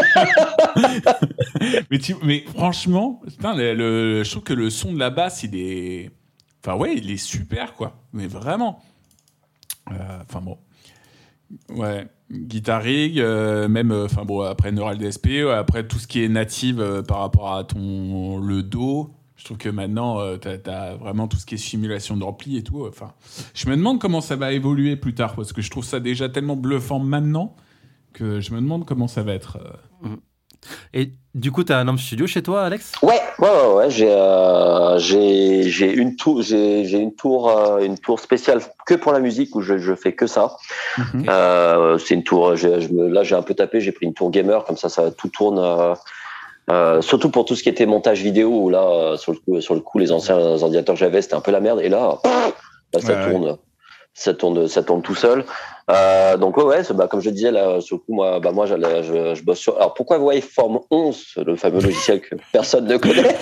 mais tu, mais franchement, putain, le, le- je trouve que le son de la basse, il est, enfin ouais, il est super quoi, mais vraiment. Euh, Enfin bon, ouais, Guitar Rig, euh, même, enfin bon, après Neural D S P, ouais, après tout ce qui est native euh, par rapport à ton le dos. Je trouve que maintenant, euh, t'as, t'as vraiment tout ce qui est simulation d'ampli et tout. Enfin, je me demande comment ça va évoluer plus tard, parce que je trouve ça déjà tellement bluffant maintenant que je me demande comment ça va être. euh. Et du coup, tu as un home studio chez toi, Alex? Ouais, ouais, ouais, ouais. J'ai, euh, j'ai, j'ai une tour, j'ai, j'ai une tour, euh, une tour spéciale que pour la musique où je, je fais que ça. Mhm. Euh, c'est une tour. J'ai, je me, là, j'ai un peu tapé. J'ai pris une tour gamer comme ça, ça tout tourne. Euh, euh, surtout pour tout ce qui était montage vidéo où là, euh, sur le coup, sur le coup, les anciens ordinateurs que j'avais, c'était un peu la merde. Et là, là ça Ouais, tourne. ouais. Ça tourne, ça tourne tout seul. Euh, donc ouais, ouais, bah, comme je disais là, sur le coup, moi, bah moi, j'allais, je, je bosse sur. Alors pourquoi Waveform onze, le fameux logiciel que personne ne connaît?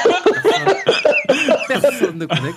Personne ne connaît.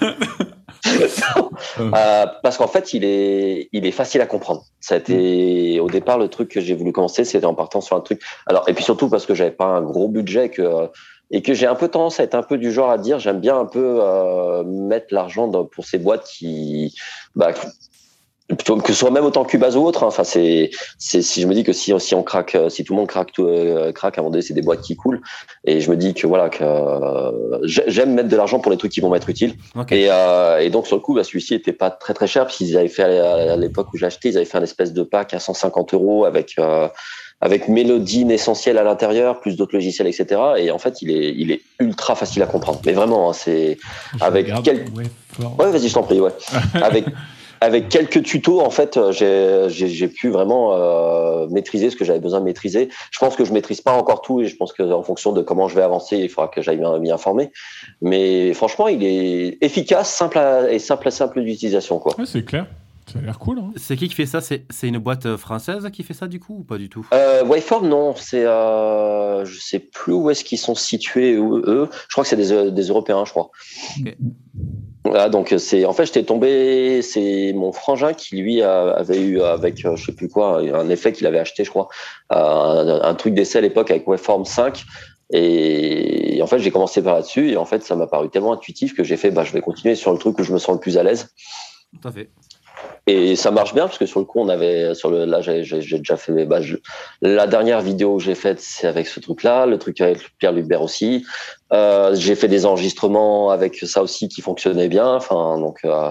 euh, parce qu'en fait, il est, il est facile à comprendre. Ça a été au départ le truc que j'ai voulu commencer, c'était en partant sur un truc. Alors et puis surtout parce que j'avais pas un gros budget que et que j'ai un peu tendance à être un peu du genre à dire j'aime bien un peu euh, mettre l'argent dans, pour ces boîtes qui bah, plutôt que ce soit même autant Cubase ou autre, hein. Enfin, c'est, c'est, si je me dis que si, si on craque, si tout le monde craque, tout, euh, craque, à un moment donné, c'est des boîtes qui coulent. Et je me dis que voilà, que euh, j'aime mettre de l'argent pour les trucs qui vont m'être utiles. Okay. Et, euh, et donc, sur le coup, bah, celui-ci était pas très très cher, parce qu'ils avaient fait, à l'époque où j'ai acheté, ils avaient fait un espèce de pack à cent cinquante euros avec, euh, avec Mélodine essentielle à l'intérieur, plus d'autres logiciels, et cetera. Et en fait, il est, il est ultra facile à comprendre. Mais vraiment, hein, c'est, Je avec quel... ouais, ouais, vas-y, je t'en prie, ouais. avec, Avec quelques tutos, en fait, j'ai, j'ai, j'ai pu vraiment euh, maîtriser ce que j'avais besoin de maîtriser. Je pense que je maîtrise pas encore tout et je pense que en fonction de comment je vais avancer, il faudra que j'aille m'y informer. Mais franchement, il est efficace, simple à, et simple à simple d'utilisation, quoi. Ouais, c'est clair. Ça a l'air cool. Hein. C'est qui qui fait ça? c'est, c'est une boîte française qui fait ça du coup ou pas du tout? euh, Waveform, non. C'est, euh, je sais plus où est-ce qu'ils sont situés eux. Je crois que c'est des, des Européens, je crois. Okay. Voilà, donc c'est en fait j'étais tombé, c'est mon frangin qui lui avait eu avec je sais plus quoi un effet qu'il avait acheté, je crois, un, un truc d'essai à l'époque avec Waveform cinq. Et, et en fait j'ai commencé par là-dessus et en fait ça m'a paru tellement intuitif que j'ai fait bah je vais continuer sur le truc où je me sens le plus à l'aise. Tout à fait. Et ça marche bien parce que sur le coup on avait sur le là j'ai, j'ai, j'ai déjà fait bah, je, la dernière vidéo que j'ai faite c'est avec ce truc là, le truc avec Pierre Lubert aussi. Euh, j'ai fait des enregistrements avec ça aussi qui fonctionnaient bien. Enfin donc euh,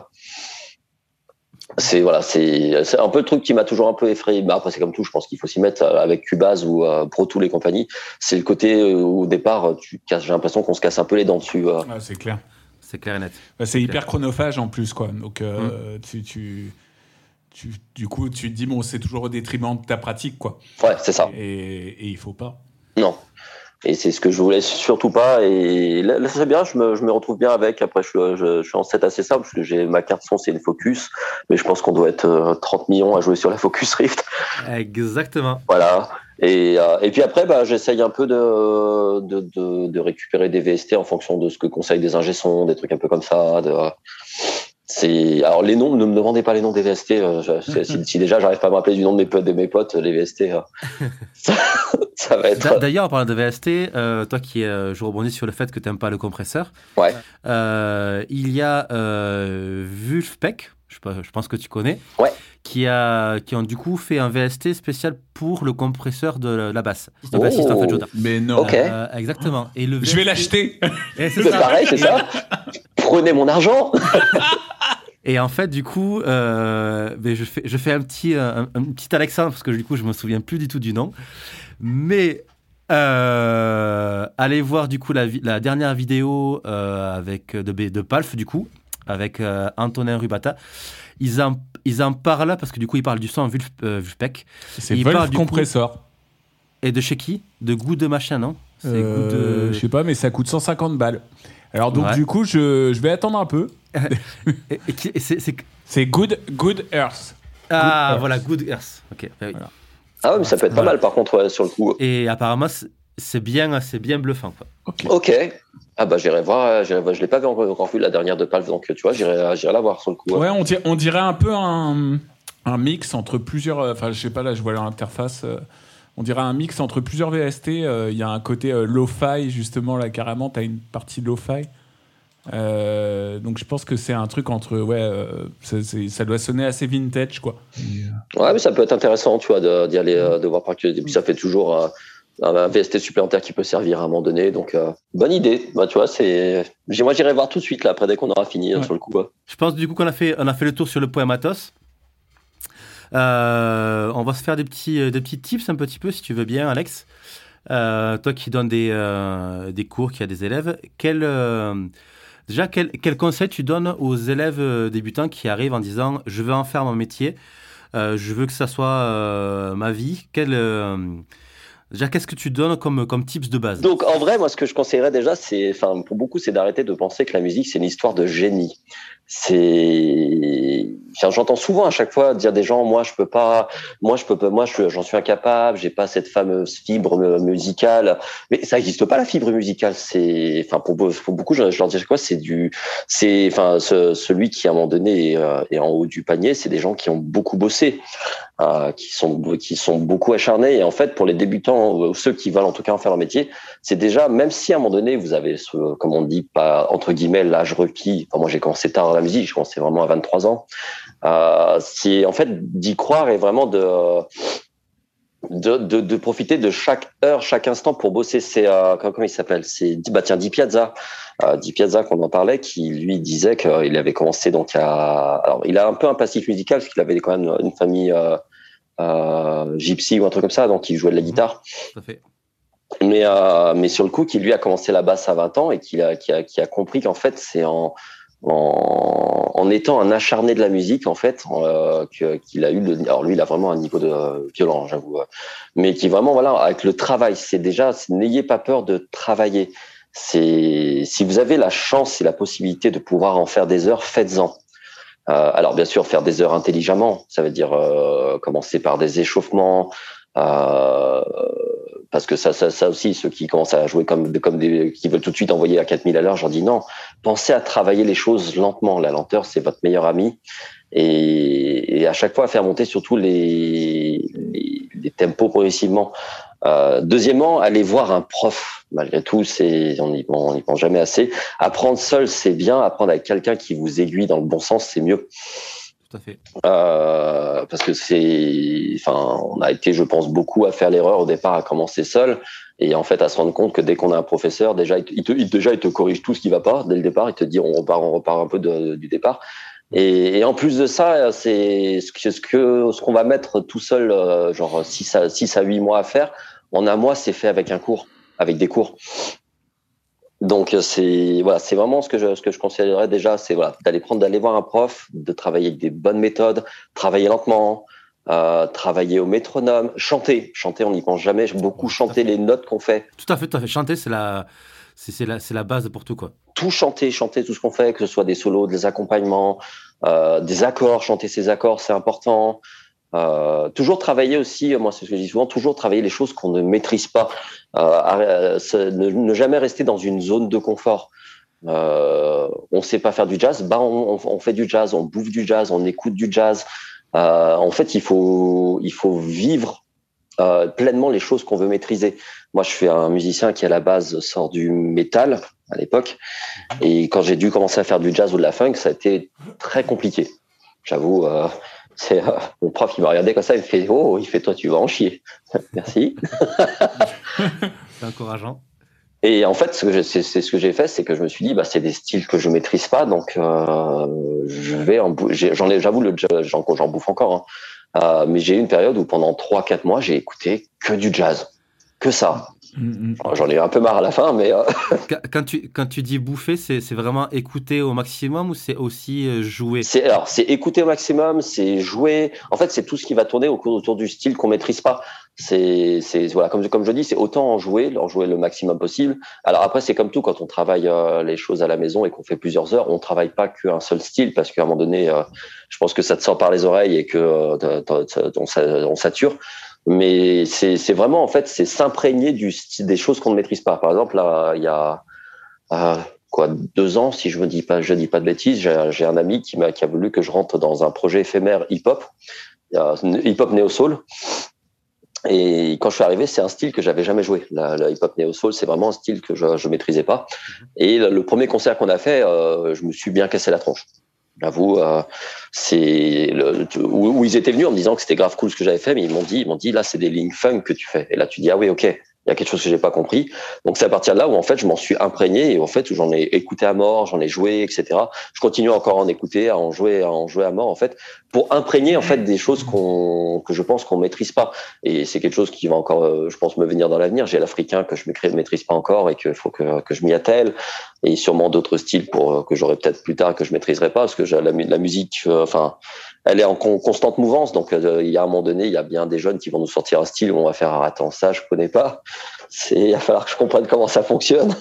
c'est voilà c'est c'est un peu le truc qui m'a toujours un peu effrayé. Bah, après c'est comme tout, je pense qu'il faut s'y mettre avec Cubase ou euh, Pro Tools et compagnie. C'est le côté où, au départ tu casses, j'ai l'impression qu'on se casse un peu les dents dessus. Euh. Ouais, c'est clair. C'est clair et net. Bah, c'est, c'est hyper clair. Chronophage en plus quoi. Donc euh, mmh. tu, tu Tu, du coup, tu te dis, bon, c'est toujours au détriment de ta pratique, quoi. Ouais, c'est ça. Et, et il faut pas. Non. Et c'est ce que je voulais surtout pas. Et là, là c'est bien, je me, je me retrouve bien avec. Après, je, je, je suis en set assez simple, parce que j'ai ma carte son, c'est une Focus. Mais je pense qu'on doit être euh, trente millions à jouer sur la Focus Rift. Exactement. Voilà. Et, euh, et puis après, bah, j'essaye un peu de, de, de, de récupérer des V S T en fonction de ce que conseillent des ingé sons, des trucs un peu comme ça. De, C'est alors les noms, ne me demandez pas les noms des V S T. Euh, je, si, si déjà j'arrive pas à me rappeler du nom de mes potes, de mes potes, les V S T, euh, ça, ça va être. D'ailleurs, en parlant de V S T, euh, toi qui euh, je rebondis sur le fait que tu n'aimes pas le compresseur. Ouais. Euh, il y a euh, Vulfpeck, je, je pense que tu connais. Ouais. Qui a qui ont du coup fait un V S T spécial pour le compresseur de la basse. Oh. Bassiste en fait, Joda. Mais non. Ok. Euh, exactement. Et le V S T... Je vais l'acheter. Et c'est c'est ça. pareil, c'est ça. Prenez mon argent. Et en fait, du coup, euh, mais je, fais, je fais un petit, un, un petit Alexandre, parce que du coup, je ne me souviens plus du tout du nom. Mais euh, allez voir du coup la, la dernière vidéo euh, avec, de, de Palf, du coup, avec euh, Antonin Rubata. Ils en, ils en parlent, parce que du coup, ils parlent du son Vulf, euh, Vulfpeck. C'est Wolf Compressor. Et de chez qui? De Goût de machin, non? C'est euh, Goût de... Je sais pas, mais ça coûte cent cinquante balles. Alors donc, ouais. du coup, je, je vais attendre un peu. et, et c'est, c'est... c'est Good, Good Earth. Ah, Good voilà, Earth. Good Earth. Ok. Voilà. Ah oui, mais ça peut être voilà. pas mal par contre ouais, sur le coup. Et apparemment, c'est bien, c'est bien bluffant. Quoi. Ok. Ok. Ah bah j'irai voir, j'irai voir. Je l'ai pas encore, encore vu la dernière de Palf, donc tu vois, j'irai, j'irai la voir sur le coup. Ouais, ouais on, dirait, on dirait un peu un, un mix entre plusieurs. Enfin, je sais pas, là, je vois l'interface. Euh, on dirait un mix entre plusieurs V S T. Il euh, y a un côté euh, lo-fi justement là, carrément. T'as une partie lo-fi. Euh, donc je pense que c'est un truc entre ouais euh, c'est, c'est, ça doit sonner assez vintage quoi. Ouais mais ça peut être intéressant tu vois de, d'y aller euh, de voir par que et puis ça fait toujours euh, un V S T supplémentaire qui peut servir à un moment donné donc euh, bonne idée bah tu vois c'est moi j'irai voir tout de suite là après dès qu'on aura fini ouais. sur le coup quoi. Je pense du coup qu'on a fait on a fait le tour sur le point matos. Euh, on va se faire des petits des petits tips un petit peu si tu veux bien Alex. Euh, toi qui donnes des euh, des cours qui a des élèves quel euh, Déjà, quel, quel conseil tu donnes aux élèves débutants qui arrivent en disant « je veux en faire mon métier, euh, je veux que ça soit euh, ma vie ». Quel, euh, déjà, qu'est-ce que tu donnes comme, comme tips de base ? Donc, en vrai, moi, ce que je conseillerais déjà, c'est, enfin, pour beaucoup, c'est d'arrêter de penser que la musique, c'est une histoire de génie. C'est, enfin, j'entends souvent à chaque fois dire des gens, moi, je peux pas, moi, je peux pas, moi, je, j'en suis incapable, j'ai pas cette fameuse fibre musicale. Mais ça n'existe pas, la fibre musicale. C'est, enfin, pour, pour beaucoup, je, je leur dis à chaque fois, c'est du, c'est, enfin, ce, celui qui, à un moment donné, est, est en haut du panier, c'est des gens qui ont beaucoup bossé, euh, qui sont, qui sont beaucoup acharnés. Et en fait, pour les débutants, ou ceux qui veulent en tout cas en faire leur métier, c'est déjà, même si à un moment donné, vous avez ce, comme on dit, pas, entre guillemets, l'âge requis. Enfin, moi, j'ai commencé tard la musique, je commençais vraiment à vingt-trois ans. Euh, c'est en fait d'y croire et vraiment de, de, de, de profiter de chaque heure, chaque instant pour bosser. C'est euh, comment, comment il s'appelle ? C'est bah tiens, Di Piazza, euh, Di Piazza qu'on en parlait, qui lui disait qu'il avait commencé donc à. Alors, il a un peu un passif musical parce qu'il avait quand même une famille euh, euh, gypsy ou un truc comme ça, donc il jouait de la guitare. Tout à fait. Mais euh, mais sur le coup, qui lui a commencé la basse à vingt ans et qui a qui a qui a compris qu'en fait c'est en En, en étant un acharné de la musique en fait euh, que, qu'il a eu le, alors lui il a vraiment un niveau de euh, violent j'avoue euh, mais qui vraiment voilà avec le travail c'est déjà c'est, n'ayez pas peur de travailler c'est si vous avez la chance et la possibilité de pouvoir en faire des heures faites-en euh, alors bien sûr faire des heures intelligemment ça veut dire euh, commencer par des échauffements euh, parce que ça, ça, ça aussi, ceux qui commencent à jouer comme, comme des, qui veulent tout de suite envoyer à quatre mille à l'heure, j'en dis non. Pensez à travailler les choses lentement. La lenteur, c'est votre meilleur ami. Et, et à chaque fois, à faire monter surtout les, les, les tempos progressivement. Euh, deuxièmement, allez voir un prof. Malgré tout, c'est, on n'y on n'y pense jamais assez. Apprendre seul, c'est bien. Apprendre avec quelqu'un qui vous aiguille dans le bon sens, c'est mieux. Tout à fait. Euh, parce que c'est, enfin, on a été, je pense, beaucoup à faire l'erreur au départ à commencer seul et en fait à se rendre compte que dès qu'on a un professeur, déjà, il te, il te, il, déjà, il te corrige tout ce qui va pas dès le départ. Il te dit on repart, on repart un peu de, du départ. Et, et en plus de ça, c'est ce que, ce que, ce qu'on va mettre tout seul, euh, genre six à huit mois à faire. En un mois, c'est fait avec un cours, avec des cours. Donc c'est voilà, c'est vraiment ce que je ce que je conseillerais déjà, c'est voilà d'aller prendre d'aller voir un prof, de travailler avec des bonnes méthodes, travailler lentement, euh, travailler au métronome, chanter, chanter on n'y pense jamais, j'aime beaucoup chanter les notes qu'on fait. Tout à fait, tout à fait. Chanter c'est la c'est, c'est la c'est la base pour tout quoi. Tout chanter, chanter tout ce qu'on fait, que ce soit des solos, des accompagnements, euh, des accords, chanter ses accords, c'est important. Euh, toujours travailler aussi, moi c'est ce que je dis souvent, toujours travailler les choses qu'on ne maîtrise pas, euh, ne, ne jamais rester dans une zone de confort. Euh, on sait pas faire du jazz, bah on, on, on fait du jazz, on bouffe du jazz, on écoute du jazz. Euh, en fait, il faut, il faut vivre euh, pleinement les choses qu'on veut maîtriser. Moi, je suis un musicien qui à la base sort du métal à l'époque, et quand j'ai dû commencer à faire du jazz ou de la funk, ça a été très compliqué. J'avoue, euh, c'est euh, mon prof qui m'a regardé comme ça, il me fait oh, il fait toi tu vas en chier. Merci. C'est encourageant. Et en fait, ce que je, c'est, c'est ce que j'ai fait, c'est que je me suis dit, bah, c'est des styles que je maîtrise pas, donc euh, je vais en bou- j'ai, j'en ai, j'avoue, le jazz, j'en, j'en bouffe encore, hein. Euh, mais j'ai eu une période où pendant trois quatre mois, j'ai écouté que du jazz, que ça. Mm-hmm. Alors, j'en ai eu un peu marre à la fin, mais euh... Quand, quand tu quand tu dis bouffer, c'est c'est vraiment écouter au maximum ou c'est aussi euh, jouer? c'est alors c'est écouter au maximum, c'est jouer. En fait, c'est tout ce qui va tourner autour, autour du style qu'on maîtrise pas. C'est c'est voilà, comme comme je dis, c'est autant en jouer, en jouer le maximum possible. Alors après, c'est comme tout quand on travaille euh, les choses à la maison et qu'on fait plusieurs heures, on travaille pas qu'un seul style parce qu'à un moment donné, euh, je pense que ça te sort par les oreilles et que euh, on, on sature. Mais c'est c'est vraiment en fait, c'est s'imprégner du des choses qu'on ne maîtrise pas. Par exemple, là, il y a euh, quoi deux ans, si je me dis pas, je dis pas de bêtises, j'ai, j'ai un ami qui m'a qui a voulu que je rentre dans un projet éphémère hip-hop, euh, hip-hop néo-soul. Et quand je suis arrivé, c'est un style que j'avais jamais joué. La, la hip-hop néo-soul, c'est vraiment un style que je je maîtrisais pas. Et le, le premier concert qu'on a fait, euh, je me suis bien cassé la tronche. J'avoue, euh, c'est le, où, où ils étaient venus en me disant que c'était grave cool ce que j'avais fait, mais ils m'ont dit, ils m'ont dit là c'est des lignes funk que tu fais. Et là tu dis ah oui ok, il y a quelque chose que j'ai pas compris. Donc c'est à partir de là où en fait je m'en suis imprégné et en fait où j'en ai écouté à mort, j'en ai joué, et cetera. Je continue encore à en écouter, à en jouer, à en jouer à mort en fait pour imprégner en fait des choses qu'on que je pense qu'on maîtrise pas. Et c'est quelque chose qui va encore, euh, je pense, me venir dans l'avenir. J'ai l'africain que je maîtrise pas encore et qu'il faut que que je m'y attelle. Et sûrement d'autres styles pour que j'aurai peut-être plus tard que je maîtriserai pas parce que la, la musique, euh, enfin, elle est en con, constante mouvance. Donc euh, il y a un moment donné, il y a bien des jeunes qui vont nous sortir un style où on va faire ah, attends ça je connais pas. C'est il va falloir que je comprenne comment ça fonctionne.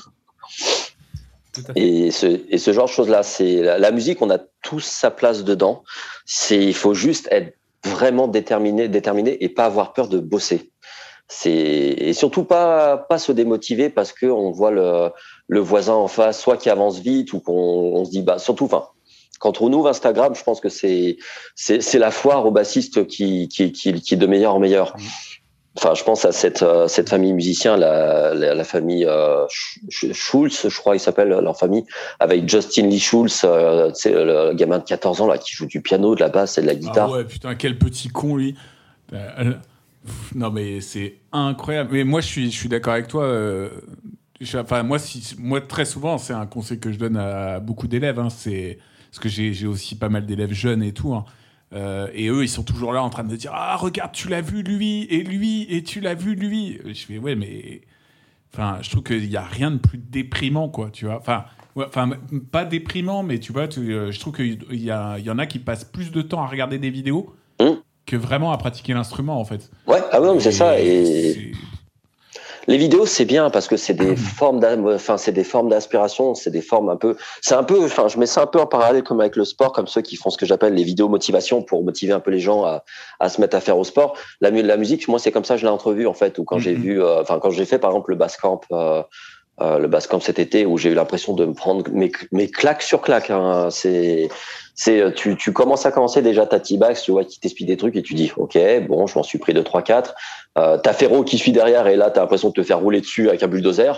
Et ce et ce genre de choses là, c'est la, la musique, on a tous sa place dedans. C'est il faut juste être vraiment déterminé, déterminé et pas avoir peur de bosser. C'est et surtout pas pas se démotiver parce que on voit le le voisin en face soit qui avance vite ou qu'on on se dit bah surtout enfin quand on ouvre Instagram, je pense que c'est c'est c'est la foire aux bassistes qui qui qui qui est de meilleur en meilleur. Enfin, je pense à cette euh, cette famille musicien, la la, la famille euh, Schulz, je crois, ils s'appellent leur famille, avec Justin Lee Schulz, euh, c'est le gamin de quatorze ans là qui joue du piano, de la basse et de la guitare. Ah ouais, putain, quel petit con lui. Euh, non mais c'est incroyable. Mais moi je suis je suis d'accord avec toi. Euh, je, enfin moi si moi très souvent c'est un conseil que je donne à beaucoup d'élèves. Hein, c'est parce que j'ai j'ai aussi pas mal d'élèves jeunes et tout. Hein. Euh, et eux, ils sont toujours là en train de me dire ah regarde, tu l'as vu lui et lui et tu l'as vu lui. Je fais ouais mais enfin je trouve qu'il y a rien de plus déprimant quoi, tu vois. Enfin ouais, enfin pas déprimant mais tu vois, tu, euh, je trouve qu'il y a il y en a qui passent plus de temps à regarder des vidéos mmh. que vraiment à pratiquer l'instrument en fait. Ouais ah non mais c'est et ça et c'est... les vidéos c'est bien parce que c'est des formes enfin c'est des formes d'inspiration, c'est des formes un peu c'est un peu enfin je mets ça un peu en parallèle comme avec le sport, comme ceux qui font ce que j'appelle les vidéos motivation pour motiver un peu les gens à à se mettre à faire au sport. La la musique moi c'est comme ça que je l'ai entrevue en fait, ou quand mm-hmm. j'ai vu enfin euh, quand j'ai fait par exemple le Basscamp euh, euh, le Basscamp cet été où j'ai eu l'impression de me prendre mes mes claques sur claques hein. c'est c'est tu tu commences à commencer déjà ta T-Bax, tu vois, qui t'explique des trucs et tu dis OK, bon, je m'en suis pris deux trois quatre. Euh t'as Ferro qui suit derrière et là t'as l'impression de te faire rouler dessus avec un bulldozer.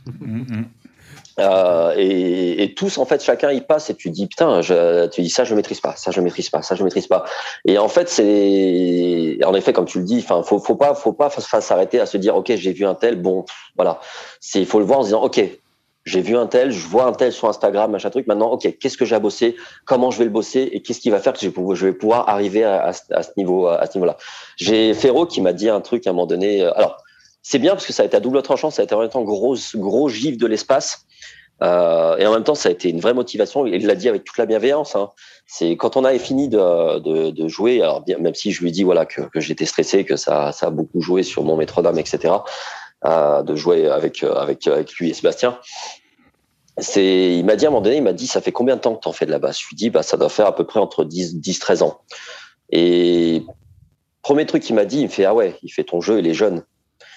euh et et tous en fait chacun y passe et tu dis putain, je tu dis ça je maîtrise pas, ça je maîtrise pas, ça je maîtrise pas. Et en fait, c'est en effet comme tu le dis, enfin faut faut pas faut pas s'arrêter à se dire OK, j'ai vu un tel, bon, voilà. C'est il faut le voir en se disant OK, j'ai vu un tel, je vois un tel sur Instagram, machin truc. Maintenant, ok, qu'est-ce que j'ai à bosser, comment je vais le bosser et qu'est-ce qui va faire que je vais pouvoir arriver à, à, à ce niveau, à ce niveau-là. J'ai Ferro qui m'a dit un truc à un moment donné. Alors, c'est bien parce que ça a été à double tranchant, ça a été en même temps gros, gros gif de l'espace. Euh, et en même temps, ça a été une vraie motivation. Il l'a dit avec toute la bienveillance. Hein. C'est quand on avait fini de, de, de jouer. Alors, bien, même si je lui dis voilà que, que j'étais stressé, que ça, ça a beaucoup joué sur mon métronome, et cetera. Euh, de jouer avec avec avec lui et Sébastien. C'est, il m'a dit à un moment donné, il m'a dit ça fait combien de temps que t'en fais de la basse? Je lui dis bah ça doit faire à peu près entre dix treize ans. Et premier truc qu'il m'a dit, il me fait ah ouais, il fait ton jeu, il est jeune.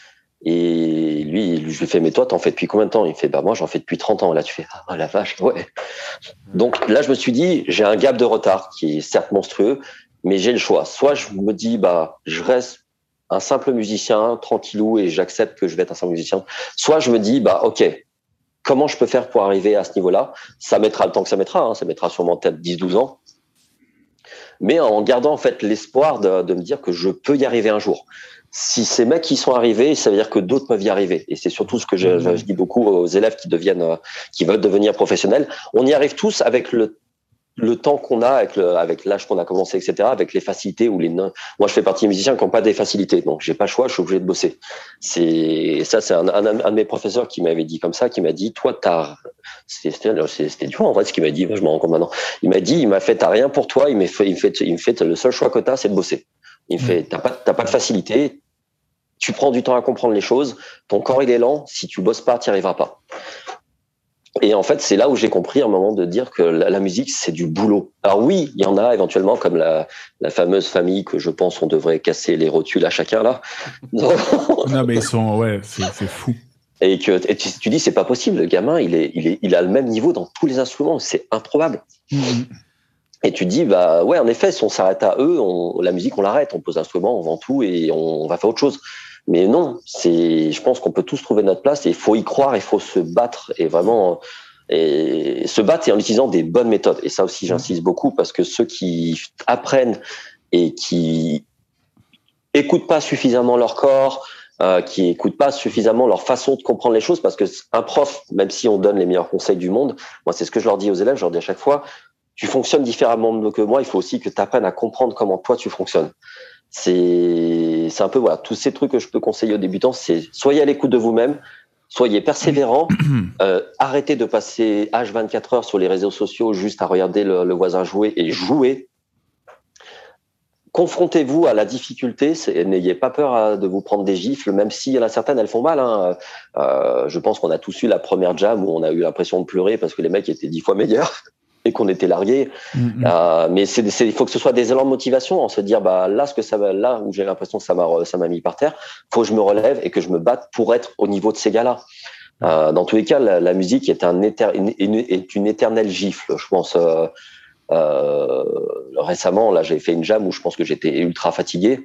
Et lui, je lui fais, mais toi, t'en fais depuis combien de temps? Il me fait, bah moi, j'en fais depuis trente ans. Là, tu fais, ah la vache, ouais. Donc là, je me suis dit, j'ai un gap de retard qui est certes monstrueux, mais j'ai le choix. Soit je me dis, bah, je reste un simple musicien, tranquillou, et j'accepte que je vais être un simple musicien. Soit je me dis, bah, ok, comment je peux faire pour arriver à ce niveau-là? Ça mettra le temps que ça mettra, hein, ça mettra sûrement peut-être dix douze ans. Mais en gardant en fait l'espoir de, de me dire que je peux y arriver un jour. Si ces mecs y sont arrivés, ça veut dire que d'autres peuvent y arriver. Et c'est surtout ce que je, je, je dis beaucoup aux élèves qui deviennent, qui veulent devenir professionnels. On y arrive tous avec le le temps qu'on a, avec, le, avec l'âge qu'on a commencé, et cetera, avec les facilités ou les non. Moi, je fais partie des musiciens qui n'ont pas des facilités, donc j'ai pas le choix, je suis obligé de bosser. C'est ça, c'est un, un, un de mes professeurs qui m'avait dit comme ça, qui m'a dit, toi, t'as, c'était, c'était dur en vrai ce qu'il m'a dit, moi, je me rends compte maintenant. Il m'a dit, il m'a fait, t'as rien pour toi, il m'a fait, il me fait, il me fait, le seul choix que t'as, c'est de bosser. Il me fait, t'as pas, t'as pas de facilité, tu prends du temps à comprendre les choses, ton corps il est lent, si tu bosses pas, t'y arriveras pas. Et en fait, c'est là où j'ai compris à un moment de dire que la, la musique, c'est du boulot. Alors oui, il y en a éventuellement comme la, la fameuse famille que je pense on devrait casser les rotules à chacun là. Non mais ils sont, ouais, c'est, c'est fou. Et que et tu, tu dis c'est pas possible, le gamin il est il est il a le même niveau dans tous les instruments, c'est improbable. Mm-hmm. Et tu dis bah ouais en effet si on s'arrête à eux, on, la musique on l'arrête, on pose l'instrument, on vend tout et on, on va faire autre chose. Mais non, c'est, je pense qu'on peut tous trouver notre place et il faut y croire, il faut se battre et vraiment et se battre et en utilisant des bonnes méthodes. Et ça aussi, j'insiste beaucoup parce que ceux qui apprennent et qui écoutent pas suffisamment leur corps, euh, qui écoutent pas suffisamment leur façon de comprendre les choses, parce que un prof, même si on donne les meilleurs conseils du monde, moi c'est ce que je leur dis aux élèves, je leur dis à chaque fois, tu fonctionnes différemment que moi, il faut aussi que tu apprennes à comprendre comment toi tu fonctionnes. C'est, c'est un peu, voilà, tous ces trucs que je peux conseiller aux débutants, c'est soyez à l'écoute de vous-même, soyez persévérants, euh, arrêtez de passer H vingt-quatre heures sur les réseaux sociaux juste à regarder le, le voisin jouer et jouer. Confrontez-vous à la difficulté, c'est, n'ayez pas peur à, de vous prendre des gifles, même si il y en a certaines, elles font mal. Hein. Euh, je pense qu'on a tous eu la première jam où on a eu l'impression de pleurer parce que les mecs étaient dix fois meilleurs. Et qu'on était largués, mm-hmm. euh, mais c'est, c'est, il faut que ce soit des élans de motivation, en se dire bah là ce que ça va, là où j'ai l'impression que ça m'a, ça m'a mis par terre, faut que je me relève et que je me batte pour être au niveau de ces gars-là. Euh, dans tous les cas, la, la musique est un éter, une, une, est une éternelle gifle. Je pense euh, euh, récemment, là j'ai fait une jam où je pense que j'étais ultra fatigué.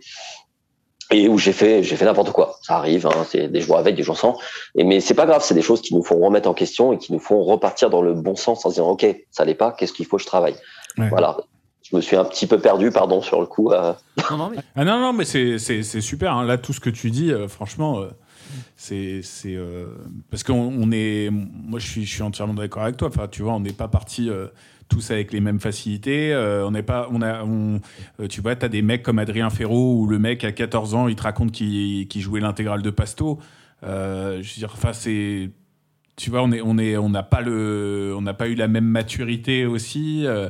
Et où j'ai fait, j'ai fait n'importe quoi. Ça arrive, hein, c'est des jours avec, des jours sans. Et, mais c'est pas grave, c'est des choses qui nous font remettre en question et qui nous font repartir dans le bon sens en se disant, OK, ça l'est pas, qu'est-ce qu'il faut que je travaille? Ouais. Voilà. Je me suis un petit peu perdu, pardon, sur le coup. Euh... Non, non, mais... Ah non, non, mais c'est, c'est, c'est super. Hein. Là, tout ce que tu dis, euh, franchement, euh, c'est, c'est euh... parce qu'on on est, moi, je suis, je suis entièrement d'accord avec toi. Enfin, tu vois, on n'est pas parti. Euh... tous avec les mêmes facilités, euh, on n'est pas, on a, on, euh, tu vois, t'as des mecs comme Adrien Ferro où le mec à quatorze ans, il te raconte qu'il, qu'il jouait l'intégrale de Pasto. Euh, je veux dire, enfin c'est, tu vois, on est, on est, on n'a pas le, on n'a pas eu la même maturité aussi. Euh,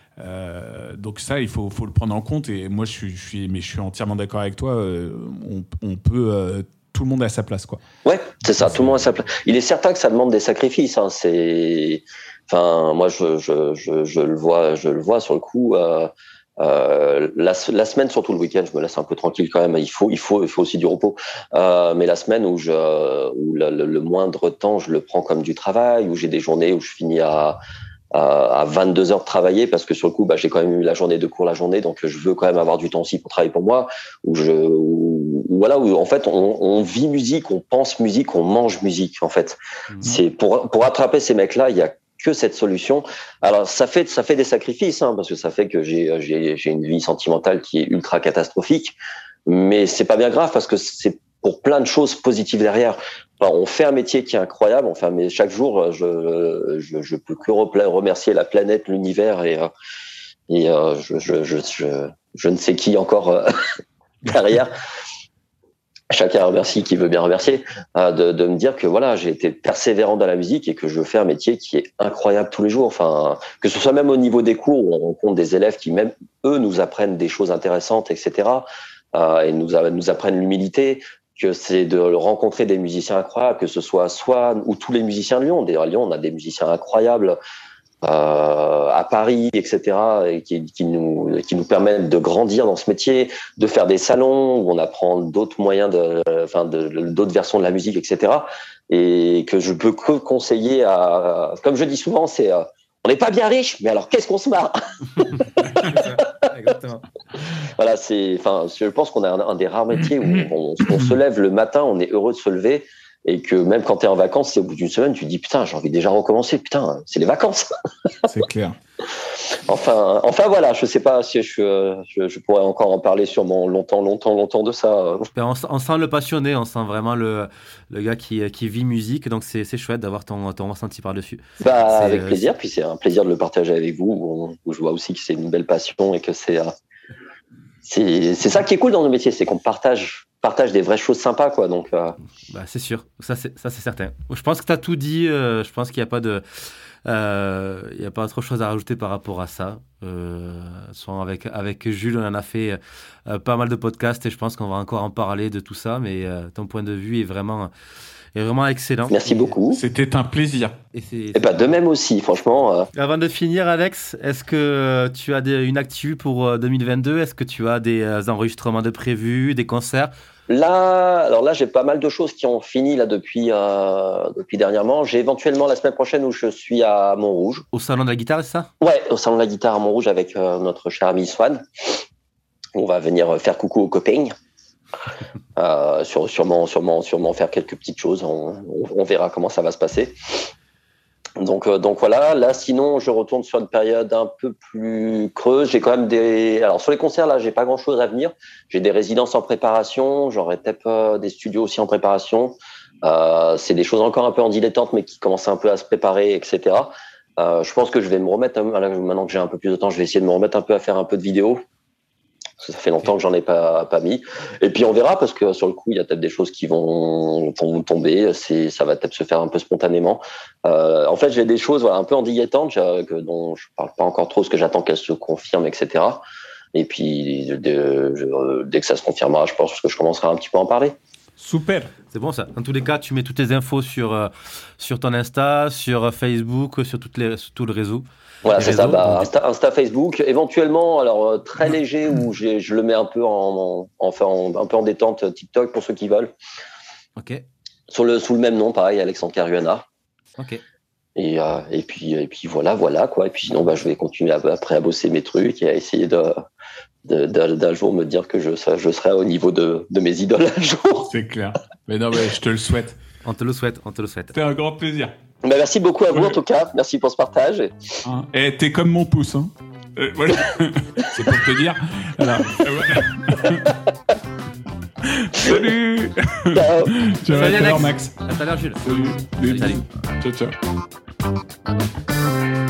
euh, donc ça, il faut, faut le prendre en compte. Et moi, je suis, je suis, mais je suis entièrement d'accord avec toi. Euh, on, on peut euh, tout le monde a sa place, quoi. Ouais, c'est ça, c'est... tout le monde a sa place. Il est certain que ça demande des sacrifices. Hein, c'est, enfin, moi, je, je, je, je le vois, je le vois sur le coup. Euh, euh, la, la semaine, surtout le week-end, je me laisse un peu tranquille quand même. Il faut, il faut, il faut aussi du repos. Euh, mais la semaine où je, où le, le, le moindre temps, je le prends comme du travail, où j'ai des journées où je finis à à vingt-deux heures de travailler parce que sur le coup bah j'ai quand même eu la journée de cours la journée, donc je veux quand même avoir du temps aussi pour travailler pour moi, où je où, où, voilà où en fait on, on vit musique, on pense musique, on mange musique en fait. Mmh. C'est pour pour attraper ces mecs là, il y a que cette solution. Alors ça fait ça fait des sacrifices hein, parce que ça fait que j'ai j'ai j'ai une vie sentimentale qui est ultra catastrophique, mais c'est pas bien grave parce que c'est pour plein de choses positives derrière. Enfin, on fait un métier qui est incroyable. Enfin, mais chaque jour, je je, je peux que remercier la planète, l'univers et et je je je je, je ne sais qui encore euh, derrière. Chacun remercie qui veut bien remercier, euh, de de me dire que voilà, j'ai été persévérant dans la musique et que je fais un métier qui est incroyable tous les jours. Enfin, que ce soit même au niveau des cours où on rencontre des élèves qui même eux nous apprennent des choses intéressantes, et cetera. Euh, et nous nous apprennent l'humilité. Que c'est de rencontrer des musiciens incroyables, que ce soit Swan ou tous les musiciens de Lyon. D'ailleurs, à Lyon, on a des musiciens incroyables euh, à Paris, et cetera, et qui, qui, nous, qui nous permettent de grandir dans ce métier, de faire des salons où on apprend d'autres moyens, de, enfin de, d'autres versions de la musique, et cetera. Et que je peux que conseiller à, comme je dis souvent, c'est euh, on n'est pas bien riche, mais alors qu'est-ce qu'on se marre. Exactement. Voilà, c'est, enfin, je pense qu'on a un, un des rares métiers où on, on se lève le matin, on est heureux de se lever, et que même quand tu es en vacances, c'est au bout d'une semaine, tu te dis putain, j'ai envie de déjà recommencer, putain, c'est les vacances. C'est clair. Enfin, enfin voilà, je sais pas si je, je, je pourrais encore en parler sûrement longtemps, longtemps, longtemps de ça. Ben, on, on sent le passionné, on sent vraiment le, le gars qui, qui vit musique, donc c'est, c'est chouette d'avoir ton, ton ressenti par-dessus. Bah, c'est, avec plaisir, c'est... puis c'est un plaisir de le partager avec vous, où, où je vois aussi que c'est une belle passion et que c'est, c'est, c'est ça qui est cool dans nos métiers, c'est qu'on partage, partage des vraies choses sympas, quoi. Donc, euh... bah, c'est sûr, ça c'est, ça c'est certain. Je pense que tu as tout dit, euh, je pense qu'il n'y a pas de... Il euh, n'y a pas autre chose à rajouter par rapport à ça. Euh, soit avec, avec Jules, on en a fait euh, pas mal de podcasts et je pense qu'on va encore en parler de tout ça, mais euh, ton point de vue est vraiment, est vraiment excellent. Merci et, beaucoup. C'était un plaisir. Et, c'est, et bah, de même aussi, franchement. Euh... Avant de finir, Alex, est-ce que tu as des, une actu pour deux mille vingt-deux ? Est-ce que tu as des euh, enregistrements de prévus, des concerts ? Là, alors là, j'ai pas mal de choses qui ont fini là depuis euh, depuis dernièrement. J'ai éventuellement la semaine prochaine où je suis à Montrouge. Au salon de la guitare, c'est ça ? Ouais, au salon de la guitare à Montrouge avec euh, notre cher ami Swan. On va venir faire coucou aux copains. euh, sur, sûrement, sûrement, sûrement faire quelques petites choses. On, on, on verra comment ça va se passer. Donc, euh, donc voilà. Là, sinon, je retourne sur une période un peu plus creuse. J'ai quand même des. Alors sur les concerts, là, j'ai pas grand-chose à venir. J'ai des résidences en préparation. J'aurai peut-être euh, des studios aussi en préparation. Euh, c'est des choses encore un peu en dilettante, mais qui commencent un peu à se préparer, et cetera. Euh, je pense que je vais me remettre. Là, maintenant que j'ai un peu plus de temps, je vais essayer de me remettre un peu à faire un peu de vidéo. Ça fait longtemps que j'en ai pas pas mis. Et puis on verra parce que sur le coup il y a peut-être des choses qui vont, vont tomber. C'est ça va peut-être se faire un peu spontanément. Euh, en fait j'ai des choses voilà, un peu en dilettante que dont je parle pas encore trop parce que j'attends qu'elles se confirment et cetera. Et puis de, de, dès que ça se confirmera, je pense que je commencerai un petit peu à en parler. Super. C'est bon ça. En tous les cas, tu mets toutes tes infos sur euh, sur ton Insta, sur Facebook, sur toutes les sur tout le réseau. Voilà, c'est réseaux, ça. Bah, donc... Insta, Insta, Facebook, éventuellement, alors euh, très léger où j'ai, je le mets un peu en, enfin, en, un peu en détente. TikTok pour ceux qui veulent. Ok. Sur le sous le même nom, pareil, Alexandre Caruana. Ok. Et euh, et puis et puis voilà, voilà quoi. Et puis sinon, bah, je vais continuer à, après à bosser mes trucs et à essayer de, de, de d'un jour me dire que je, je serai au niveau de, de mes idoles un jour. C'est clair. Mais non, mais je te le souhaite. On te le souhaite, on te le souhaite. C'était un grand plaisir. Bah, merci beaucoup à vous ouais. en tout cas. Merci pour ce partage. Et hein, et t'es comme mon pouce. Hein. Euh, voilà. C'est pour te dire. Alors, voilà. Salut. Ciao. Ciao, à tout à l'heure, Max. À tout à l'heure, Jules. Salut. Salut. Ciao, ciao.